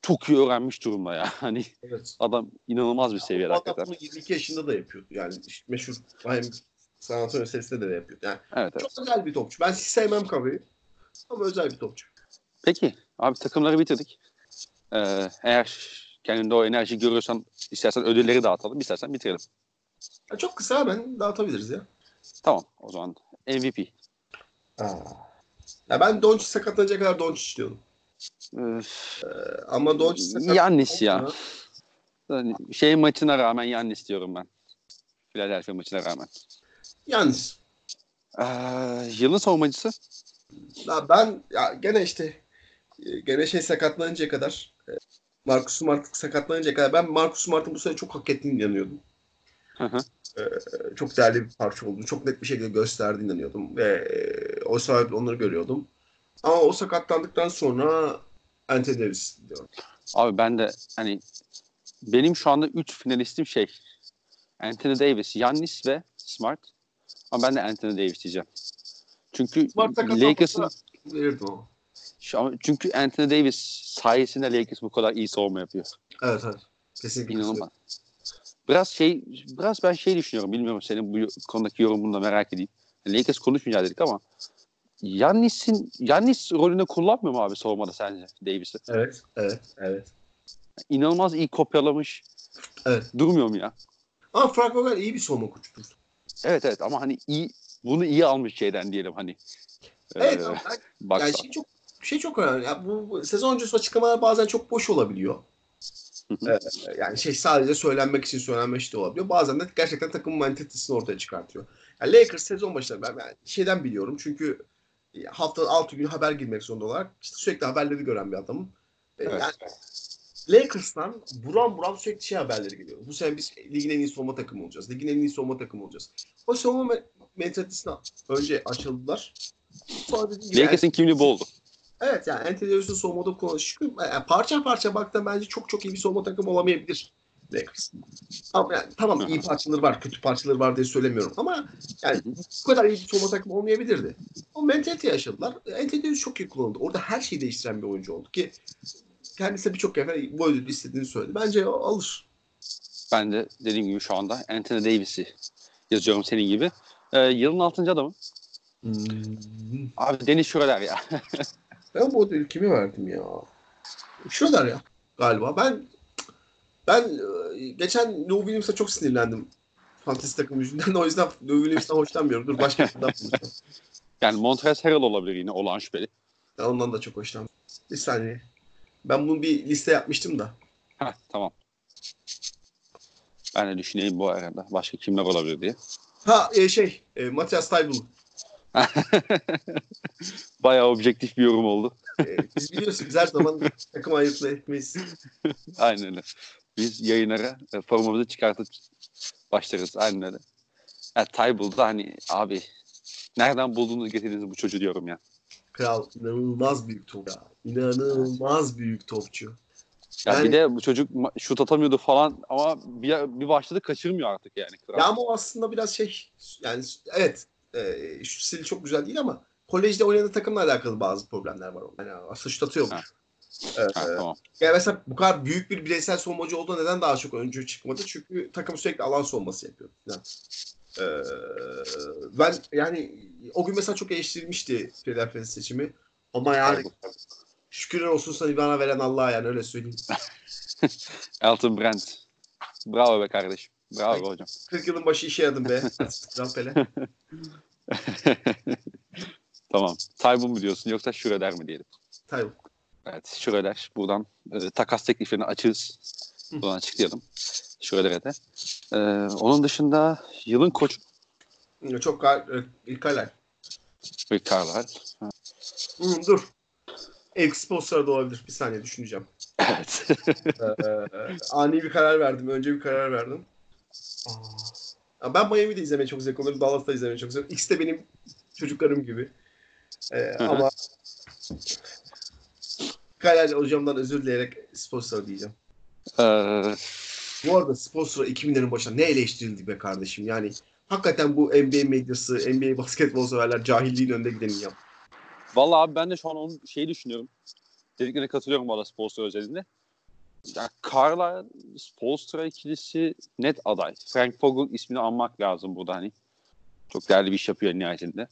çok iyi öğrenmiş durumda ya. Hani Evet. adam inanılmaz bir seviyede Adam hakikaten. bunu 22 yaşında da yapıyordu. Yani işte meşhur Miami San Antonio serisinde de yapıyordu. Yani Evet, çok evet. özel bir topçu. Ben hiç sevmem Kavai'yi ama özel bir topçu. Peki abi takımları bitirdik. Eğer kendinde o enerji görüyorsan istersen ödülleri dağıtalım, istersen bitirelim. Ya çok kısa hemen dağıtabiliriz ya. Tamam o zaman MVP. Aa. Ya ben Doncic sakatlanacak kadar Doncic diyordum. Ee, Ama Doncic Yannis ya. sakatlanınca Yani şey maçına rağmen Yannis diyorum ben. Philadelphia maçına rağmen. Yannis. Yılın savunmacısı. Ya ben ya gene işte gene şey sakatlanıncaya kadar Marcus Smart sakatlanıncaya kadar ben Marcus Smart'ın bu sene çok hak ettiğini inanıyordum. Hı hı. Çok değerli bir parça olduğunu çok net bir şekilde gösterdiğini inanıyordum. Ve o sebeple onları görüyordum. Ama o sakatlandıktan sonra Anthony Davis diyorum. Abi ben de hani benim şu anda 3 finalistim şey. Anthony Davis, Yannis ve Smart. Ama ben de Anthony Davis diyeceğim. Çünkü Smart sakat Lakers'ın olmasa verirdim ama. çünkü Anthony Davis sayesinde Lakers bu kadar iyi savunma yapıyor. Evet evet. Kesinlikle İnanılmaz. katılıyorum. Biraz ben şey düşünüyorum. Bilmiyorum senin bu konudaki yorumunu da merak edeyim. Lakers konuşmayacağız dedik ama Yannis rolünü kullanmıyor mu abi savunmada sence Davis'i? Evet, evet, evet. İnanılmaz iyi kopyalamış. Evet. Durmuyor mu ya? Ama Frank Vogel iyi bir savunma koçudur. Evet ama hani bunu iyi almış şeyden diyelim hani. Evet ama yani Baksa. çok önemli. Ya bu sezon öncesi açıklamalar bazen çok boş olabiliyor. Yani sadece söylenmek için söylenmek de olabiliyor. Bazen de gerçekten takımın mantalitesini ortaya çıkartıyor. Yani Lakers sezon başında ben şeyden biliyorum. Çünkü haftanın 6 günü haber girmek zorunda olarak işte sürekli haberleri gören bir adamım. Evet. Yani Lakers'tan buram buram sürekli haberleri geliyor. Bu sene biz ligin en iyi savunma takımı olacağız. Ligin en iyi savunma takımı olacağız. O savunma mentalitesine önce açıldılar. Sonra dediğim gibi Lakers'in kimliği bu oldu. evet yani Anthony Davis'in savunmada kullanışı yani parça parça baktığında bence çok çok iyi bir savunma takımı olamayabilir Lakers. Ama yani tamam iyi parçaları var, kötü parçaları var diye söylemiyorum ama yani bu kadar iyi bir savunma takımı olmayabilirdi. O mentalite yaşadılar. Anthony Davis çok iyi kullanıldı. Orada her şeyi değiştiren bir oyuncu oldu ki kendisi de birçok kere bu ödülü istediğini söyledi. Bence alır. Ben de dediğim gibi şu anda Anthony Davis'i yazıyorum senin gibi. Yılın 6. adamı. Abi Dennis Schroeder ya. Ben bu ödülü kime verdim ya? Şurada ya galiba. Ben geçen Lou Williams'a çok sinirlendim. Fantasy takım yüzünden. O yüzden Lou Williams'tan hoşlanmıyorum. Dur başka birinden konuşalım. Yani Montrezl Harrell olabilir yine olağan şüpheli. Ben ondan da çok hoşlanmıyorum. Bir saniye. Ben bunu bir liste yapmıştım da. Tamam. Ben de düşüneyim bu arada. Başka kimler olabilir diye. Matthias Thybulle. Bayağı objektif bir yorum oldu. Biz biliyorsunuz her zaman takım ayıpla etmeyiz. Aynen öyle. Biz yayınlara formumuzu çıkartıp başlarız. Aynen öyle. Tybull'da hani abi nereden bulduğunu getirdiniz bu çocuğu diyorum ya. Kral inanılmaz büyük top ya. İnanılmaz büyük topçu. Ya Yani, bir de bu çocuk şut atamıyordu falan ama bir başladı kaçırmıyor artık yani. Kral. ya ama o aslında biraz yani evet şut stili çok güzel değil ama kolejde oynadığı takımla alakalı bazı problemler var. Yani aslında şut atıyormuş. Tamam. Yani mesela bu kadar büyük bir bireysel savunmacı olduğunda neden daha çok öncü çıkmadı? Çünkü takım sürekli alan savunması yapıyor. Yani, ben yani o gün mesela çok eleştirilmişti Philadelphia seçimi. Ama yani şükürler olsun sana bana veren Allah'a yani öyle söyleyeyim. Elton Brand. Bravo be kardeşim. Bravo be hocam. 40 yılın başı işe yaradım be. Kral Pele. Tamam. Tybull mu diyorsun yoksa Schroeder mi diyelim? Tybull. Evet Schroeder. Buradan takas teklifini açığız. Buradan açıklayalım. Schroeder'e de. Onun dışında yılın koçu. Çok İlkaylar. Rick Carlisle. Dur. Exposter'da olabilir. Bir saniye düşüneceğim. Evet. Ani bir karar verdim. Önce bir karar verdim. Ben Miami'de izlemeye çok zevk alırım. Dallas'ta izlemeye çok zevk alırım. İkisi de benim çocuklarım gibi. Ama Kalal hocamdan özür dileyerek Spoelstra diyeceğim. Bu arada Spoelstra 2000'lerin başında ne eleştirildi be kardeşim. Yani hakikaten bu NBA medyası, NBA basketbol severler cahilliğin önde gideni yap. Vallahi abi ben de şu an onun şeyi düşünüyorum. Dediklerine katılıyorum valla Spoelstra özelinde. Yani Carlisle, Spoelstra ikilisi net aday. Frank Vogel ismini anmak lazım burada hani. Çok değerli bir iş yapıyor nihayetinde.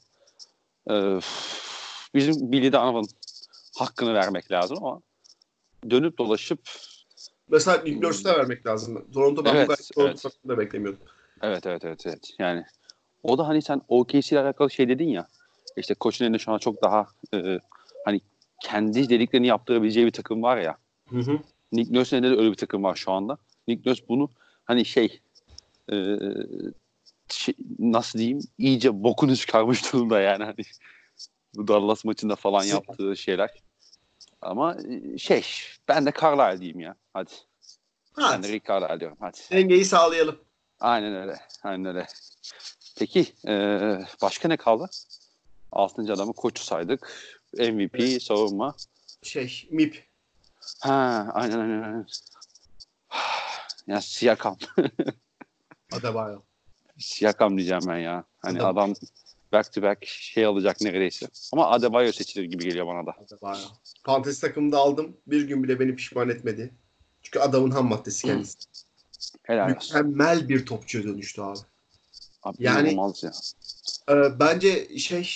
Bizim Billy Donovan'ın hakkını vermek lazım ama dönüp dolaşıp Mesela Nick Nurse'u da vermek lazım. Toronto ben bu kadar Toronto da beklemiyordum. Evet. Yani o da hani sen OKC ile alakalı şey dedin ya. İşte koçun elinde şu an çok daha hani kendi dediklerini yaptırabileceği bir takım var ya. Hı. Nick Nurse'un elinde de öyle bir takım var şu anda. Nick Nurse bunu hani nasıl diyeyim iyice bokunu çıkarmış durumda yani hani bu Dallas maçında falan yaptığı şeyler. Ama ben de Carlisle diyeyim ya. Hadi. Ben de Rick Carlisle diyorum. Hadi. Dengeyi sağlayalım. Aynen öyle. Peki başka ne kaldı? 6. adamı koçu saydık. MVP, savunma. MIP. Aynen. Ya Siakam. Adebayo. Siakam diyeceğim ben ya. Hani adam back to back alacak neredeyse. Ama Adebayo seçilir gibi geliyor bana da. Adebayo. Fantezi takımında aldım. Bir gün bile beni pişman etmedi. Çünkü adamın ham maddesi kendisi. Mükemmel bir topçuya dönüştü abi. Yani inanılmaz ya. Bence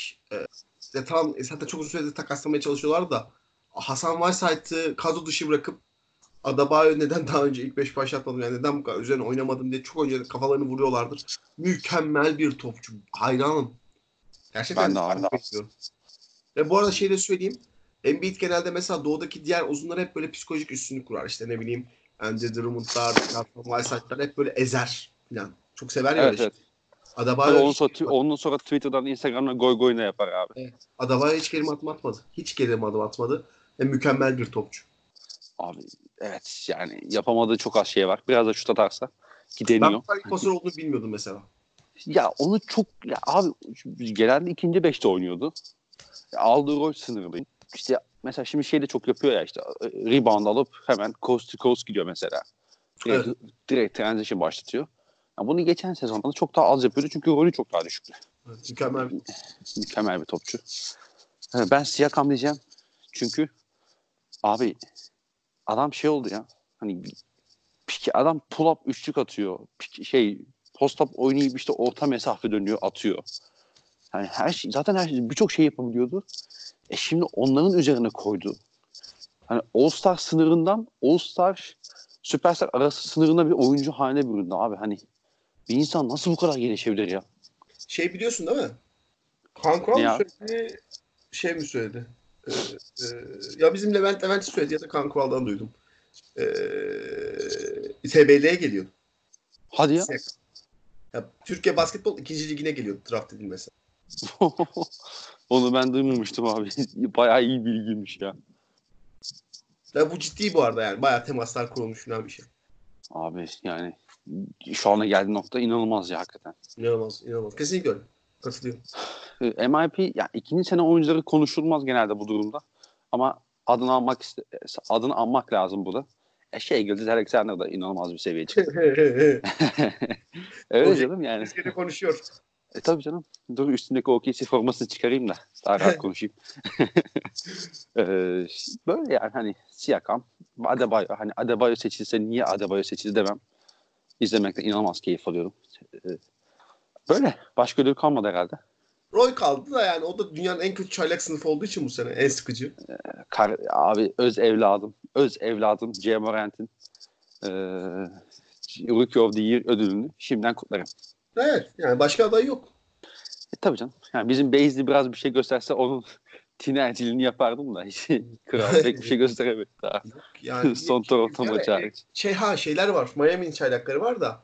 zaten çok uzun süredir takaslamaya çalışıyorlar da Hasan Whiteside'ı kadro dışı bırakıp Adebayo neden daha önce ilk 5 başlatmadım yani neden bu kadar üzerine oynamadım diye çok önce kafalarını vuruyorlardır. Mükemmel bir topçu. Hayranım. Gerçekten Ben de bekliyorum. Ve bu arada şey de söyleyeyim. Embiid genelde mesela doğudaki diğer uzunlar hep böyle psikolojik üstünlük kurar. İşte ne bileyim Andy Drummond'lar, Whiteside'lar hep böyle ezer falan. Çok sever ya öyle şey. Adebayo ondan sonra Twitter'dan, Instagram'dan goygoyuna yapar abi. Evet. Adebayo hiç geri adım atmadı. Hiç geri adım atmadı. Ve mükemmel bir topçu. Abi evet yani yapamadığı çok az şey var. Biraz da şut atarsa ki deniyor. Ben bu kadar pasör olduğunu bilmiyordum mesela. Ya onu çok abi genelde ikinci beşte oynuyordu. Aldığı rol sınırlı. İşte mesela şimdi şey de çok yapıyor ya işte rebound alıp hemen coast to coast gidiyor mesela. Direkt transition başlatıyor. Yani bunu geçen sezonda çok daha az yapıyordu çünkü rolü çok daha düşüktü. Evet, mükemmel bir topçu. Ben Siakam diyeceğim. Çünkü abi adam şey oldu ya. Hani adam pull up üçlük atıyor. Post up oynayıp işte orta mesafe dönüyor, atıyor. Yani birçok şey yapabiliyordu. Şimdi onların üzerine koydu. Hani All-Star sınırından All-Star Süperstar arası sınırında bir oyuncu haline büründü abi. Hani bir insan nasıl bu kadar gelişebilir ya? Biliyorsun değil mi? Kankuan mı söyledi? Mi söyledi? Ya bizim Levent söyledi ya da Kankuan'dan duydum. TBL'ye geliyor. Hadi ya. Türkiye Basketbol 2. Ligine geliyor draft edilmesi. Onu ben duymamıştım abi. Bayağı iyi bilgiymiş ya. Ya bu ciddi bu arada yani. Bayağı temaslar kurulmuş falan bir şey. Abi yani şu ana geldiği nokta inanılmaz ya hakikaten. İnanılmaz. Kesinlikle öyle. Katılıyorum. MIP yani ikinci sene oyuncuları konuşulmaz genelde bu durumda. Ama adını anmak lazım burada. Gilgeous Alexander da inanılmaz bir seviyeye çıktı. Öyle canım yani. Türkiye'de konuşuyor. Tabii canım. Dur üstündeki OKC formasını çıkarayım da daha rahat konuşayım. Böyle yani hani Siakam, Adebayo seçilse niye Adebayo seçildi demem. İzlemekten inanılmaz keyif alıyorum. Böyle. Başka ödül kalmadı herhalde. Roy kaldı da yani o da dünyanın en kötü çaylak sınıfı olduğu için bu sene en sıkıcı. Abi öz evladım J. Morant'in Rookie of the Year ödülünü şimdiden kutlarım. Evet. Yani başka aday yok. Tabii canım. Yani bizim Beyzli biraz bir şey gösterse onun tinerciliğini yapardım da kral pek bir şey gösteremedi daha. Yani son Toronto maçı hariç. Şeyler var. Miami'nin çaylakları var da.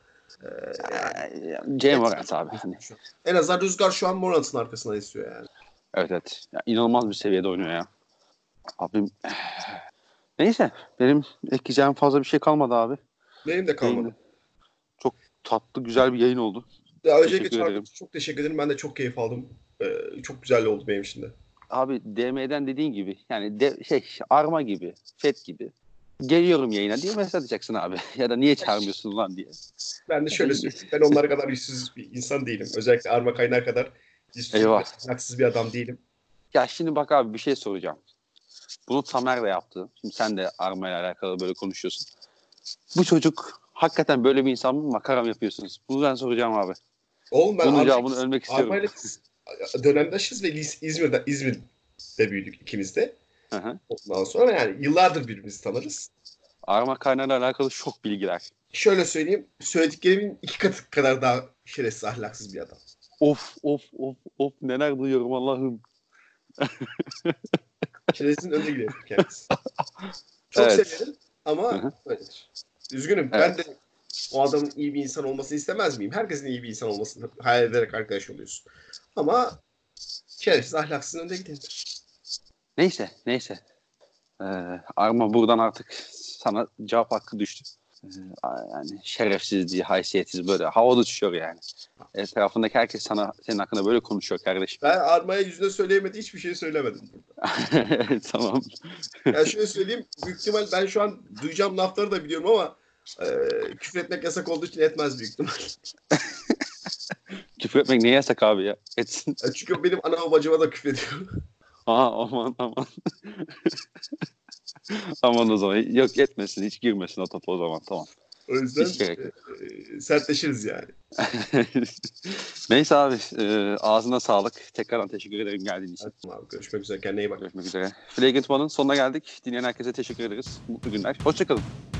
J. Morant abi. Hani. En azından rüzgar şu an Morant'ın arkasına esiyor yani. Evet. Ya, inanılmaz bir seviyede oynuyor ya. Abim. Neyse. Benim ekleyeceğim fazla bir şey kalmadı abi. Benim de kalmadı. Çok tatlı, güzel bir yayın oldu. Ya öncelikle çok teşekkür ederim. Ben de çok keyif aldım. Çok güzel oldu benim için de. Abi DM'den dediğin gibi yani arma gibi, FET gibi geliyorum yayına diye mesaj atacaksın abi. Ya da niye çağırmıyorsun lan diye. Ben de şöyle söyleyeyim. Ben onlara kadar yüzsüz bir insan değilim. Özellikle Arma Kaynar kadar yüzsüz bir adam değilim. Ya şimdi bak abi bir şey soracağım. Bunu Tamer de yaptı. Şimdi sen de Arma ile alakalı böyle konuşuyorsun. Bu çocuk hakikaten böyle bir insan mı? Makara mı yapıyorsunuz? Bunu ben soracağım abi. Oğlum ben Bunun cevabını ölmek istiyorum. Arma'yla biz dönemdaşız ve İzmir'de büyüdük ikimiz de. Hı hı. Ondan sonra yani yıllardır birbirimizi tanırız. Arma kaynağıyla alakalı şok bilgiler. Şöyle söyleyeyim, söylediklerimin 2 katı kadar daha şerefsiz, ahlaksız bir adam. Of neler duyuyorum Allah'ım. Şerefsizin önüne gidelim kendisi. Çok Evet. severim ama Hı hı. öyledir. Üzgünüm. Evet. Ben de o adamın iyi bir insan olmasını istemez miyim? Herkesin iyi bir insan olmasını hayal ederek arkadaş oluyorsun. Ama şerefsiz, ahlaksızın önüne gidendir. Neyse. Arma buradan artık sana cevap hakkı düştü. Yani şerefsiz diye haysiyetsiz böyle havada uçuyor yani. Etrafındaki herkes senin hakkında böyle konuşuyor kardeşim. Ben Arma'ya yüzüne söyleyemediği hiçbir şey söylemedim burada. Tamam. Yani şöyle söyleyeyim, büyük ihtimal ben şu an duyacağım lafları da biliyorum ama küfür etmek yasak olduğu için etmez büyük ihtimal. Küfür etmek niye yasak abi ya? Etsin. Çünkü benim ana bacıma da küfür ediyor. Aman. Aman o zaman. Yok etmesin. Hiç girmesin o topa o zaman. Tamam. O yüzden Hiç gerek sertleşiriz yani. Neyse abi. Ağzına sağlık. Tekrardan teşekkür ederim geldiğin için. Tamam abi, görüşmek üzere. Kendine iyi bak. Görüşmek üzere. Flagrant One'ın sonuna geldik. Dinleyen herkese teşekkür ederiz. Mutlu günler. Hoşçakalın.